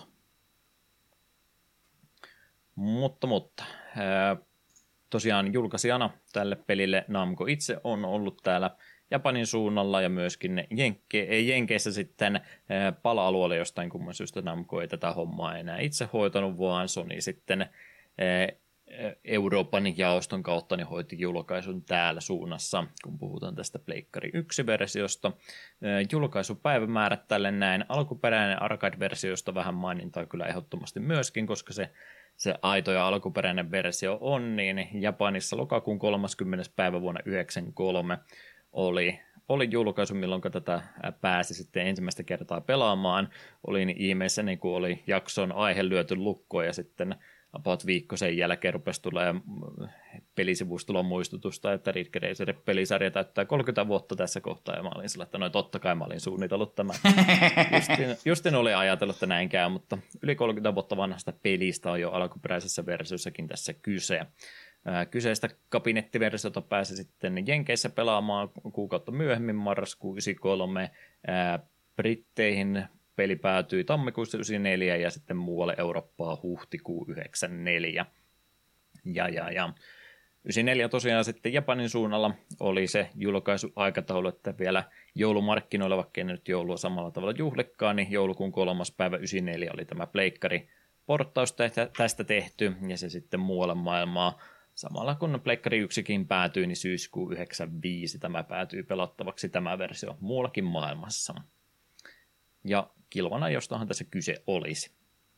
Mutta, mutta ää, tosiaan julkaisijana tälle pelille Namco itse on ollut täällä Japanin suunnalla ja myöskin Jenke- Jenkeissä sitten ää, pala-alueella jostain kumman syystä Namco ei tätä hommaa enää itse hoitanut, vaan Sony sitten ää, Euroopan jaoston kautta niin hoiti julkaisun täällä suunnassa, kun puhutaan tästä Pleikkari yksi-versiosta. Julkaisupäivämäärät tälle näin. Alkuperäinen arcade-versio, josta vähän mainintaa kyllä ehdottomasti myöskin, koska se, se aito ja alkuperäinen versio on, niin Japanissa lokakuun kolmaskymmenes päivä vuonna yhdeksänkymmentäkolme oli, oli julkaisu, milloin tätä pääsi sitten ensimmäistä kertaa pelaamaan. Olin ihmeessä, niin kuin oli jakson aihe lyöty lukkoon ja sitten about viikko sen jälkeen rupesi tulee pelisivustolla muistutusta, että Ridge Racer-pelisarja täyttää kolmekymmentä vuotta tässä kohtaa, ja mä olin sillä, että no totta kai mä olin suunnitellut tämän. Justin, Justin oli ajatellut, että näin käy, mutta yli kolmekymmentä vuotta vanhasta pelistä on jo alkuperäisessä versiossakin tässä kyse. Kyseistä kabinettiversiota pääsi sitten Jenkeissä pelaamaan kuukautta myöhemmin, marraskuun yhdeksänkymmentäkolme, Britteihin peli päätyi tammikuussa yhdeksänkymmentäneljä ja sitten muualle Eurooppaa huhtikuu yhdeksänkymmentäneljä. Ja, ja, ja. yhdeksänkymmentäneljä tosiaan sitten Japanin suunnalla oli se julkaisuaikataulu, että vielä joulumarkkinoilla, vaikka ei nyt joulua samalla tavalla juhlikkaan, niin joulukuun kolmas päivä yhdeksänkymmentäneljä oli tämä pleikkari porttaus tästä tehty, ja se sitten muualle maailmaa. Samalla kun Pleikkari yksikin päätyi, niin syyskuun yhdeksänkymmentäviisi tämä päätyi pelattavaksi tämä versio muuallakin maailmassa. Ja kilvana, jostahan tässä kyse olisi.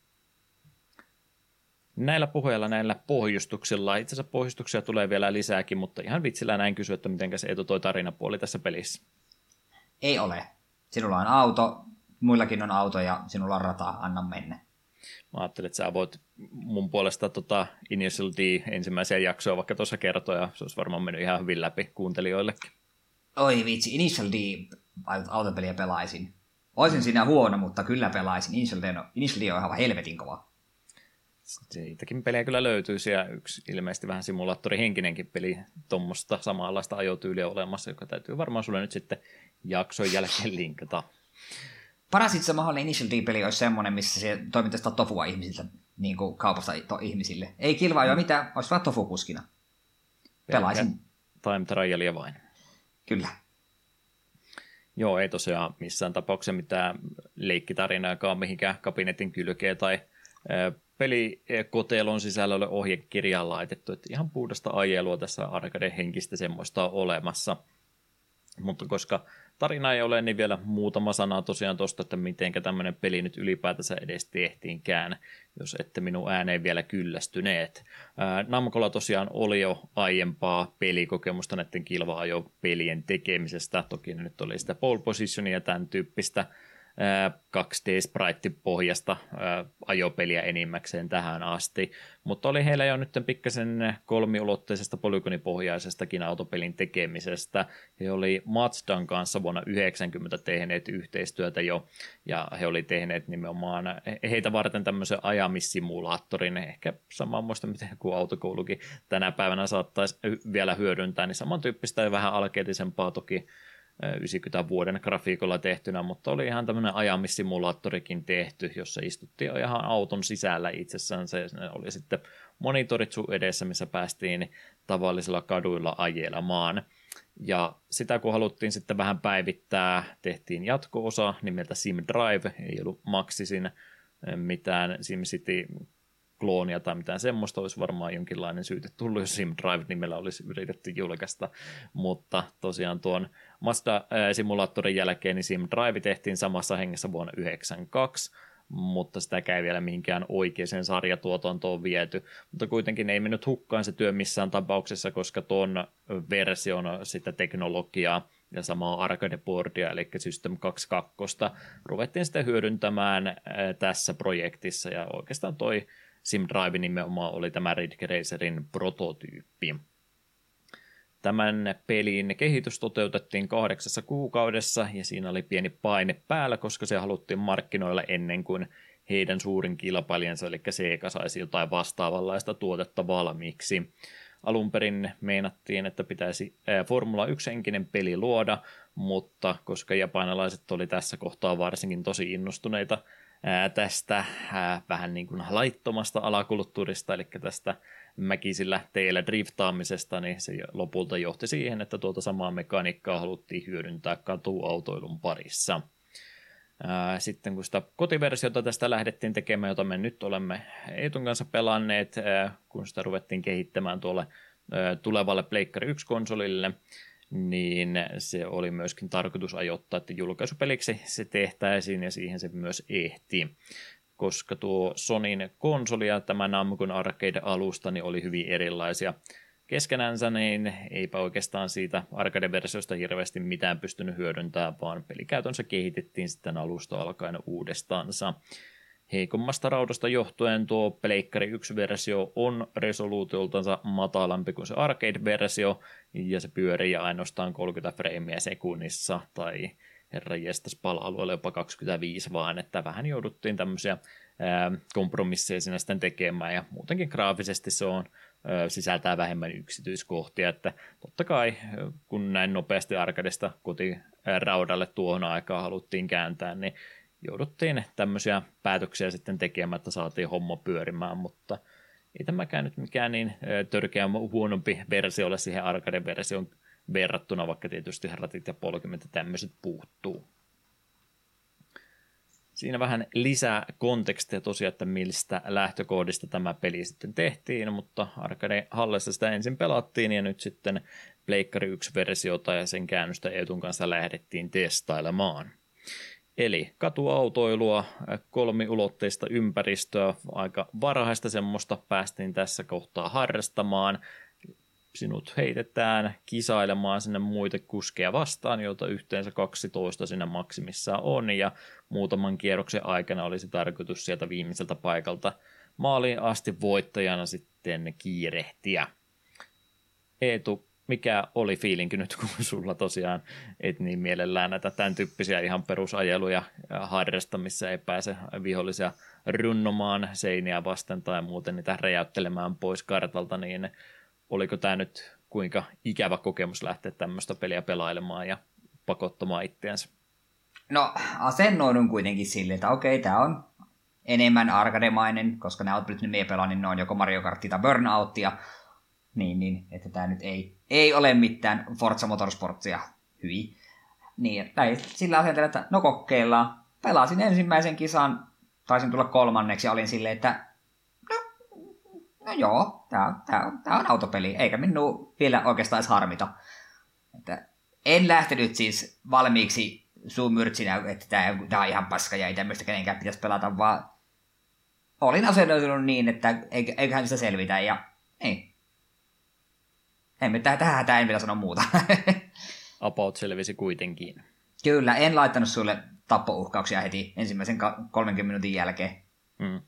Näillä puheilla, näillä pohjustuksilla, itse asiassa pohjustuksia tulee vielä lisääkin, mutta ihan vitsillä näin kysyä, että miten se Eetu toi tarinapuoli tässä pelissä. Ei ole. Sinulla on auto, muillakin on auto ja sinulla on rata, anna mennä. Mä ajattelin, että sä voit mun puolesta tota Initial D ensimmäisiä jaksoa vaikka tuossa kertoa, ja se olisi varmaan mennyt ihan hyvin läpi kuuntelijoillekin. Oi vitsi, Initial D autopeliä pelaisin. Olisin siinä huono, mutta kyllä pelaisin. Initial D on, Initial D on ihan helvetin kova. Siitäkin peliä kyllä löytyy siellä yksi ilmeisesti vähän simulaattorihenkinenkin peli tuommoista samanlaista ajotyyliä olemassa, joka täytyy varmaan sulle nyt sitten jakson jälkeen linkata. Paras itse mahdollinen Initial D-peli olisi semmoinen, missä se toimittaisi tofua ihmisiltä, niin kuin kaupasta to- ihmisille. Ei kilvaa jo mitään, olisi vaan tofukuskina. Pelaisin. Time trialia vain. Kyllä. Joo, ei tosiaan missään tapauksessa mitään leikkitarinaakaan mihinkään kabinetin kylkeen tai pelikotelon sisällä ole ohjekirjaan laitettu, että ihan puhdasta ajelua tässä arcade henkistä semmoista on olemassa. Mutta koska tarina ei ole, niin vielä muutama sana tosiaan tuosta, että miten tämmöinen peli nyt ylipäätänsä edes tehtiinkään, jos ette minun ääneen vielä kyllästyneet. Namcolla tosiaan oli jo aiempaa pelikokemusta näiden kilva-ajopelien tekemisestä, toki nyt oli sitä pole positionia ja tämän tyyppistä kaksi D-sprite-pohjasta ajopeliä enimmäkseen tähän asti, mutta oli heillä jo nyt pikkasen kolmiulotteisesta polygonipohjaisestakin autopelin tekemisestä. He oli Mazdan kanssa vuonna yhdeksänkymmentä tehneet yhteistyötä jo, ja he oli tehneet nimenomaan heitä varten tämmöisen ajamissimulaattorin, ehkä samaa muista, miten joku autokoulukin tänä päivänä saattaisi vielä hyödyntää, niin samantyyppistä ja vähän alkeellisempaa toki yhdeksänkymmentä vuoden grafiikolla tehtynä, mutta oli ihan tämmöinen ajamissimulaattorikin tehty, jossa istuttiin ihan auton sisällä itsessään. Se oli sitten monitorit sun edessä, missä päästiin tavallisilla kaduilla ajelemaan. Ja sitä kun haluttiin sitten vähän päivittää, tehtiin jatko-osa nimeltä Sim Drive, ei ollut Maxisin mitään SimCity kloonia tai mitään semmoista, olisi varmaan jonkinlainen syyte tullut, jos Sim Drive-nimellä olisi yritetty julkaista, mutta tosiaan tuon Mazda-simulaattorin jälkeen niin Sim Drive tehtiin samassa hengessä vuonna yhdeksänkymmentäkaksi, mutta sitä ei vielä mihinkään oikeaan sarjatuotantoon viety, mutta kuitenkin ei mennyt hukkaan se työ missään tapauksessa, koska tuon version sitä teknologiaa ja samaa arcade-boardia, eli System kaksikymmentäkaksi, ruvettiin sitten hyödyntämään tässä projektissa, ja oikeastaan toi Sim Drive nimenomaan oli tämä Ridge Racerin prototyyppi. Tämän pelin kehitys toteutettiin kahdeksassa kuukaudessa, ja siinä oli pieni paine päällä, koska se haluttiin markkinoilla ennen kuin heidän suurin kilpailijansa, eli Sega, saisi jotain vastaavanlaista tuotetta valmiiksi. alun perin meinattiin, että pitäisi Formula yksi-henkinen peli luoda, mutta koska japanilaiset oli tässä kohtaa varsinkin tosi innostuneita tästä vähän niin kuin laittomasta alakulttuurista, eli tästä mäkisillä teillä driftaamisesta, niin se lopulta johti siihen, että tuota samaa mekaniikkaa haluttiin hyödyntää katuautoilun parissa. Sitten kun sitä kotiversiota tästä lähdettiin tekemään, jota me nyt olemme Eetun kanssa pelanneet, kun sitä ruvettiin kehittämään tuolle tulevalle Pleikkari yksi-konsolille, niin se oli myöskin tarkoitus ajoittaa, että julkaisupeliksi se tehtäisiin, ja siihen se myös ehti. Koska tuo Sonyn konsoli ja tämä Namcon Arcade-alusta niin oli hyvin erilaisia keskenänsä, niin eipä oikeastaan siitä arcade-versiosta hirveästi mitään pystynyt hyödyntämään, vaan pelikäytönsä kehitettiin sitten alusta alkaen uudestaansa. Heikommasta raudasta johtuen tuo Pleikkari yksi-versio on resoluutioltansa matalampi kuin se arcade-versio, ja se pyörii ainoastaan kolmekymmentä freimiä sekunnissa, tai herranjestas pala-alueella jopa kaksikymmentäviisi vaan, että vähän jouduttiin tämmöisiä ää, kompromisseja siinä sitten tekemään, ja muutenkin graafisesti se on, ää, sisältää vähemmän yksityiskohtia, että totta kai kun näin nopeasti arcadesta kotiraudalle tuohon aikaan haluttiin kääntää, niin jouduttiin tämmöisiä päätöksiä sitten tekemään, että saatiin homma pyörimään, mutta ei tämäkään nyt mikään niin törkeä huonompi versio ole siihen arcade-versioon verrattuna, vaikka tietysti ratit ja polkimet ja tämmöiset puuttuu. Siinä vähän lisää kontekstia tosiaan, että mistä lähtökohdista tämä peli sitten tehtiin, mutta Arcade-hallessa sitä ensin pelattiin ja nyt sitten Pleikkari yksi-versiota ja sen käännöstä Eetun kanssa lähdettiin testailemaan. Eli katuautoilua, kolmiulotteista ympäristöä, aika varhaista semmoista päästiin tässä kohtaa harrastamaan. Sinut heitetään kisailemaan sinne muita kuskeja vastaan, joita yhteensä kaksitoista siinä maksimissaan on, ja muutaman kierroksen aikana olisi tarkoitus sieltä viimeiseltä paikalta maaliin asti voittajana sitten kiirehtiä. Eetu, mikä oli fiilinki nyt, kun sulla tosiaan et niin mielellään näitä tämän tyyppisiä ihan perusajeluja harrasta, missä ei pääse vihollisia runnomaan seiniä vasten tai muuten niitä räjäyttelemään pois kartalta, niin oliko tämä nyt kuinka ikävä kokemus lähteä tämmöistä peliä pelailemaan ja pakottamaan itseänsä? No, asennoidun kuitenkin sille, että okei, tämä on enemmän arcade-mainen, koska nämä oot nyt mie pelaa, niin ne on joko Mario Kartia tai Burnouttia, niin, niin, että tämä nyt ei, ei ole mitään Forza Motorsportsia hyvin. Niin, näin, sillä asenteella, että no kokeillaan. Pelasin ensimmäisen kisan, taisin tulla kolmanneksi ja olin silleen, että no, no joo, tämä, tämä, tämä on autopeli, eikä minua vielä oikeastaan edes harmita. Että en lähtenyt siis valmiiksi suun myrtsinä, että tämä, tämä on ihan paska ja ei tämmöistä kenenkään pitäisi pelata, vaan olin asennoitunut niin, että eiköhän sitä selvitä ja ei. Emme tähän, tähän en vielä sano muuta. About selvisi kuitenkin. Kyllä, en laittanut sulle tappouhkauksia heti ensimmäisen kolmenkymmenen minuutin jälkeen. Mm.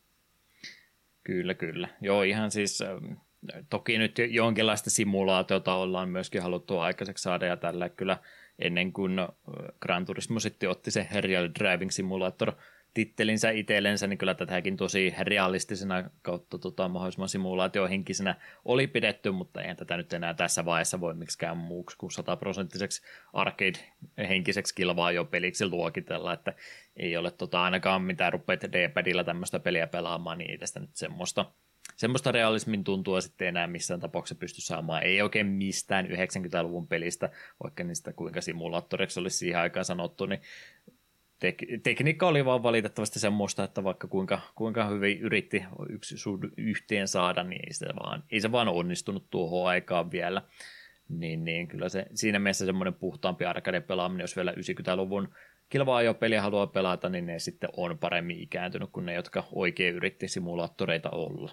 Kyllä, kyllä. Joo, ihan siis toki nyt jonkinlaista simulaatiota ollaan myöskin haluttu aikaiseksi saada ja tällä kyllä ennen kuin Gran Turismo sitten otti se Real Driving Simulator tittelinsä itsellensä, niin kyllä tätäkin tosi realistisena kautta tota, mahdollisimman simulaatiohenkisenä oli pidetty, mutta eihän tätä nyt enää tässä vaiheessa voi miksikään muuksi kuin sataprosenttiseksi arcade-henkiseksi kilvaa jo peliksi luokitella, että ei ole tota, ainakaan mitään rupeat D-padilla tämmöistä peliä pelaamaan, niin ei tästä nyt semmoista, semmoista realismin tuntua sitten enää missään tapauksessa pysty saamaan, ei oikein mistään yhdeksänkymmentäluvun pelistä, vaikka niistä kuinka simulaattoreksi olisi siihen aikaan sanottu, niin Tek- tekniikka oli vaan valitettavasti semmoista, että vaikka kuinka, kuinka hyvin yritti yksi yhteen saada, niin ei se vaan, ei se vaan onnistunut tuohon aikaan vielä. Niin, niin kyllä se siinä mielessä semmoinen puhtaampi arcade-pelaaminen, jos vielä yhdeksänkymmentäluvun kilva-ajopeliä haluaa pelata, niin ne sitten on paremmin ikääntynyt kuin ne, jotka oikein yritti simulaattoreita olla.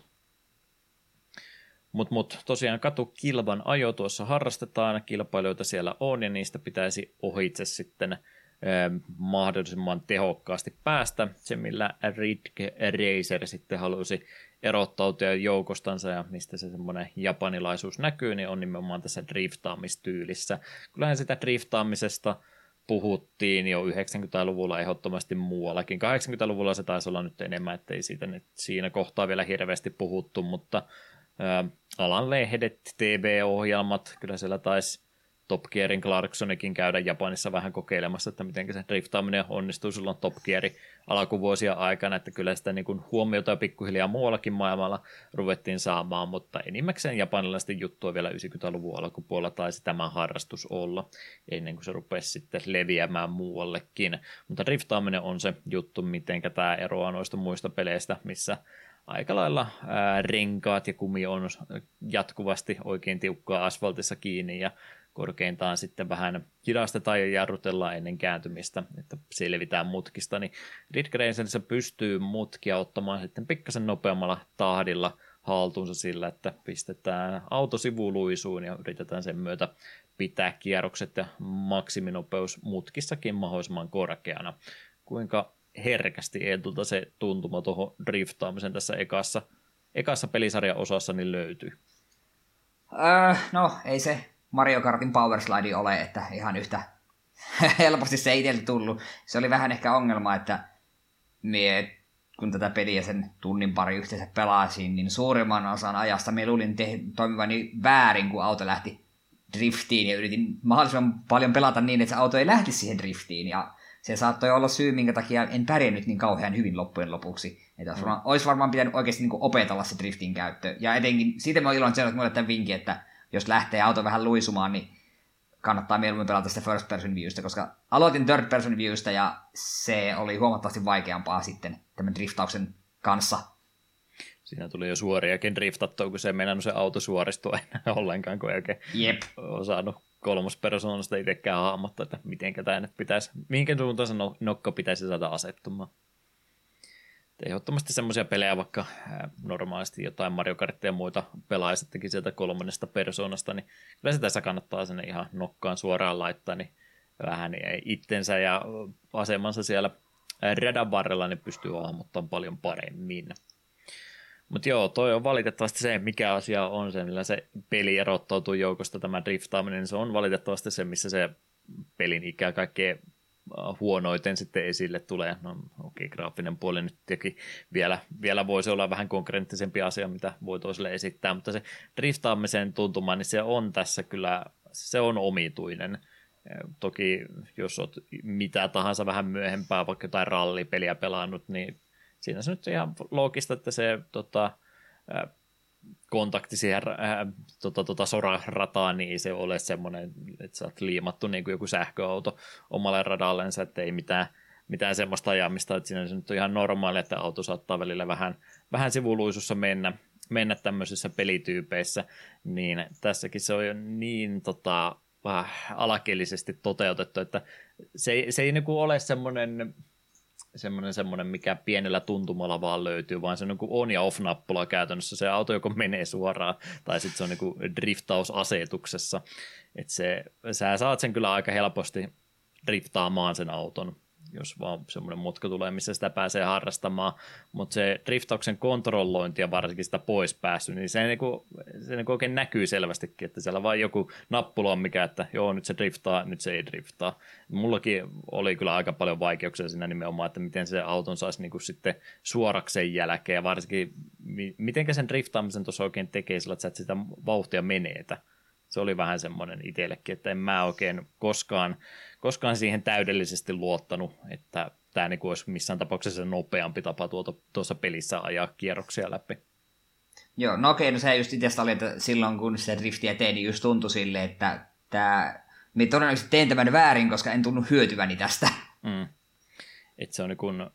Mutta mut, tosiaan katukilvan ajo tuossa harrastetaan, kilpailijoita siellä on ja niistä pitäisi ohitse sitten mahdollisimman tehokkaasti päästä. Se, millä Ridge Racer sitten halusi erottautua joukostansa ja mistä se semmoinen japanilaisuus näkyy, niin on nimenomaan tässä driftaamistyylissä. Kyllähän sitä driftaamisesta puhuttiin jo yhdeksänkymmentäluvulla ehdottomasti muuallakin. kahdeksankymmentäluvulla se taisi olla nyt enemmän, ettei siitä nyt siinä kohtaa vielä hirveästi puhuttu, mutta Ää, alan lehdet, T V-ohjelmat, kyllä siellä taisi Top Gearin Clarksonikin käydä Japanissa vähän kokeilemassa, että miten se driftaaminen onnistuu silloin Top Gearin alkuvuosia aikana, että kyllä sitä niin kuin huomiota ja pikkuhiljaa muuallakin maailmalla ruvettiin saamaan, mutta enimmäkseen japanilaisten juttua vielä yhdeksänkymmentäluvun alkupuolella taisi tämä harrastus olla, ennen kuin se rupesi sitten leviämään muuallekin. Mutta driftaaminen on se juttu, miten tämä eroaa noista muista peleistä, missä aika lailla ää, renkaat ja kumi on jatkuvasti oikein tiukkaa asfaltissa kiinni ja korkeintaan sitten vähän hidastetaan ja jarrutellaan ennen kääntymistä, että selvitään mutkista, niin Ridge Racerissa pystyy mutkia ottamaan sitten pikkasen nopeammalla tahdilla haltuunsa sillä, että pistetään auto sivuluisuun ja yritetään sen myötä pitää kierrokset ja maksiminopeus mutkissakin mahdollisimman korkeana. Kuinka herkästi Eetulta se tuntuma tuohon driftaamisen tässä ekassa, ekassa pelisarjan osassa niin löytyy? Öö, no, ei se Mario Kartin Power Slide ole, että ihan yhtä helposti se ei itselle tullut. Se oli vähän ehkä ongelma, että mie, kun tätä peliä sen tunnin pari yhteensä pelasin, niin suurimman osan ajasta me luulin te- toimivani väärin, kun auto lähti driftiin, ja yritin mahdollisimman paljon pelata niin, että se auto ei lähti siihen driftiin, ja se saattoi olla syy, minkä takia en pärjännyt niin kauhean hyvin loppujen lopuksi. Että olisi, varmaan, olisi varmaan pitänyt oikeasti niin kuin opetella se driftin käyttö. Ja etenkin, siitä mä oon iloinen sen, että mulle tämän vinkin, että jos lähtee auto vähän luisumaan, niin kannattaa mieluummin pelata sitä first person viewstä, koska aloitin third person viewstä ja se oli huomattavasti vaikeampaa sitten tämän driftauksen kanssa. Siinä tuli jo suoriakin driftattua, kun se ei meinannut se auto suoristua enää ollenkaan, kun ei oikein Jep. osannut kolmospersoonasta itsekään hahmottaa, että mitenkä tämä nyt pitäisi, mihinkä suuntaan se nokka pitäisi saada asettumaan. Ehdottomasti semmoisia pelejä, vaikka normaalisti jotain Mario Karttia ja muita pelaisittekin sieltä kolmannesta persoonasta, niin kyllä se tässä kannattaa sinne ihan nokkaan suoraan laittaa, niin vähän itsensä ja asemansa siellä radan varrella niin pystyy hahmottamaan paljon paremmin. Mutta joo, toi on valitettavasti se, mikä asia on se, millä se peli erottautuu joukosta tämä driftaaminen, niin se on valitettavasti se, missä se pelin ikä kaikkein huonoiten sitten esille tulee. No okei, okay, graafinen puoli nyt teki vielä, vielä voisi olla vähän konkreettisempi asia, mitä voi toiselle esittää, mutta se driftaamisen tuntuma, niin se on tässä kyllä, se on omituinen. Toki jos olet mitä tahansa vähän myöhempää, vaikka jotain rallipeliä pelannut, niin siinä se nyt ihan loogista, että se tota, kontakti siihen äh, tota, tota sorarataan, niin ei se ole semmoinen, että sä oot liimattu niin kuin joku sähköauto omalle radallensa, että ei mitään, mitään semmoista ajamista, että siinä se nyt on ihan normaali, että auto saattaa välillä vähän, vähän sivuluisussa mennä, mennä tämmöisissä pelityypeissä, niin tässäkin se on jo niin tota, alakielisesti toteutettu, että se, se ei niin kuin ole semmoinen semmoinen, semmoinen, mikä pienellä tuntumalla vaan löytyy, vaan se on niin kuin on- ja off-nappula käytännössä. Se auto joko menee suoraan, tai sitten se on niin kuin driftausasetuksessa. Että se, sä saat sen kyllä aika helposti driftaamaan sen auton, jos vaan semmoinen mutka tulee, missä sitä pääsee harrastamaan. Mutta se driftauksen kontrollointi ja varsinkin sitä pois päästy, niin se, niinku, se niinku oikein näkyy selvästikin, että siellä vaan joku nappula on mikä, että joo, nyt se driftaa, nyt se ei driftaa. Mullakin oli kyllä aika paljon vaikeuksia siinä nimenomaan, että miten se auton saisi niinku sitten suorakseen jälkeen, ja varsinkin miten sen driftaamisen tuossa oikein tekee sillä, että sä et sitä vauhtia meneetä. Se oli vähän semmoinen itsellekin, että en mä oikein koskaan, koskaan siihen täydellisesti luottanut, että tämä niin olisi missään tapauksessa nopeampi tapa tuota, tuossa pelissä ajaa kierroksia läpi. Joo, no okei, no se just itsestä oli, että silloin kun se driftiä tein, niin just tuntui silleen, että tämä, minä todennäköisesti tein tämän väärin, koska en tunnu hyötyväni tästä. Mm. Että se on niin kuin,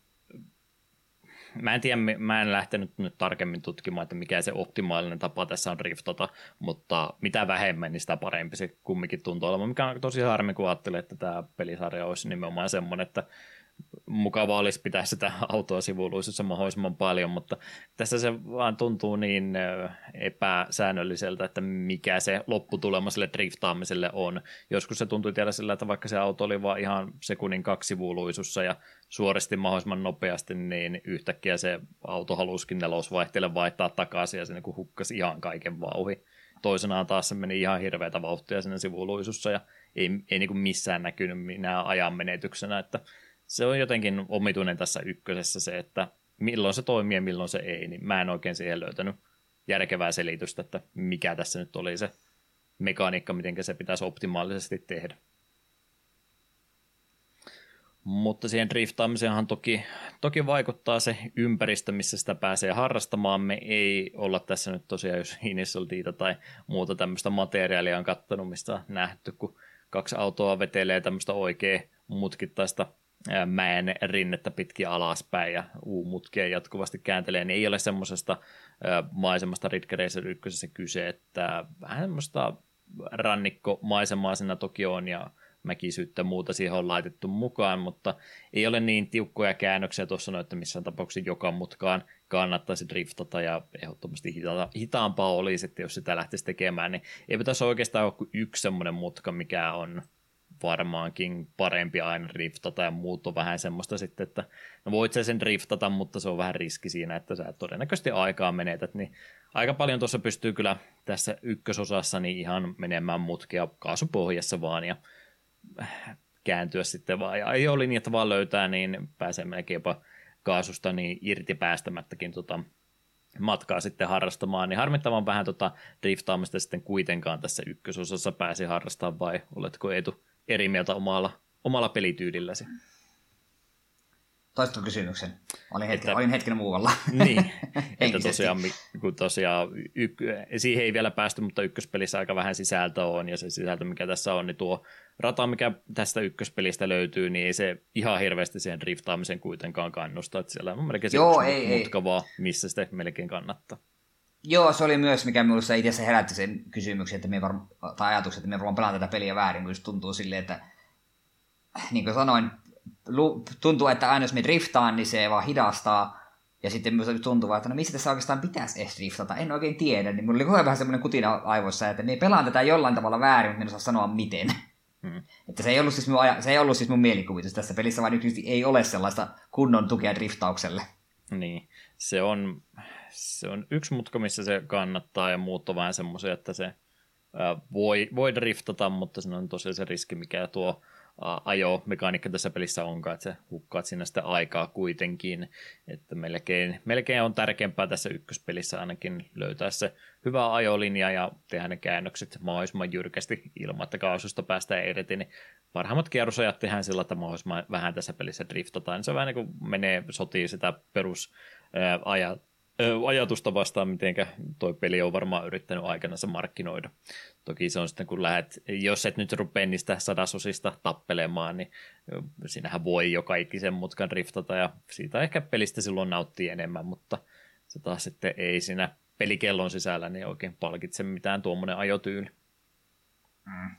mä en tiedä, mä en lähtenyt nyt tarkemmin tutkimaan, että mikä se optimaalinen tapa tässä on driftata, mutta mitä vähemmän, niin sitä parempi se kumminkin tuntuu olemaan, mikä on tosi harmi, kun ajattelee, että tämä pelisarja olisi nimenomaan semmoinen, että mukava olisi pitää sitä autoa sivuluisuudessa mahdollisimman paljon, mutta tässä se vaan tuntuu niin epäsäännölliseltä, että mikä se lopputulema sille driftaamiselle on. Joskus se tuntui tiedä sillä, että vaikka se auto oli vaan ihan sekunnin kaksi sivuluisussa ja suoristi mahdollisimman nopeasti, niin yhtäkkiä se auto halusikin nelosvaihteelle vaihtaa takaisin ja se niin hukkasi ihan kaiken vauhin. Toisenaan taas se meni ihan hirveätä vauhtia sinne sivuluisussa ja ei, ei niin kuin missään näkynyt minä ajan menetyksenä, että se on jotenkin omituinen tässä ykkösessä se, että milloin se toimii ja milloin se ei, niin mä en oikein siihen löytänyt järkevää selitystä, että mikä tässä nyt oli se mekaniikka, miten se pitäisi optimaalisesti tehdä. Mutta siihen driftaamiseenhan toki, toki vaikuttaa se ympäristö, missä sitä pääsee harrastamaan. Me ei olla tässä nyt tosiaan, jos Initial D:tä tai muuta tämmöistä materiaalia on kattonut, mistä on nähty, kun kaksi autoa vetelee tämmöistä oikein mutkittaista mäen rinnettä pitkin alaspäin ja U-mutkia jatkuvasti kääntelee, niin ei ole semmoisesta maisemasta Ridge Racer ykkösessä kyse, että vähän semmoista rannikkomaisemaa siinä toki on ja mäkisyyttä ja muuta siihen on laitettu mukaan, mutta ei ole niin tiukkoja käännöksiä tuossa, että missään tapauksessa joka mutkaan kannattaisi driftata ja ehdottomasti hita- hitaampaa olisi, että jos sitä lähtisi tekemään, niin ei pitäisi oikeastaan ole kuin yksi semmoinen mutka, mikä on varmaankin parempi aina driftata ja muut on vähän semmoista sitten, että no voit sä sen driftata, mutta se on vähän riski siinä, että sä todennäköisesti aikaa menetät, niin aika paljon tuossa pystyy kyllä tässä ykkösosassa niin ihan menemään mutkia kaasupohjassa vaan ja kääntyä sitten vaan, ja ei ole niin, että vaan löytää, niin pääsee melkein jopa kaasusta niin irti päästämättäkin tota matkaa sitten harrastamaan, niin harmittavan vähän tota driftaamista sitten kuitenkaan tässä ykkösosassa pääsi harrastamaan, vai oletko Eetu eri mieltä omalla, omalla pelityydilläsi? Toistatko kysymyksen? Olin hetken, että, olin hetken muualla. Niin, että tosiaan, kun tosiaan yk, siihen ei vielä päästy, mutta ykköspelissä aika vähän sisältöä on, ja se sisältö, mikä tässä on, niin tuo rata, mikä tästä ykköspelistä löytyy, niin ei se ihan hirveästi siihen driftaamiseen kuitenkaan kannusta, että siellä on melkein Joo, se ei, mutka vaan, missä sitä melkein kannattaa. Joo, se oli myös, mikä minussa itse asiassa herätti sen kysymyksen, että minä varmaan, tai ajatuksen, että minä varmaan pelaan tätä peliä väärin, kun just tuntuu silleen, että niin kuin sanoin, tuntuu, että aina jos me driftaan, niin se vaan hidastaa. Ja sitten myös tuntuu, että no missä tässä oikeastaan pitäisi edes driftata. En oikein tiedä. Niin mulla oli koko ajan vähän semmoinen kutina aivoissa, että me pelaan tätä jollain tavalla väärin, mutta en osaa sanoa miten. Hmm. Että se ei, ollut siis mun, se ei ollut siis mun mielikuvitus tässä pelissä, vaan yksi ei ole sellaista kunnon tukea driftaukselle. Niin, se on, se on yksi mutka, missä se kannattaa ja muut on vähän semmoisia, että se ää, voi, voi driftata, mutta se on tosiaan se riski, mikä tuo ajo-mekaniikka tässä pelissä onkaan, että sä hukkaat siinä sitä aikaa kuitenkin, että melkein, melkein on tärkeämpää tässä ykköspelissä ainakin löytää se hyvä ajolinja ja tehdä ne käännökset mahdollisimman jyrkästi ilman, että kaasusta päästään irti, niin parhaimmat kierrosajat tehdään sillä, että mahdollisimman vähän tässä pelissä driftataan, se vähän niin kuin menee, sotii sitä perusajat, ajatusta vastaan, miten toi peli on varmaan yrittänyt aikanansa markkinoida. Toki se on sitten, kun lähdet, jos et nyt rupea niistä sadasosista tappelemaan, niin sinähän voi joka ikisen mutkan driftata, ja siitä ehkä pelistä silloin nauttii enemmän, mutta se taas sitten ei siinä pelikellon sisällä niin oikein palkitse mitään tuommoinen ajotyyli. Mm.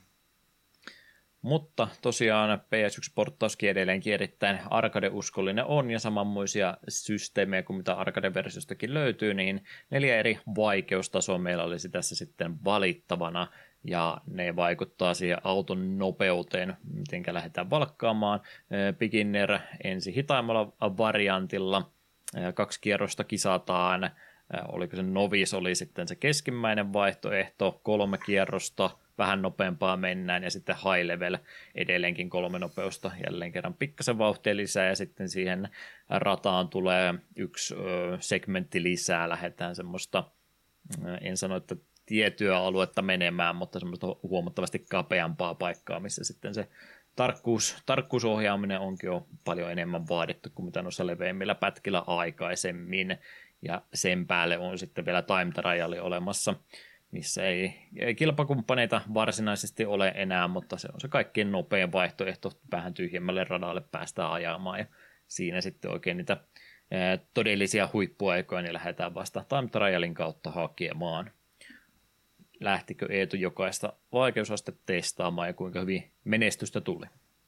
Mutta tosiaan P S yksi-porttauskin edelleenkin erittäin arcade-uskollinen on, ja samanmoisia systeemejä kuin mitä arcade-versiostakin löytyy, niin neljä eri vaikeustasoa meillä olisi tässä sitten valittavana, ja ne vaikuttaa siihen auton nopeuteen, miten lähdetään valkkaamaan. Beginner ensi hitaimmalla variantilla, kaksi kierrosta kisataan, oliko se novice oli sitten se keskimmäinen vaihtoehto, kolme kierrosta, vähän nopeampaa mennään, ja sitten high level edelleenkin kolme nopeusta, jälleen kerran pikkasen vauhtia lisää, ja sitten siihen rataan tulee yksi ö, segmentti lisää, lähdetään semmoista, en sano, että tiettyä aluetta menemään, mutta semmoista huomattavasti kapeampaa paikkaa, missä sitten se tarkkuus, tarkkuusohjaaminen onkin jo paljon enemmän vaadittu kuin mitä noissa leveimmillä pätkillä aikaisemmin, ja sen päälle on sitten vielä time trial olemassa, missä ei, ei kilpakumppaneita varsinaisesti ole enää, mutta se on se kaikkein nopein vaihtoehto, vähän tyhjemmälle radalle päästään ajamaan, ja siinä sitten oikein niitä ää, todellisia huippuaikoja, niin lähdetään vasta time trialin kautta hakemaan. Lähtikö Eetu jokaista vaikeusaste testaamaan, ja kuinka hyvin menestystä tuli?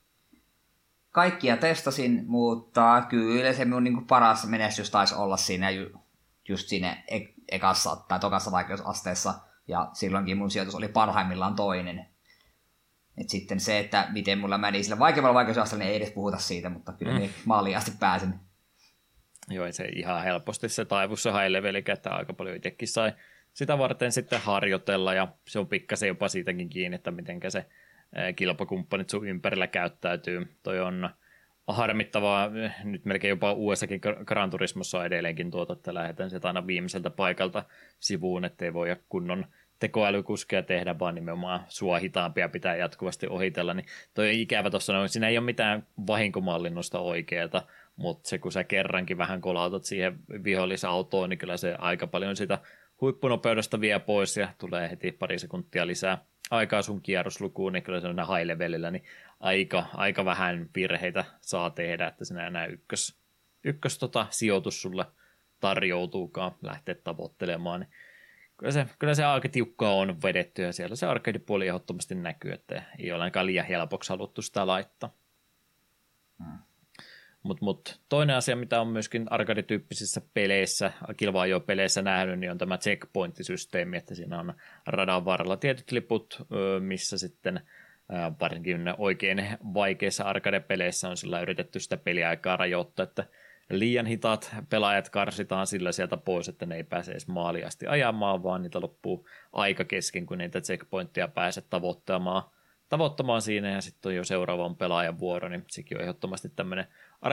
Kaikkia testasin, mutta kyllä se minun niin kuin paras menestys taisi olla siinä ju, just siinä ek- ekassa tai tokassa vaikeusasteessa, ja silloinkin mun sijoitus oli parhaimmillaan toinen. Et sitten se, että miten mulla meni sillä vaikeammalla vaikeusasteella, niin ei edes puhuta siitä, mutta kyllä mm. maaliin asti pääsin. Joo, se ihan helposti se taivus se high level, että aika paljon itsekin sai sitä varten sitten harjoitella, ja se on pikkasen jopa siitäkin kiinni, että miten se kilpakumppanit sun ympärillä käyttäytyy. Toi on harmittavaa. Nyt melkein jopa U S A:kin Gran Turismossa on edelleenkin tuota, että lähdetään sieltä aina viimeiseltä paikalta sivuun, ettei voi kunnon tekoälykuskeja tehdä, vaan nimenomaan sua hitaampia pitää jatkuvasti ohitella. Niin toi on ikävä tuossa, no, siinä ei ole mitään vahinkomallinnosta oikeeta, mutta se kun sä kerrankin vähän kolautat siihen vihollisautoon, niin kyllä se aika paljon sitä huippunopeudesta vie pois ja tulee heti pari sekuntia lisää aikaa sun kierroslukuun, niin kyllä se on high levelillä, niin aika, aika vähän virheitä saa tehdä, että sinä enää ykkös, ykkös tota, sijoitus sulle tarjoutuukaan lähteä tavoittelemaan. Niin kyllä, se, kyllä se aika tiukkaa on vedetty ja siellä se arcade-puoli ehdottomasti näkyy, että ei ole ainakaan liian helpoksi haluttu sitä laittaa. Hmm. Mutta mut, toinen asia, mitä on myöskin arcade-tyyppisissä peleissä, kilva-ajo-peleissä nähnyt, niin on tämä checkpoint-systeemi, että siinä on radan varrella tietyt liput, missä sitten varsinkin oikein vaikeissa arcade-peleissä on sillä yritetty sitä peliaikaa rajoittaa, että liian hitaat pelaajat karsitaan sillä sieltä pois, että ne ei pääse edes maaliin asti ajamaan, vaan niitä loppuu aika kesken, kun niitä checkpointteja pääse tavoittamaan. tavoittamaan siinä ja sitten on jo seuraavan pelaajan vuoro, niin sekin on ehdottomasti tämmöinen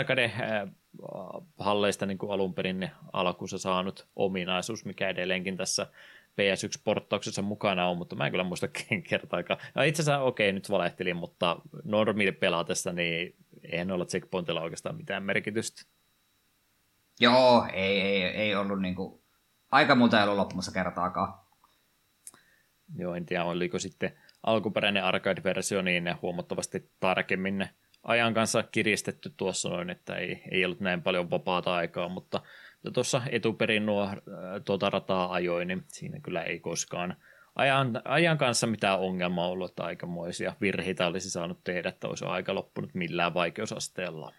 arcade-halleista niin kuin alun perin alkuunsa saanut ominaisuus, mikä edelleenkin tässä P S yksi-porttauksessa mukana on, mutta mä en kyllä muista kertaakaan. Ja itse asiassa okei, nyt valehtelin, mutta normiili pelaatessa, niin eihän olla checkpointilla oikeastaan mitään merkitystä. Joo, ei, ei, ei ollut niinku, aika muuta ei ollut loppumassa kertaakaan. Joo, en tiedä, oliko sitten alkuperäinen arcade-versio niin huomattavasti tarkemmin ajan kanssa kiristetty tuossa noin, että ei, ei ollut näin paljon vapaata aikaa, mutta tuossa etuperin nuo tuota rataa ajoin, niin siinä kyllä ei koskaan ajan, ajan kanssa mitään ongelmaa ollut, että aikamoisia virheitä olisi saanut tehdä, että olisi aika loppunut millään vaikeusasteella.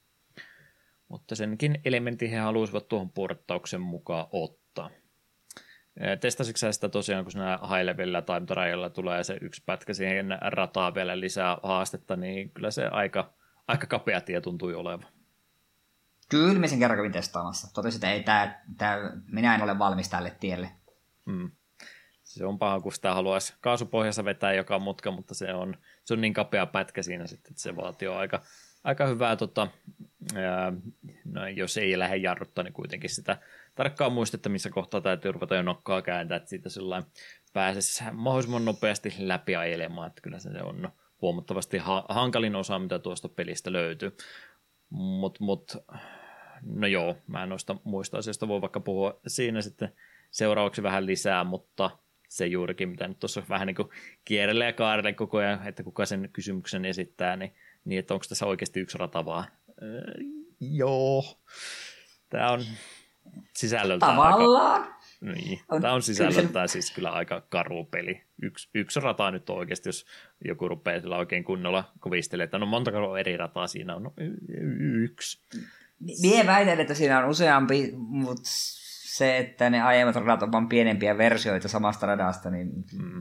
Mutta senkin elementin he haluaisivat tuohon porttauksen mukaan ottaa. Testasitko sä sitä tosiaan, kun siinä high levelillä time trialilla tulee se yksi pätkä siihen rataa vielä lisää haastetta, niin kyllä se aika, aika kapea tie tuntui olevan. Kyllä mä sen kerran kävin testaamassa. Totesin, että ei, tää, tää, minä en ole valmis tälle tielle. Hmm. Se on paha, kun sitä haluaisi kaasupohjassa vetää joka mutka, mutta se on, se on niin kapea pätkä siinä sitten, että se vaatii aika, aika hyvää, tota, ää, no, jos ei lähde jarruttaa, niin kuitenkin sitä tarkkaan muistetta, missä kohtaa täytyy ruveta jo nokkaa kääntää, että siitä sellainen pääsisi mahdollisimman nopeasti läpi ajelemaan, että kyllä se on huomattavasti ha- hankalin osa, mitä tuosta pelistä löytyy. Mutta mut, no joo, mä en noista muista asioista voi vaikka puhua siinä sitten seuraavaksi vähän lisää, mutta se juurikin, mitä nyt tuossa vähän niin kuin kierrelee ja kaarelle koko ajan, että kuka sen kysymyksen esittää, niin, niin että onko tässä oikeasti yksi rata vaan? Öö, joo, tämä on sisällöltään tavallaan. Aika, niin, tämä on sisällöltään siis kyllä aika karu peli. Yksi, yksi rata nyt on oikeasti, jos joku rupeaa sillä oikein kunnolla kovistelemaan, että no montako eri rataa siinä on? No, yksi. Mie väitän, että siinä on useampi, mutta se, että ne aiemmat radat on vain pienempiä versioita samasta radasta, niin mm.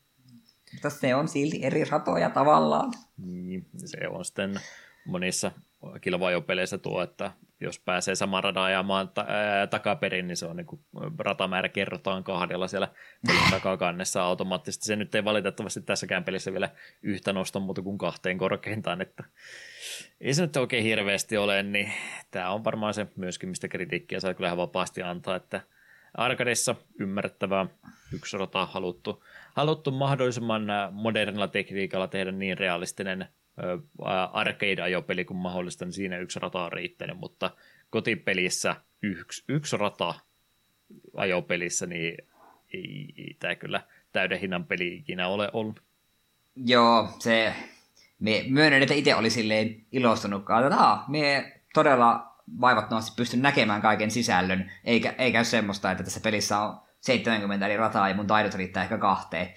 mutta ne on silti eri ratoja tavallaan. Niin, se on sitten monissa kilva-ajopeleissä tuo, että jos pääsee saman radan ajamaan ta- ää, takaperin, niin se on niin kuin ratamäärä kerrotaan kahdella siellä pelin takakannessa automaattisesti. Se nyt ei valitettavasti tässäkään pelissä vielä yhtä nosta muuta kuin kahteen korkeintaan, että ei se nyt oikein hirveästi ole, niin tämä on varmaan se myöskin, mistä kritiikkiä saa kyllä vapaasti antaa, että arcadeissa ymmärrettävää yksi rata haluttu, haluttu mahdollisimman modernilla tekniikalla tehdä niin realistinen arcade-ajopeli kuin mahdollista, niin siinä yksi rata on riittänyt, mutta kotipelissä yksi, yksi rata ajopelissä, niin ei, ei tämä kyllä täyden hinnan peli ikinä ole ollut. Joo, se myönnän, että itse oli silleen ilostunutkaan, että haa, mie todella vaivattomasti pystyn näkemään kaiken sisällön, eikä, eikä semmoista, että tässä pelissä on seitsemänkymmentä eri rataa ja mun taidot riittää ehkä kahteen.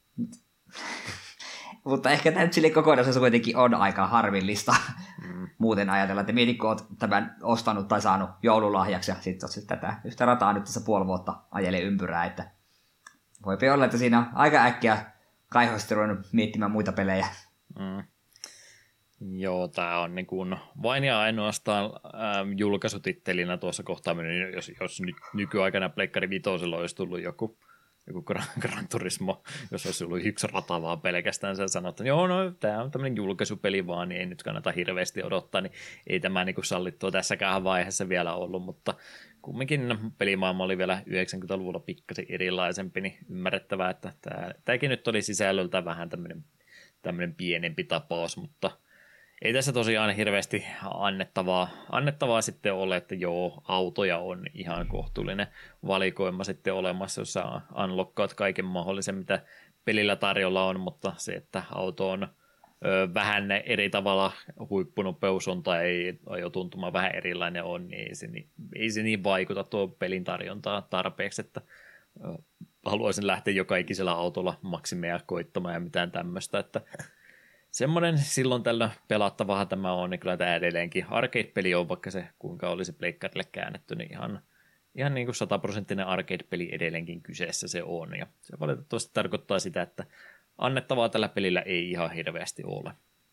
Mutta ehkä tämä nyt sille kokonaisuudessa kuitenkin on aika harvillista mm. muuten ajatella, että mietin, kun olet tämän ostanut tai saanut joululahjaksi ja sitten olet tätä yhtä rataa nyt tässä puoli vuotta ajelee ympyrää, että voipi olla, että siinä on aika äkkiä kaihoisesti ruvennut miettimään muita pelejä. Mm. Joo, tämä on niin kuin vain ja ainoastaan ähm, julkaisutittelinä tuossa kohtaa, jos, jos nyt nykyaikana Pleikkari Vitosella olisi tullut joku joku Gran, Gran Turismo, jos olisi ollut yksi rata vaan pelkästään, sä sanot, että joo, no tämä on tämmöinen julkaisupeli vaan, niin ei nyt kannata hirveästi odottaa, niin ei tämä niin kuin sallittua tässäkään vaiheessa vielä ollut, mutta kumminkin pelimaailma oli vielä yhdeksänkymmentäluvulla pikkasen erilaisempi, niin ymmärrettävää, että tämä, tämäkin nyt oli sisällöltä vähän tämmöinen, tämmöinen pienempi tapaus, mutta ei tässä tosiaan hirveästi annettavaa, annettavaa sitten ole, että joo, autoja on ihan kohtuullinen valikoima sitten olemassa, jos sä unlockkaat kaiken mahdollisen, mitä pelillä tarjolla on, mutta se, että auto on ö, vähän eri tavalla huippunopeus on tai ei jo tuntuma vähän erilainen on, niin ei se, niin, ei se niin vaikuta tuo pelin tarjontaa tarpeeksi, että ö, haluaisin lähteä joka ikisellä autolla maksimeja koittamaan ja mitään tämmöistä, että semmoinen silloin tällä pelattavahan tämä on, niin kyllä tämä edelleenkin arcade-peli on, vaikka se kuinka olisi pleikkarille käännetty, niin ihan, ihan niin kuin sataprosenttinen arcade-peli edelleenkin kyseessä se on. Ja se valitettavasti tarkoittaa sitä, että annettavaa tällä pelillä ei ihan hirveästi ole.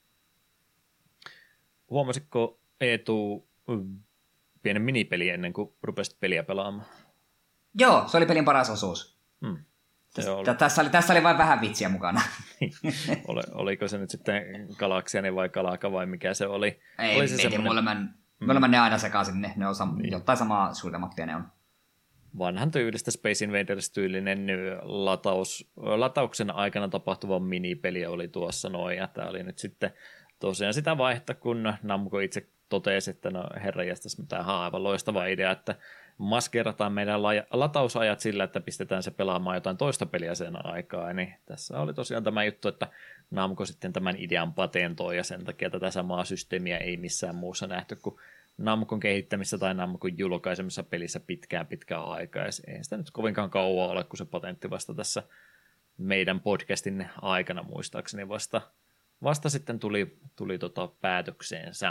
Huomasitko Eetu pienen minipeli ennen kuin rupesit peliä pelaamaan? Joo, se oli pelin paras osuus. Hmm. Tässä oli, tässä oli vain vähän vitsiä mukana. Oli, oliko se nyt sitten Galaxiani vai Kalaka vai mikä se oli? Ei, oli se ei semmoinen... molemmat, molemmat ne aina sekaisin, ne, ne on sam- niin. jotain samaa suitamappia ne on. Vanhan tyylistä Space Invaders-tyylinen lataus, latauksen aikana tapahtuva minipeli oli tuossa noin, ja tämä oli nyt sitten tosiaan sitä vaihetta, kun Namco itse totesi, että no herranjestas, tämä on aivan loistava idea, että maskerataan meidän latausajat sillä, että pistetään se pelaamaan jotain toista peliä sen aikaa, niin tässä oli tosiaan tämä juttu, että Namco sitten tämän idean patentoi, ja sen takia tätä samaa systeemiä ei missään muussa nähty kuin Namcon kehittämissä tai Namcon julkaisemissa pelissä pitkään pitkään aikaa, ja ei sitä nyt kovinkaan kauan ole, kun se patentti vasta tässä meidän podcastin aikana muistaakseni vasta, vasta sitten tuli, tuli tota päätökseensä.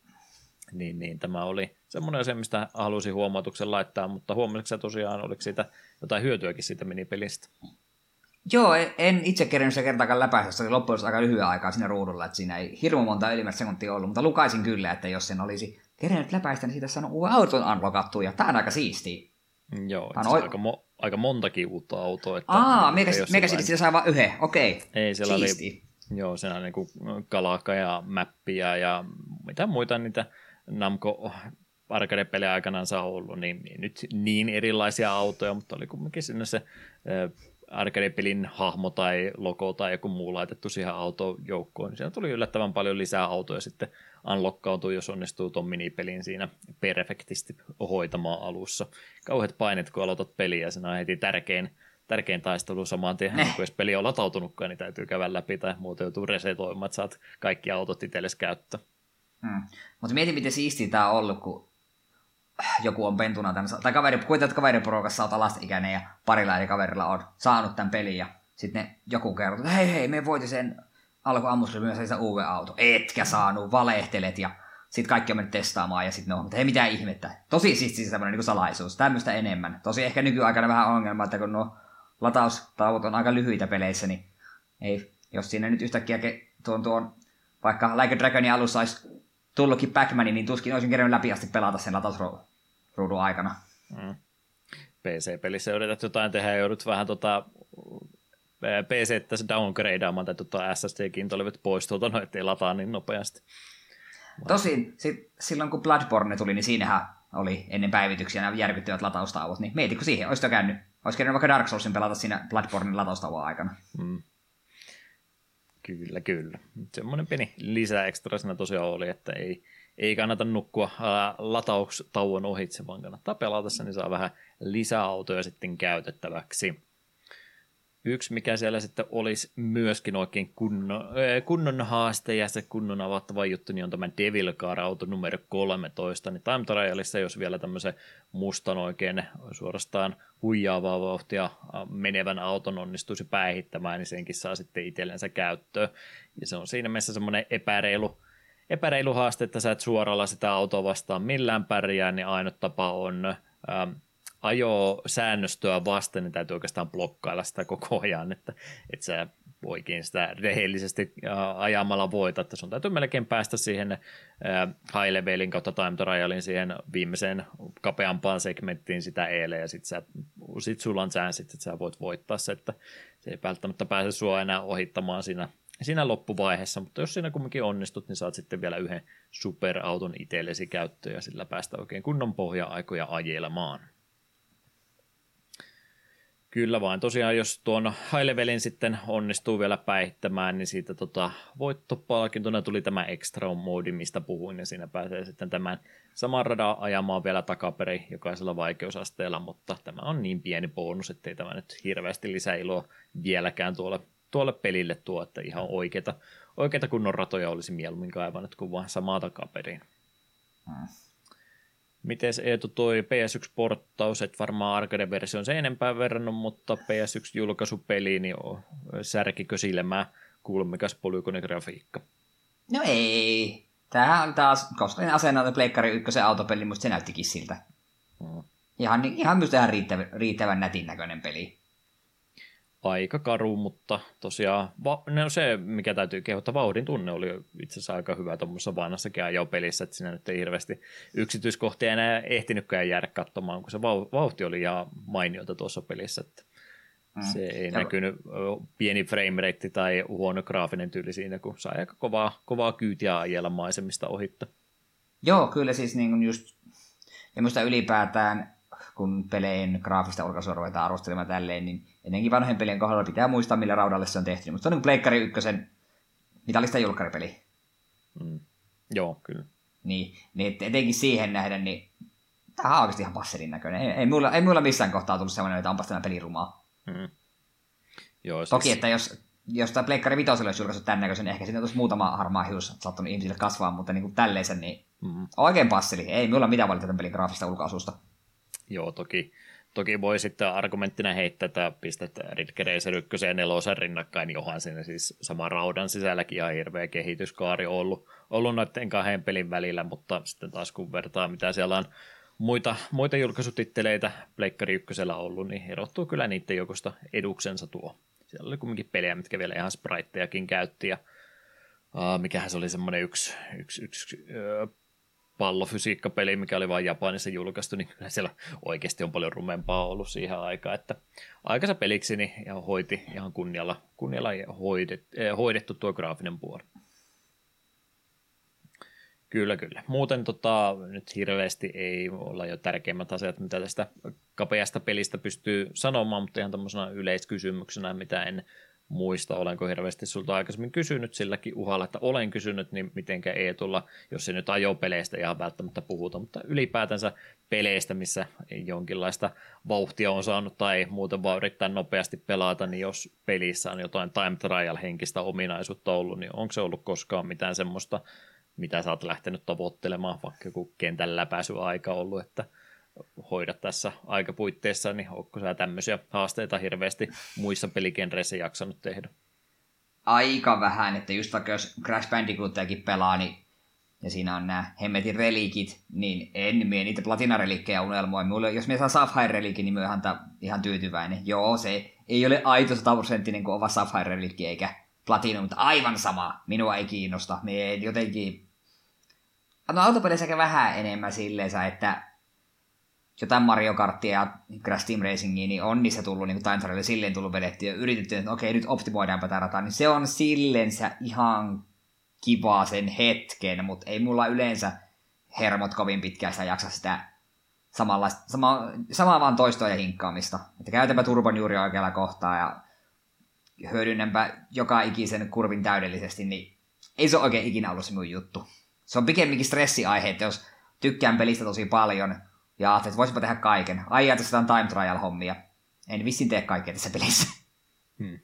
Niin, niin, tämä oli semmoinen asia, mistä halusin huomautuksen laittaa, mutta huomasitko sä tosiaan, oliko siitä jotain hyötyäkin siitä minipelistä? Joo, en itse kerännyt sitä kertaakaan läpäistä, se oli loppujen aika lyhyen aikaa siinä ruudulla, että siinä ei hirveän monta ylimääräistä sekuntia ollut, mutta lukaisin kyllä, että jos sen olisi kerännyt läpäistä, niin siitä saanut uuden auton unlockattua, ja tämä on aika siistiä. Joo, on oi... aika, mo- aika montakin uutta autoa. Että Aa, meikä sitten siitä sai vaan yhden, okei, ei, siellä siistiä. Oli, joo, siellä on niin kalaka ja mäppiä ja mitä muita niitä Namco arcade-pelejä aikanaan saa ollut, niin nyt niin erilaisia autoja, mutta oli kumminkin sinne se arcade-pelin hahmo tai logo tai joku muu laitettu siihen autojoukkoon, niin siellä tuli yllättävän paljon lisää autoja sitten unlockautua, jos onnistuu tuon minipelin siinä perfektisti hoitamaan alussa. Kauheat painet, kun aloitat peliä, siinä on heti tärkein, tärkein taistelu samaan tien, niin jos peli on latautunutkaan, niin täytyy käydä läpi tai muuten joutuu resetoimaan, että saat kaikki autot itsellesi käyttöön. Hmm. Mutta mietin, miten siistiä tämä on ollut, kun joku on pentuna tämän, tai kaveri, kuitenkin kaveriporukassa olet alastaikäinen ja parilla eri kaverilla on saanut tämän pelin ja sitten joku kertoo, että hei hei, me voitiin sen alkuammuskelun myös sitä uuden auto. Etkä saanut, valehtelet ja sitten kaikki on mennyt testaamaan ja sitten ne on, mutta hei mitään ihmettä. Tosi siistiä semmoinen niin salaisuus, tämmöistä enemmän. Tosi ehkä nykyaikana vähän ongelma, että kun nuo lataustauot on aika lyhyitä peleissä, niin ei, jos siinä nyt yhtäkkiä tuon, tuon vaikka Like a Dragonin alussa olisi tullutkin Pac-Man, niin tuskin olisin kerännyt läpi asti pelata sen latausruudun aikana. Mm. P C-pelissä yrität jotain tehdä ja joudut vähän tota, P C tässä downgradaamaan tai tota S S D-kiintolevät pois tuolta, no ettei lataa niin nopeasti. Tosin sit, silloin kun Bloodborne tuli, niin siinähän oli ennen päivityksiä nämä järkyttävät lataustauvot, niin mietitkö siihen, olisi käynyt, olisi käynyt vaikka Dark Soulsin pelata siinä Bloodbornen lataustauon aikana. Mm. Kyllä, kyllä. Semmoinen pieni lisäekstra siinä tosiaan oli, että ei, ei kannata nukkua ää, lataustauon ohitse, vaan kannattaa pelata sen, niin saa vähän lisäautoja sitten käytettäväksi. Yksi, mikä siellä sitten olisi myöskin oikein kunnon, kunnon haaste ja se kunnon avattava juttu, niin on tämä Devil Car-auto numero kolmetoista. Niin Time Trialissa, jos vielä tämmöisen mustan oikein suorastaan huijaavaa vauhtia menevän auton onnistuisi päihittämään, niin senkin saa sitten itsellensä käyttöön. Ja se on siinä mielessä semmoinen epäreilu, epäreilu haaste, että sä et suoralla sitä autoa vastaan millään pärjää, niin ainut tapa on Ähm, ajo-säännöstöä vasten, niin täytyy oikeastaan blokkailla sitä koko ajan, että, että sä oikein sitä rehellisesti ajamalla voita, että sun täytyy melkein päästä siihen high levelin kautta time trialin siihen viimeiseen kapeampaan segmenttiin sitä eilen, ja sitten sit sulla on chanssit, että sä voit voittaa se, että se ei välttämättä pääse sua enää ohittamaan siinä, siinä loppuvaiheessa, mutta jos siinä kumminkin onnistut, niin saat sitten vielä yhden superauton itsellesi käyttöön, ja sillä päästä oikein kunnon pohja-aikoja ajelemaan. Kyllä vain. Tosiaan, jos tuon high levelin sitten onnistuu vielä päihittämään, niin siitä tota, voittopalkintona tuli tämä extra moodi, mistä puhuin, ja siinä pääsee sitten tämän saman radan ajamaan vielä takaperin jokaisella vaikeusasteella, mutta tämä on niin pieni bonus, ettei tämä nyt hirveästi lisäiloa vieläkään tuolle, tuolle pelille tuo, että ihan oikeita, oikeita kunnon ratoja olisi mieluummin kaivannut kuin vaan samaa takaperin. Hmm. Mites Eetu toi P S yksi-porttaus, et varmaan arcade-version se enempää verrannut, mutta P S yksi-julkaisupeli, niin särkikö silmää kulmikas polygonigrafiikka? No ei. Tämähän on taas, koska asennoitu Pleikkari ykkösen autopeli, musta se näyttikin siltä. Hmm. Ihan, ihan myös ihan riittävän, riittävän nätin näköinen peli. Aika karu, mutta tosiaan va- no se, mikä täytyy kehottaa, vauhdin tunne oli itse asiassa aika hyvä tuommoisessa vanhassakin ajopelissä, että siinä nyt ei hirveästi yksityiskohtia enää ehtinytkään jäädä katsomaan, kun se vau- vauhti oli ihan mainiota tuossa pelissä, että mm. se ei ja näkynyt pieni frame rate tai huono graafinen tyyli siinä, kun sai aika kovaa, kovaa kyytiä ajella maisemista ohitta. Joo, kyllä siis niin kuin just, ja musta ylipäätään, kun peleen graafista ulkaisua ruvetaan arvostelemaan tälleen, niin ennenkin vanhojen pelien kohdalla pitää muistaa, millä raudalle se on tehty. Mutta se on niin kuin Pleikkari ykkösen mitallista julkkaripeli. Mm. Joo, kyllä. Niin, niin etenkin siihen nähden, niin tämä on oikeasti ihan passelin näköinen. Ei, ei, mulla, ei mulla missään kohtaa tullut sellainen, että onpas tämä peli rumaa. Mm. Joo, Toki, siis että jos, jos tämä Pleikkari vitoselle olisi julkaissut tämän näköisen, ehkä siinä olisi muutama harmaa hius saattanut ihmisille kasvaa, mutta niin kuin tälleisen, niin mm. oikein passeli. Ei mulla mitään valita tämän pelin graafista ulkoasusta. Joo, toki, toki voi sitten argumenttina heittää, että pistät Ridge Racer ykkösen ja nelosen rinnakkain, niin onhan siinä siis sama raudan sisälläkin ihan hirveä kehityskaari ollut, ollut noiden kahden pelin välillä, mutta sitten taas kun vertaa, mitä siellä on muita, muita julkaisutitteleitä Pleikkari ykkösellä ollut, niin erottuu kyllä niiden joukosta eduksensa tuo. Siellä oli kumminkin pelejä, mitkä vielä ihan spritejakin käytti, ja uh, mikähän se oli semmoinen yksi, yksi, yksi uh, pallofysiikkapeli, mikä oli vain Japanissa julkaistu, niin kyllä siellä oikeasti on paljon rumempaa ollut siihen aikaan, että aikansa peliksi niin ihan hoiti ihan kunnialla, kunnialla hoidet, eh, hoidettu tuo graafinen puoli. Kyllä, kyllä. Muuten tota, nyt hirveästi ei olla jo tärkeimmät asiat, mitä tästä kapeasta pelistä pystyy sanomaan, mutta ihan tämmöisenä yleiskysymyksenä, mitä en muista, olenko hirveästi sulta aikaisemmin kysynyt silläkin uhalla, että olen kysynyt, niin mitenkä ei tulla, jos se nyt ajopeleistä ihan välttämättä puhuta, mutta ylipäätänsä peleistä, missä jonkinlaista vauhtia on saanut tai muuten vaan yrittää nopeasti pelata, niin jos pelissä on jotain time trial-henkistä ominaisuutta ollut, niin onko se ollut koskaan mitään semmoista, mitä sä oot lähtenyt tavoittelemaan, vaikka joku kentän läpäisyaika ollut, että hoida tässä aikapuitteissa, niin onko sä tämmöisiä haasteita hirveästi muissa peligenreissä jaksanut tehdä? Aika vähän, että just vaikka jos Crash Bandicootiakin pelaa, niin, ja siinä on nämä hemmetin relikit, niin en mie niitä platinarelikkejä unelmoi. Mulla, jos me saa Sapphire-relikin, niin mä oon ihan, ihan tyytyväinen. Joo, se ei ole aito sataprosenttinen kuin ova Sapphire-relikki, eikä Platinum, mutta aivan sama. Minua ei kiinnosta. Me jotenkin... No autopelissäkin vähän enemmän silleen, että jotain Mario Karttia ja Crash Team Racingia, niin on niissä tullut niin time trialille silleen tullut vedetty ja yritetty, että okei, nyt optimoidaanpa tätä rataa, niin se on sillensä ihan kiva sen hetken, mutta ei mulla yleensä hermot kovin pitkään sitä jaksa sitä samanlaista, sama, samaa vaan toistoa ja hinkkaamista. Että käytänpä turbon juuri oikealla kohtaa ja hyödynnänpä joka ikisen kurvin täydellisesti, niin ei se ole oikein ikinä ollut se mun juttu. Se on pikemminkin stressiaihe, että jos tykkään pelistä tosi paljon ja ajattelin, että voisipa tehdä kaiken. Ai tässä on time trial-hommia. En vissiin tee kaikkea tässä pelissä. Hmm.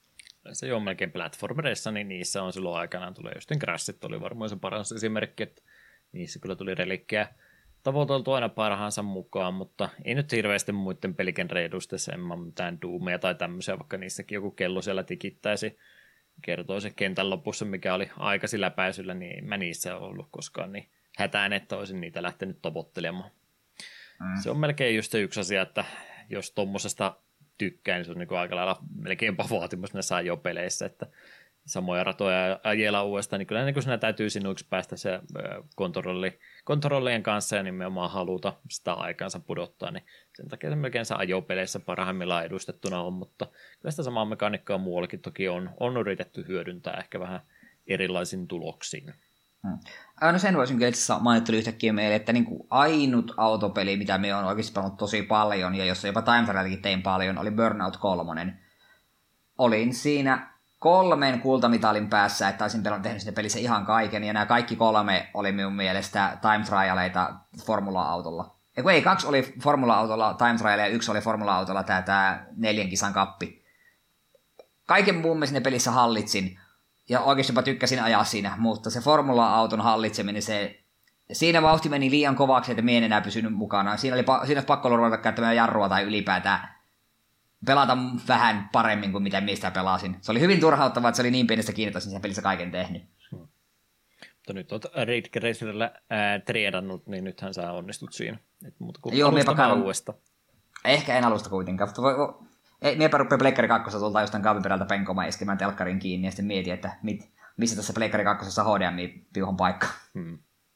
Se on melkein platformereissa, niin niissä on silloin aikanaan tulee just Crashit oli varmaan se paras esimerkki, että niissä kyllä tuli relikkejä tavoiteltu aina parhaansa mukaan, mutta ei nyt hirveästi muiden peligenreiden edustessa, en mä mitään Doomia tai tämmöisiä, vaikka niissäkin joku kello siellä tikittäisi, kertoi se kentän lopussa, mikä oli aikasi läpäisyllä, niin mä niissä ole ollut koskaan niin hätään, että olisin niitä lähtenyt tavoittelemaan. Mm. Se on melkein just se yksi asia, että jos tuommoisesta tykkään, niin se on niin kuin aika lailla melkeinpä vaatimus näissä ajopeleissä, että samoja ratoja ajella uudestaan, niin kyllä niin kuin siinä täytyy sinuiksi päästä se kontrolli, kontrollien kanssa ja nimenomaan haluta sitä aikaansa pudottaa, niin sen takia se melkein se ajopeleissä parhaimmillaan edustettuna on, mutta kyllä sitä samaa mekaniikkaa muuallakin toki on, on yritetty hyödyntää ehkä vähän erilaisin tuloksiin. Hmm. No sen voisin kyllä itse asiassa mainittu yhtäkkiä meille, että niin kuin ainut autopeli, mitä me on oikeasti pelannut tosi paljon, ja jossa jopa Time Trialikin tein paljon, oli Burnout kolme. Olin siinä kolmen kultamitalin päässä, että olisin pelannut tehnyt sinne pelissä ihan kaiken, ja nämä kaikki kolme oli minun mielestä Time Trialeita Formula-autolla. Eiku ei, kaksi oli Formula-autolla Time Trial, ja yksi oli Formula-autolla tämä, tämä neljän kisan kappi. Kaiken muun mä sinne pelissä hallitsin, ja oikeasti jopa tykkäsin ajaa siinä, mutta se Formula-auton hallitseminen, se, siinä vauhti meni liian kovaksi, että mie en enää pysynyt mukana. Siinä oli, siinä olisi pakko ruveta käyttämään jarrua tai ylipäätään pelata vähän paremmin kuin mitä mistä pelasin. Se oli hyvin turhauttavaa, että se oli niin pienestä kiinni, että olisin siinä pelissä kaiken tehnyt. Hmm. Mutta nyt olet Ridge Racerilla treedannut, niin nythän sä onnistut siinä. Et muuta kuin Joo, alustamaan uudesta. Ehkä en alusta kuitenkaan. Ei, miepä rupeaa Pleikkari kakkosessa tulta jostain kaapin perältä penkomaan iskemään telkkarin kiinni ja sitten mietin, että mit, missä tässä Pleikkari kakkosessa H D M I-piuhon paikka. Hmm.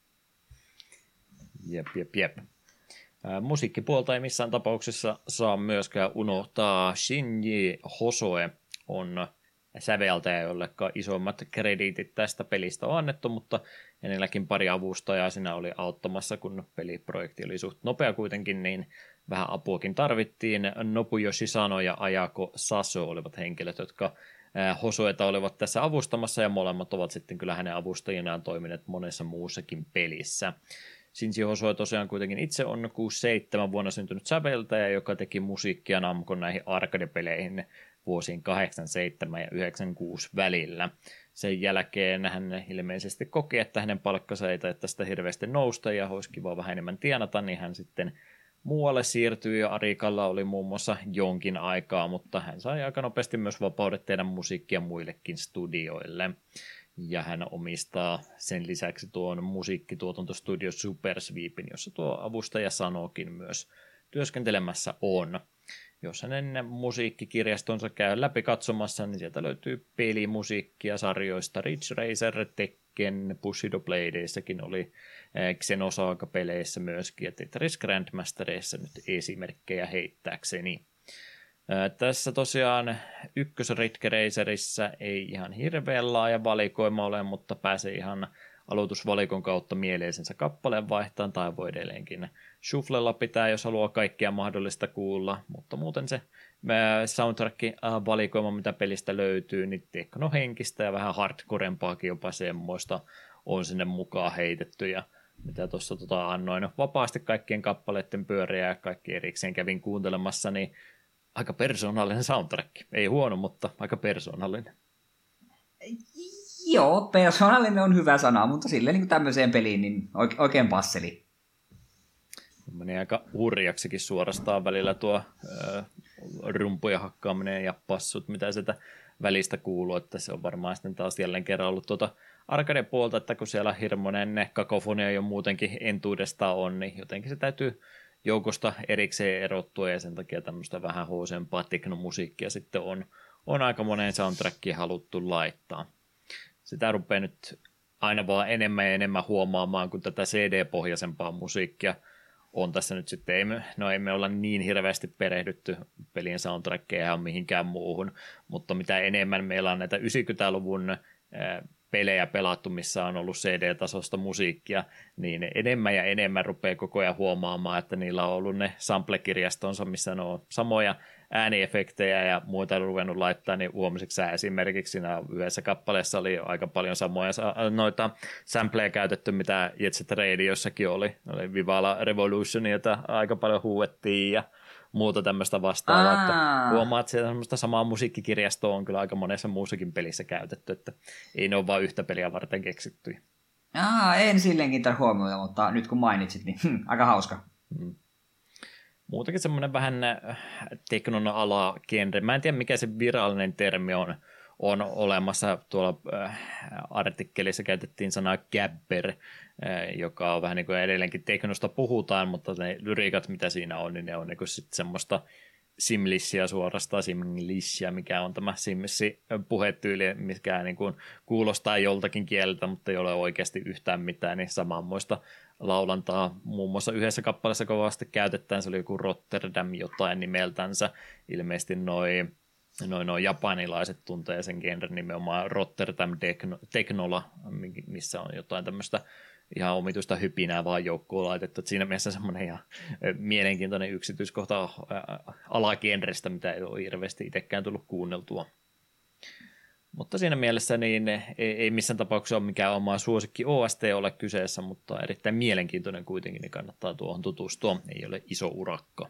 Jep, jep, jep. Ää, musiikkipuolta ei missään tapauksessa saa myöskään unohtaa. Shinji Hosoe on säveltäjä, jolleka isommat krediitit tästä pelistä on annettu, mutta hänelläkin pari avustajaa siinä oli auttamassa, kun peliprojekti oli suht nopea kuitenkin, niin vähän apuakin tarvittiin. Nobuyoshi Sano ja Ayako Saso olivat henkilöt, jotka Hosoeta olivat tässä avustamassa, ja molemmat ovat sitten kyllä hänen avustajinaan toimineet monessa muussakin pelissä. Shinji Hosoe tosiaan kuitenkin itse on kuusikymmentäseitsemän vuonna syntynyt säveltäjä, joka teki musiikkia Namcon näihin arcade-peleihin vuosiin kahdeksankymmentäseitsemän ja yhdeksänkymmentäkuusi välillä. Sen jälkeen hän ilmeisesti koki, että hänen palkkansa ei tästä hirveästi nousta ja olisi kiva vähän enemmän tienata, niin hän sitten muualle siirtyi ja Arikalla oli muun muassa jonkin aikaa, mutta hän sai aika nopeasti myös vapaudet tehdä musiikkia muillekin studioille. Ja hän omistaa sen lisäksi tuon musiikkituotantostudio Supersweepin, jossa tuo avustaja Sanokin myös työskentelemässä on. Jos hänen musiikkikirjastonsa käy läpi katsomassa, niin sieltä löytyy pelimusiikkia sarjoista Ridge Racer, Tekken, Bushido Bladeissakin oli, Xenosaga-peleissä myöskin, ja Tetris Grandmastereissa nyt esimerkkejä heittääkseni. Tässä tosiaan ykkös Ridge Racerissa ei ihan hirveän laaja valikoima ole, mutta pääsee ihan aloitusvalikon kautta mieleisensä kappaleen vaihtaan, tai voi edelleenkin shufflella pitää, jos haluaa kaikkea mahdollista kuulla, mutta muuten se soundtrack-valikoima, mitä pelistä löytyy, niin teknohenkistä ja vähän hardcorempaakin jopa semmoista on sinne mukaan heitetty, ja mitä tuossa tota, annoin vapaasti kaikkien kappaleiden pyöriä ja kaikki erikseen kävin kuuntelemassa, niin aika persoonallinen soundtrack. Ei huono, mutta aika persoonallinen. Joo, persoonallinen on hyvä sana, mutta silleen niin kuin tämmöiseen peliin niin oikein passeli. Meni aika hurjaksikin suorastaan välillä tuo ö, rumpuja hakkaaminen ja passut, mitä sieltä välistä kuuluu, että se on varmaan sitten taas jälleen kerran ollut tuota arcade-puolta, että kun siellä hirmoinen kakofonia jo muutenkin entuudestaan on, niin jotenkin se täytyy joukosta erikseen erottua, ja sen takia tämmöistä vähän hoosempaa teknomusiikkia sitten on, on aika moneen soundtrackiin haluttu laittaa. Sitä rupeaa nyt aina vaan enemmän ja enemmän huomaamaan, kun tätä C D-pohjaisempaa musiikkia on tässä nyt sitten, ei me, no ei me olla niin hirveästi perehdytty pelien soundtrackkeihin ja mihinkään muuhun, mutta mitä enemmän meillä on näitä yhdeksänkymmentäluvun pelejä pelattu, missä on ollut C D-tasosta musiikkia, niin enemmän ja enemmän rupeaa koko ajan huomaamaan, että niillä on ollut ne sample-kirjastonsa, missä ne on samoja ääniefektejä ja muita ruvennut laittaa, niin huomisitko sä esimerkiksi siinä yhdessä kappaleessa oli aika paljon samoja noita sampleja käytetty, mitä Jet Set Radiossakin oli. Oli Vivala Revolution, jota aika paljon huuettiin ja muuta tämmöistä vastaavaa, Aa. että huomaat, että semmoista samaa musiikkikirjastoa on kyllä aika monessa muussakin pelissä käytetty, että ei ne ole vain yhtä peliä varten keksittyjä. Aa, en silleen kiinnitä huomioon, mutta nyt kun mainitsit, niin hm, aika hauska. Hmm. Muutenkin semmoinen vähän teknon ala-genre. Mä en tiedä, mikä se virallinen termi on, on olemassa. Tuolla äh, artikkelissa käytettiin sanaa gabber, äh, joka on vähän niin kuin edelleenkin teknosta puhutaan, mutta ne lyriikat, mitä siinä on, niin ne on niin kuin sitten semmoista Simlissiä suorastaan, Simlissiä, mikä on tämä Simsi puhetyyli, mikä niin kuin kuulostaa joltakin kieltä, mutta ei ole oikeasti yhtään mitään, niin samanmoista laulantaa muun muassa yhdessä kappaleessa kovasti käytetään, se oli joku Rotterdam jotain nimeltänsä, ilmeisesti noin Noin noi japanilaiset tuntee sen genren nimenomaan Rotterdam Teknola, missä on jotain tämmöistä ihan omituista hypinää vaan joukkoon laitettu. Et siinä mielessä semmoinen ihan mielenkiintoinen yksityiskohta alagenrestä, mitä ei ole hirveästi itsekään tullut kuunneltua. Mutta siinä mielessä niin ei, ei missään tapauksessa ole mikään oma suosikki O S T ole kyseessä, mutta erittäin mielenkiintoinen kuitenkin, niin kannattaa tuohon tutustua. Ei ole iso urakka.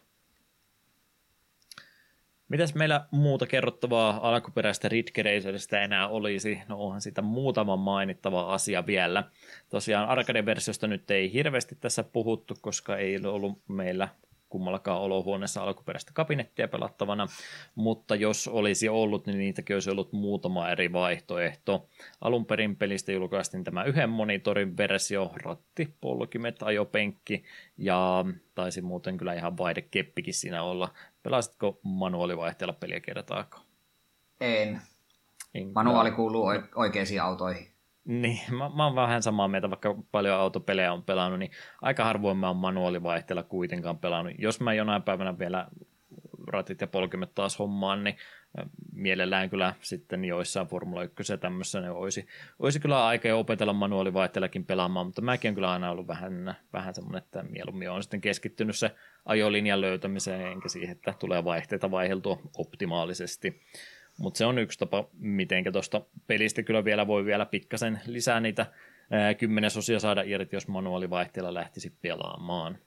Mitäs meillä muuta kerrottavaa alkuperäistä Ridge Racerista enää olisi? No onhan siitä muutama mainittava asia vielä. Tosiaan arcade-versiosta nyt ei hirveästi tässä puhuttu, koska ei ole ollut meillä kummallakaan olohuoneessa alkuperäistä kabinettia pelattavana, mutta jos olisi ollut, niin niitäkin olisi ollut muutama eri vaihtoehto. Alun perin pelistä julkaistiin tämä yhden monitorin versio, ratti, polkimet, ajopenkki ja taisi muuten kyllä ihan vaihdekeppikin siinä olla. Pelasitko manuaalivaihteella peliä kertaakaan? En. en Manuaali kuuluu oikeisiin autoihin. Niin, mä, mä oon vähän samaa mieltä, vaikka paljon autopelejä on pelannut, niin aika harvoin mä oon manuaalivaihteella kuitenkaan pelannut. Jos mä jonain päivänä vielä ratit ja polkimet taas hommaan, niin mielellään kyllä sitten joissain Formula yksi ja tämmössä ne olisi, olisi kyllä aika jo opetella manuaalivaihteellakin pelaamaan, mutta mäkin on kyllä aina ollut vähän, vähän semmoinen, että mieluummin on sitten keskittynyt se ajolinjan löytämiseen, enkä siihen, että tulee vaihteita vaiheltua optimaalisesti. Mutta se on yksi tapa, miten tuosta pelistä kyllä vielä voi vielä pikkasen lisää niitä ää, kymmenesosia saada irti, jos manuaalivaihteella lähtisi pelaamaan.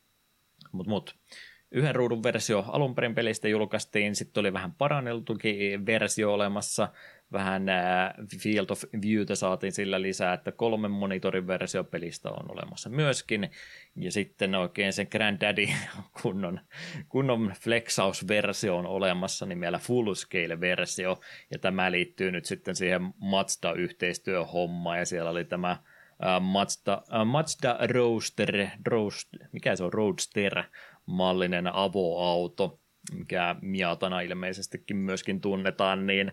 Mutta mut, yhden ruudun versio alun perin pelistä julkaistiin, sitten oli vähän paranneltukin versio olemassa, vähän ää, Field of Viewtä saatiin sillä lisää, että kolmen monitorin versio pelistä on olemassa myöskin, ja sitten oikein sen Granddaddy kunnon, kunnon flexausversio on olemassa nimellä Full Scale-versio, ja tämä liittyy nyt sitten siihen Mazda-yhteistyöhommaan, ja siellä oli tämä ää, Mazda, ää, Mazda Roadster, Roadster, mikä se on, Roadster, mallinen avoauto, mikä Miatana ilmeisestikin myöskin tunnetaan, niin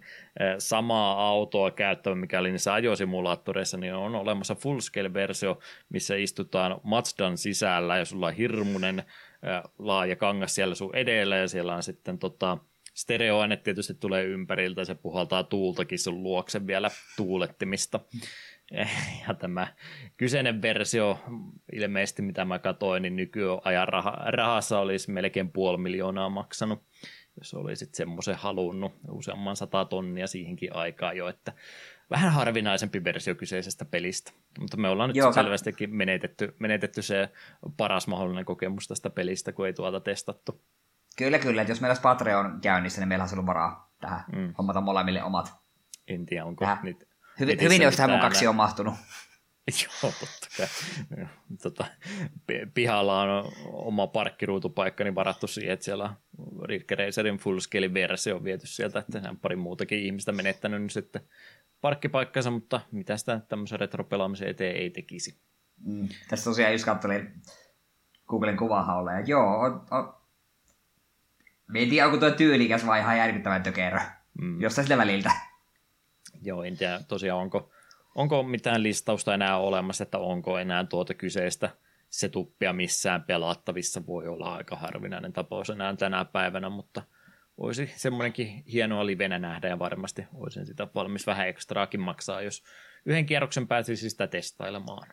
samaa autoa käyttävä, mikä oli niissä ajosimulaattoreissa, niin on olemassa full scale-versio, missä istutaan Mazdan sisällä, ja sulla on hirmuinen laaja kangas siellä sun edellä, ja siellä on sitten tota, stereoaine tietysti tulee ympäriltä, ja se puhaltaa tuultakin sun luokse vielä tuulettimista. Ja tämä kyseinen versio, ilmeisesti mitä mä katsoin, niin nykyajan rahassa olisi melkein puoli miljoonaa maksanut, jos olisit semmoisen halunnut, useamman sata tonnia siihenkin aikaan jo, että vähän harvinaisempi versio kyseisestä pelistä. Mutta me ollaan nyt Joo, selvästikin menetetty, menetetty se paras mahdollinen kokemus tästä pelistä, kun ei tuota testattu. Kyllä, kyllä. Että jos meillä olisi Patreon käynnissä, niin meillä olisi ollut varaa tähän mm. hommata molemmille omat. En tiedä, onko tähän. niitä. Hyvin, hyvin olisi tähän mun kaksi on mahtunut. Joo, totta kai. Tota, pihalla on oma parkkiruutupaikka niin varattu siihen, että siellä on Ridge Racerin full scale versio on viety sieltä, että on pari muutakin ihmistä menettänyt nyt sitten parkkipaikkansa, mutta mitä sitä tämmöisen retropelaamisen eteen ei tekisi. Mm. Tässä tosiaan just katselin Googlen kuvahaulla ja joo, on, on... en tiedä, onko tuo tyylikäs vai ihan järkyttävän tökerö. Mm. Jostain sitä väliltä. Joo, en tiedä tosiaan, onko, onko mitään listausta enää olemassa, että onko enää tuota kyseistä setuppia missään pelattavissa. Voi olla aika harvinainen tapaus enää tänä päivänä, mutta voisi semmoinenkin hienoa livenä nähdä ja varmasti olisin sitä valmis vähän ekstraakin maksaa, jos yhden kierroksen pääsisi sitä testailemaan.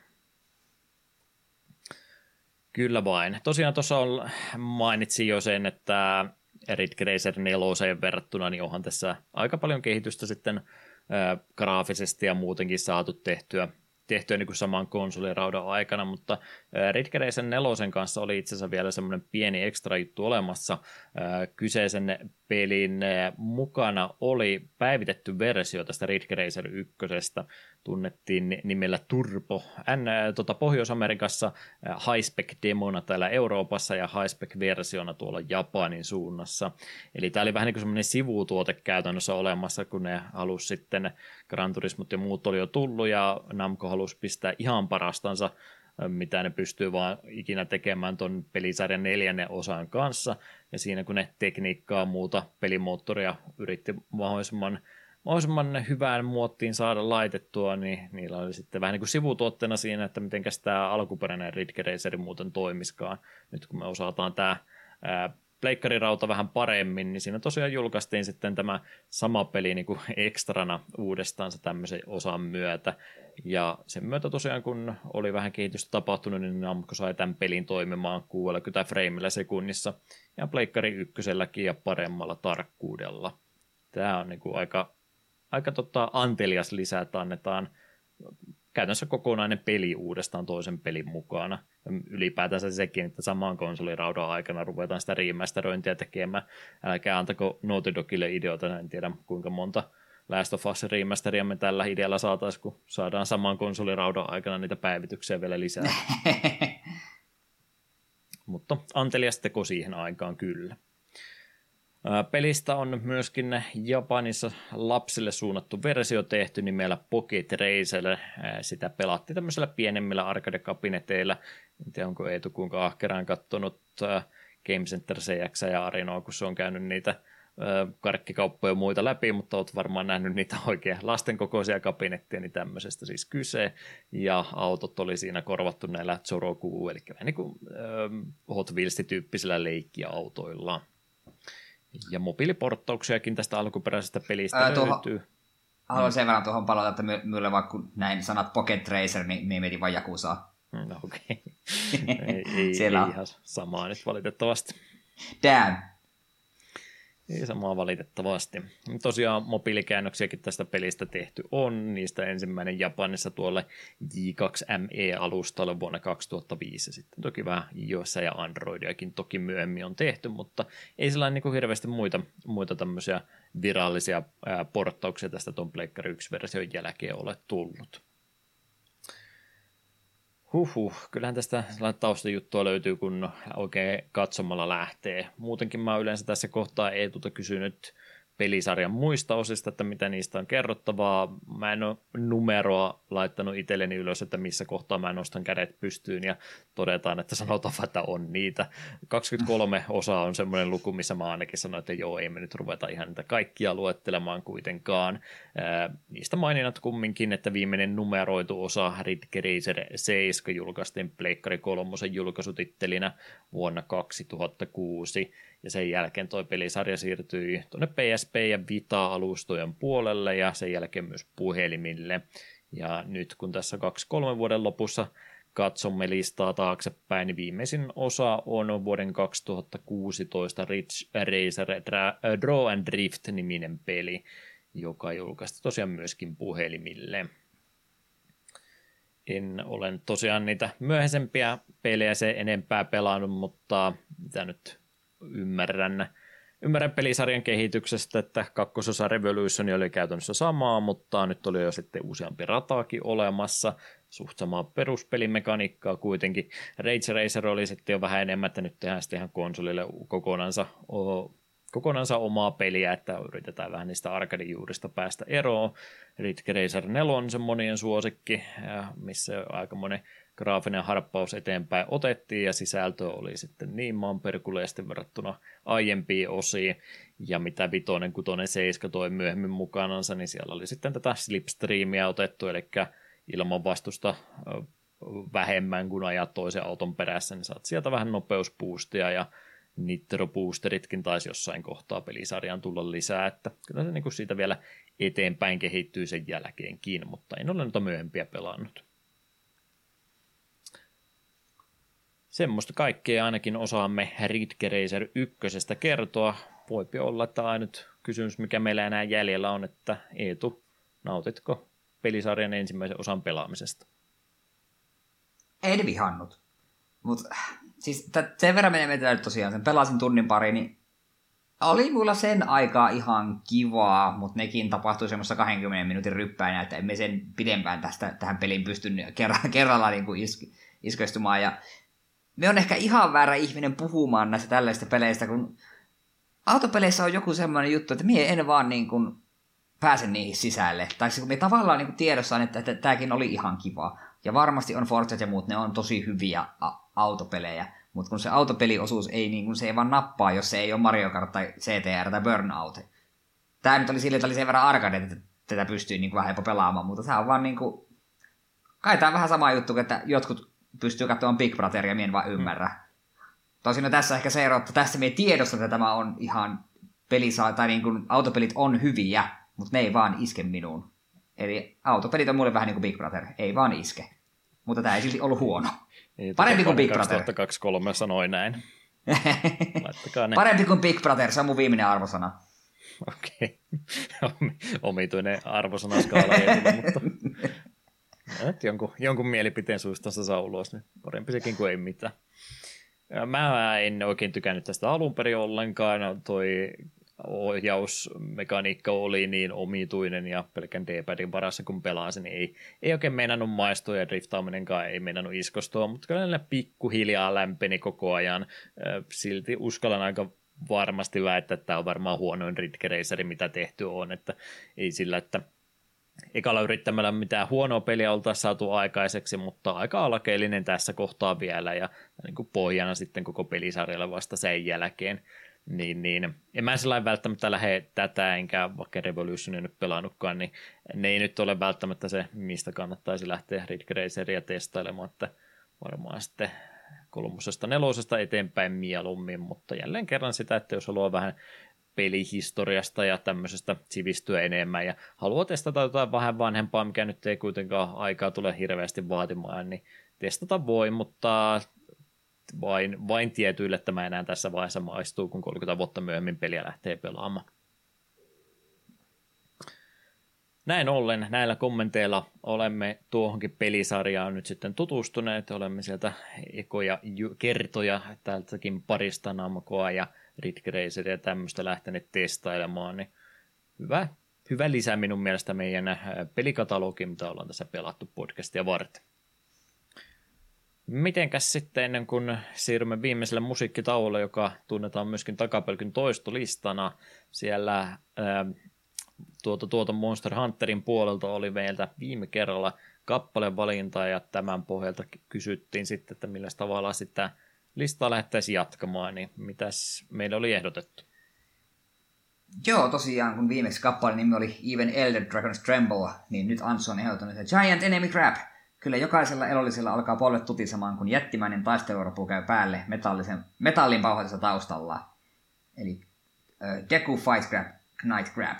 Kyllä vain. Tosiaan tuossa mainitsin jo sen, että Ridge Racer neloseen verrattuna, niin onhan tässä aika paljon kehitystä sitten ää, graafisesti ja muutenkin saatu tehtyä, tehtyä niin kuin saman konsoliraudan aikana, mutta ää, Ridge Racer nelosen kanssa oli itse asiassa vielä semmoinen pieni ekstra juttu olemassa. Ää, kyseisen pelin ää, mukana oli päivitetty versio tästä Ridge Racer ykkösestä, tunnettiin nimellä Turbo. N, ää, tota, Pohjois-Amerikassa ää, high-spec-demona täällä Euroopassa ja high-spec-versiona tuolla Japanin suunnassa. Eli tämä oli vähän niin kuin semmoinen sivutuote käytännössä olemassa, kun ne halusi sitten Gran Turismot ja muut oli jo tullut ja Namco halusi pistää ihan parastansa mitä ne pystyy vaan ikinä tekemään ton pelisarjan neljännen osan kanssa, ja siinä kun ne tekniikkaa muuta pelimoottoria yritti mahdollisimman, mahdollisimman hyvään muottiin saada laitettua, niin niillä oli sitten vähän niin kuin sivutuotteena siinä, että mitenkäs tämä alkuperäinen Ridge Racer muuten toimiskaan. Nyt kun me osataan tämä pleikkarirauta vähän paremmin, niin siinä tosiaan julkaistiin sitten tämä sama peli niin kuin ekstrana uudestaan se tämmöisen osan myötä. Ja sen myötä tosiaan, kun oli vähän kehitystä tapahtunut, niin Namco sai tämän pelin toimimaan kuusikymmentä frameilla sekunnissa ja pleikkari ykköselläkin ja paremmalla tarkkuudella. Tämä on niin kuin aika, aika tota antelias lisä, että annetaan käytännössä kokonainen peli uudestaan toisen pelin mukana. Ja ylipäätänsä sekin, että samaan konsoliraudan aikana ruvetaan sitä remasterointia tekemään. Älkää antako Naughty Dogille ideoita, en tiedä kuinka monta Last of Us remasteria me tällä idealla saataisiin, kun saadaan samaan konsoliraudan aikana niitä päivityksiä vielä lisää. Mutta antelias teko siihen aikaan kyllä. Pelistä on myöskin Japanissa lapsille suunnattu versio tehty nimellä Pocket Racer. Sitä pelattiin tämmöisellä pienemmillä arcade-kabineteilla. En tiedä, onko Eetu kuinka ahkeraan katsonut Game Center C X ja Arinoa, kun se on käynyt niitä karkkikauppoja ja muita läpi, mutta olet varmaan nähnyt niitä oikein lasten kokoisia kabinetteja, niin tämmöisestä siis kyse. Ja autot oli siinä korvattu näillä Zoroku, eli vähän niin kuin Hot Wheels-tyyppisillä leikkiautoilla. Ja mobiiliporttauksiakin tästä alkuperäisestä pelistä Ää, löytyy. Haluan sen verran tuohon palata, että my, mylle vaikka näin sanat Pocket Racer, niin me mietin vain Jakusaa. No okei. Okay. ei, ei, ei ihan samaa nyt valitettavasti. Damn. Ei samaa valitettavasti. Tosiaan mobiilikäännöksiäkin tästä pelistä tehty on. Niistä ensimmäinen Japanissa tuolle J kaksi M E-alustalle vuonna kaksituhattaviisi. Sitten toki vähän iOS ja Androidiakin toki myöhemmin on tehty, mutta ei sellainen niin kuin hirveästi muita, muita tämmöisiä virallisia ää, porttauksia tästä ton Pleikkari yksi-version jälkeen ole tullut. Huhhuh, kyllähän tästä taustajuttua löytyy, kun oikein katsomalla lähtee. Muutenkin mä yleensä tässä kohtaa Eetulta kysynyt pelisarjan muista osista, että mitä niistä on kerrottavaa. Mä en ole numeroa laittanut itselleni ylös, että missä kohtaa mä nostan kädet pystyyn ja todetaan, että sanotaan, että on niitä. kaksikymmentäkolme osaa on semmoinen luku, missä mä ainakin sanoin, että joo, ei me nyt ruveta ihan niitä kaikkia luettelemaan kuitenkaan. Ää, niistä maininnat kumminkin, että viimeinen numeroitu osa Ridge Racer seitsemän julkaistiin Pleikkari kolmosen julkaisutittelinä vuonna kaksituhattakuusi. Ja sen jälkeen toi pelisarja siirtyi tuonne P S P ja Vita-alustojen puolelle ja sen jälkeen myös puhelimille. Ja nyt kun tässä kaksi kolme vuoden lopussa katsomme listaa taaksepäin, niin viimeisin osa on vuoden kaksituhattakuusitoista Ridge Racer Draw and Drift-niminen peli, joka julkaistiin tosiaan myöskin puhelimille. En ole tosiaan niitä myöhäisempiä pelejä se enempää pelannut, mutta mitä nyt ymmärrän, ymmärrän pelisarjan kehityksestä, että kakkososa Revolution oli käytännössä samaa, mutta nyt oli jo sitten useampi rataakin olemassa, suht samaa peruspelimekaniikkaa kuitenkin. Ridge Racer oli sitten jo vähän enemmän, että nyt tehdään sitten ihan konsolille kokonansa, kokonansa omaa peliä, että yritetään vähän niistä arcade-juurista päästä eroon. Ridge Racer neljä on se monien suosikki, missä aika monen graafinen harppaus eteenpäin otettiin ja sisältö oli sitten niin maanperkuleesti verrattuna aiempiin osiin ja mitä vitonen, kutonen, seiska toi myöhemmin mukanansa, niin siellä oli sitten tätä slipstreamia otettu, eli ilman vastusta vähemmän kuin ajat toisen auton perässä, niin saat sieltä vähän nopeusboostia ja nitro-boosteritkin taisi jossain kohtaa pelisarjaan tulla lisää, että kyllä se niin kuin siitä vielä eteenpäin kehittyy sen jälkeenkin, mutta en ole noita myöhempiä pelannut. Semmoista kaikkea ainakin osaamme Ridge Racer ykkösestä kertoa. Voipi olla, että ainut kysymys, mikä meillä enää jäljellä on, että Eetu, nautitko pelisarjan ensimmäisen osan pelaamisesta? En vihannut. Mutta siis t- sen verran menee tosiaan, sen pelasin tunnin pari, niin oli mulla sen aikaa ihan kivaa, mutta nekin tapahtui semmoista kaksikymmentä minuutin ryppäinä, että emme sen pidempään tästä, tähän peliin pysty kerralla, kerralla niin kuin is- iskoistumaan. Ja me on ehkä ihan väärä ihminen puhumaan näistä tällaisista peleistä, kun autopeleissä on joku semmoinen juttu, että mie en vaan niin kuin pääse niihin sisälle. Tai kun me tavallaan niin kuin tiedossaan, että, että tämäkin oli ihan kivaa. Ja varmasti on Forzat ja muut, ne on tosi hyviä a- autopelejä. Mutta kun se autopeliosuus ei, niin kun se ei vaan nappaa, jos se ei ole Mario Kart tai C T R tai Burnout. Tää nyt oli silleen, että oli sen verran arcade, että tätä pystyy niin kuin vähän jopa pelaamaan, mutta tää on vaan niin kuin... Kai tää on vähän sama juttu, että jotkut pystyy katsomaan Big Brotheria ja mie en vaan ymmärrä. Mm. Tosin no tässä ehkä se ero, että tässä mie tiedostan, että tämä on ihan pelisaa, tai niin kuin autopelit on hyviä, mutta ne ei vaan iske minuun. Eli autopelit on mulle vähän niin kuin Big Brother, ei vaan iske. Mutta tää ei silti ollut huono. Ei, Parempi kuin Big Brother. kaksituhattakaksikymmentäkolme sanoi näin. Laittakaa ne. Parempi kuin Big Brother, se on mun viimeinen arvosana. Okei. Okay. Omituinen arvosanaskaala ei tule, mutta et jonkun, jonkun mielipiteen suistansa saa ulos, niin parempi sekin kuin ei mitään. Mä en oikein tykännyt tästä alun perin ollenkaan. Toi ohjausmekaniikka oli niin omituinen ja pelkän D-padin varassa kun pelasin, niin ei, ei oikein meinannut maistua ja driftaaminenkaan ei meinannut iskostua, mutta kyllä ne pikkuhiljaa lämpeni koko ajan. Silti uskallan aika varmasti väittää, että tämä on varmaan huonoin Ridge Raceri, mitä tehty on, että ei sillä, että ekalla yrittämällä mitään huonoa peliä oltaisiin saatu aikaiseksi, mutta aika alkeellinen tässä kohtaa vielä ja niin kuin pohjana sitten koko pelisarjalle vasta sen jälkeen. Niin, niin. En mä sellainen välttämättä lähde tätä, enkä vaikka Revolutionia nyt pelannutkaan, niin ne ei nyt ole välttämättä se, mistä kannattaisi lähteä Ridge Raceria testailemaan, että varmaan sitten kolmosesta nelosesta eteenpäin mieluummin, mutta jälleen kerran sitä, että jos haluaa vähän pelihistoriasta ja tämmöisestä sivistyä enemmän ja haluaa testata jotain vähän vanhempaa, mikä nyt ei kuitenkaan aikaa tule hirveästi vaatimaan, niin testata voi, mutta vain, vain tietyille tämä enää tässä vaiheessa maistuu, kun kolmekymmentä vuotta myöhemmin peliä lähtee pelaamaan. Näin ollen, näillä kommenteilla olemme tuohonkin pelisarjaan nyt sitten tutustuneet, olemme sieltä ekoja kertoja tältäkin parista Namcoa ja Ridge Raceria ja tämmöistä lähteneet testailemaan, niin hyvä, hyvä lisä minun mielestä meidän pelikatalogiin, mitä ollaan tässä pelattu podcastia varten. Mitenkäs sitten ennen kuin siirrymme viimeiselle musiikkitauolle, joka tunnetaan myöskin takapelkyn toistolistana, siellä ää, tuota, tuota Monster Hunterin puolelta oli meiltä viime kerralla kappalevalinta ja tämän pohjalta kysyttiin sitten, että millä tavalla sitä listaa lähdettäisiin jatkamaan, niin mitäs meille oli ehdotettu? Joo, tosiaan, kun viimeksi kappaleen nimi oli Even Elder Dragons Tremble, niin nyt Antsu on ehdottanut, että Giant Enemy Crab. Kyllä jokaisella elollisella alkaa polvet tutisemaan, kun jättimäinen taisteluropu käy päälle metallisen, metallin pauhatessa taustalla. Eli uh, Deku Fight Grab, Knight Grab.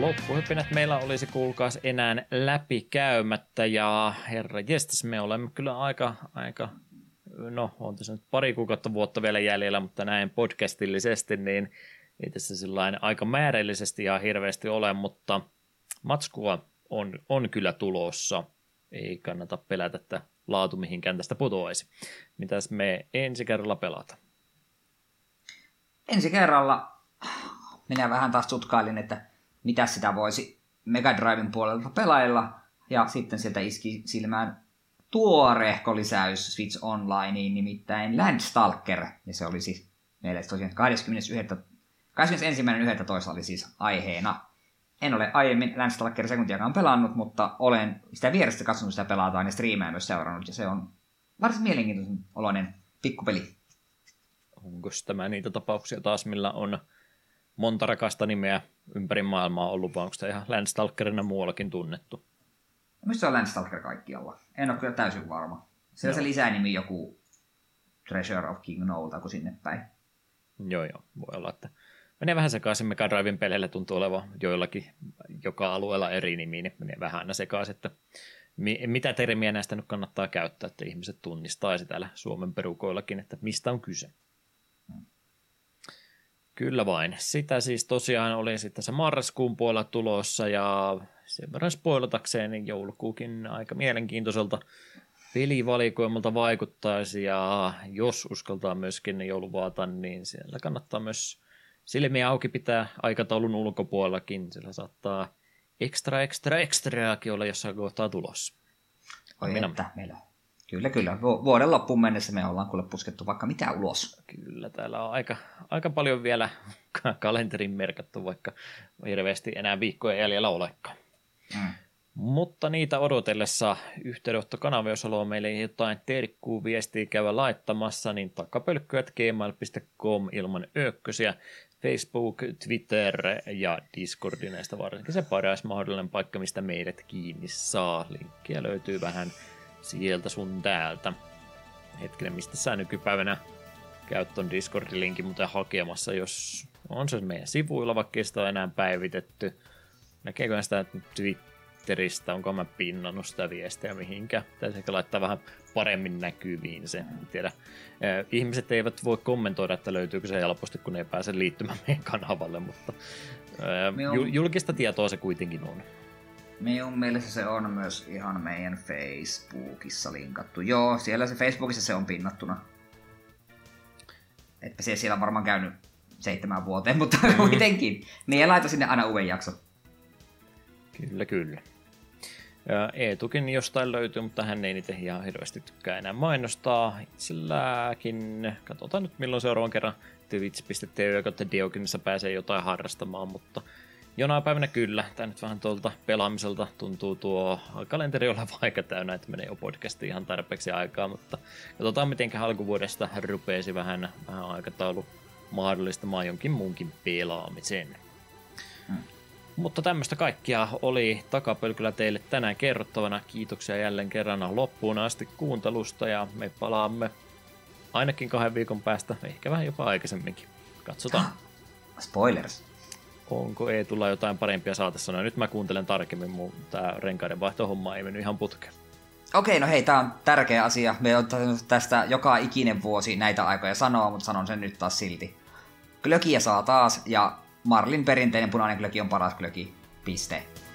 loppuhypinät meillä olisi kuulkaas enää läpikäymättä, ja herra jestas, me olemme kyllä aika, aika no on tässä nyt pari kuukautta vuotta vielä jäljellä, mutta näin podcastillisesti, niin ei tässä sillain aika määrällisesti ihan hirveästi ole, mutta matskua on, on kyllä tulossa, ei kannata pelätä, että laatu mihinkään tästä putoaisi. Mitäs me ensi kerralla pelata? Ensi kerralla minä vähän taas tutkailin, että mitä sitä voisi Mega Driven puolelta pelailla, ja sitten sieltä iski silmään tuorehko lisäys Switch Onlineen, nimittäin Landstalker, ja se oli siis meille tosiaan kahdeskymmenesensimmäinen yhdestoista oli siis aiheena. En ole aiemmin Landstalker sekuntiakaan pelannut, mutta olen sitä vierestä katsonut sitä pelataan ja striimejä myös seurannut, ja se on varsin mielenkiintoisen oloinen pikkupeli. Onko tämä niitä tapauksia taas, millä on monta rakasta nimeä ympäri maailmaa ollut, vai onko sitä ihan Landstalkerina muuallakin tunnettu? Missä se on Landstalker kaikkialla? En ole kyllä täysin varma. Siellä no. Se lisänimi joku Treasure of King No tai sinne päin. Joo, joo. Voi olla, että menee vähän sekaisin. Mega Driven peleille tuntuu olevan joillakin joka alueella eri nimi, niin menee vähän aina sekaisin, että mitä termiä näistä nyt kannattaa käyttää, että ihmiset tunnistaisi täällä Suomen perukoillakin, että mistä on kyse. Hmm. Kyllä vain. Sitä siis tosiaan oli sitten se marraskuun puolella tulossa, ja sen verran spoilatakseen, niin joulukuukin aika mielenkiintoiselta pelivalikoimalta vaikuttaisi, ja jos uskaltaa myöskin jouluvaata, niin siellä kannattaa myös silmiä auki pitää aikataulun ulkopuolellakin, sillä saattaa ekstra, ekstra, ekstraakin olla jossain kohtaa tulossa. Oi Minä... että meillä Kyllä, kyllä. Vuoden loppuun mennessä me ollaan kuule puskettu vaikka mitä ulos. Kyllä, täällä on aika, aika paljon vielä kalenterin merkattu, vaikka hirveästi enää viikkoja jäljellä olekaan. Mm. Mutta niitä odotellessa yhteydenottokanava, jos haluaa meille jotain terkkuu viestiä käydä laittamassa, niin takapölkkyät gmail piste com ilman ökkösiä. Facebook, Twitter ja Discord näistä varsinkin se paras mahdollinen paikka, mistä meidät kiinni saa. Linkkiä löytyy vähän sieltä sun täältä. Hetkinen, mistä sä nykypäivänä käyt ton Discord-linkin muuten hakemassa, jos on se meidän sivuilla, vaikka ei sitä ole enää päivitetty. Näkeekö sitä Twitteristä, onko mä pinnannut sitä viestiä mihinkään? Pitäisi ehkä laittaa vähän paremmin näkyviin se. En tiedä. Ihmiset eivät voi kommentoida, että löytyykö se helposti, kun ei pääse liittymään meidän kanavalle, mutta Minun... julkista tietoa se kuitenkin on. Minun mielestä se on myös ihan meidän Facebookissa linkattu. Joo, siellä se Facebookissa se on pinnattuna. Että se siellä on varmaan käynyt seitsemän vuoteen, mutta mm. kuitenkin. Niin ja laita sinne aina uuden jakson. Kyllä, kyllä. Ja Eetukin jostain löytyy, mutta hän ei niitä ihan hirveästi tykkää enää mainostaa. Itselläkin, katsotaan nyt milloin seuraavan kerran twitch piste tv kautta Diogenissa pääsee jotain harrastamaan, mutta jonain päivänä kyllä. Tämä nyt vähän tuolta pelaamiselta tuntuu tuo kalenteri olevan aika täynnä, että menee jo podcastiin ihan tarpeeksi aikaa, mutta katsotaan mitenkä alkuvuodesta rupeisi vähän, vähän aikataulu mahdollistamaan jonkin muunkin pelaamisen. Hmm. Mutta tämmöistä kaikkia oli takapölkyllä teille tänään kerrottavana. Kiitoksia jälleen kerran loppuun asti kuuntelusta ja me palaamme ainakin kahden viikon päästä, ehkä vähän jopa aikaisemminkin. Katsotaan. Spoilers. Onko Eetulla jotain parempia saatesanoja? Nyt mä kuuntelen tarkemmin, mutta tää renkaiden vaihtohomma ei mennyt ihan putkeen. Okei, no hei, tää on tärkeä asia. Me on tästä joka ikinen vuosi näitä aikoja sanoa, mutta sanon sen nyt taas silti. Glögiä saa taas, ja Marlin perinteinen punainen glögi on paras glögi. Piste.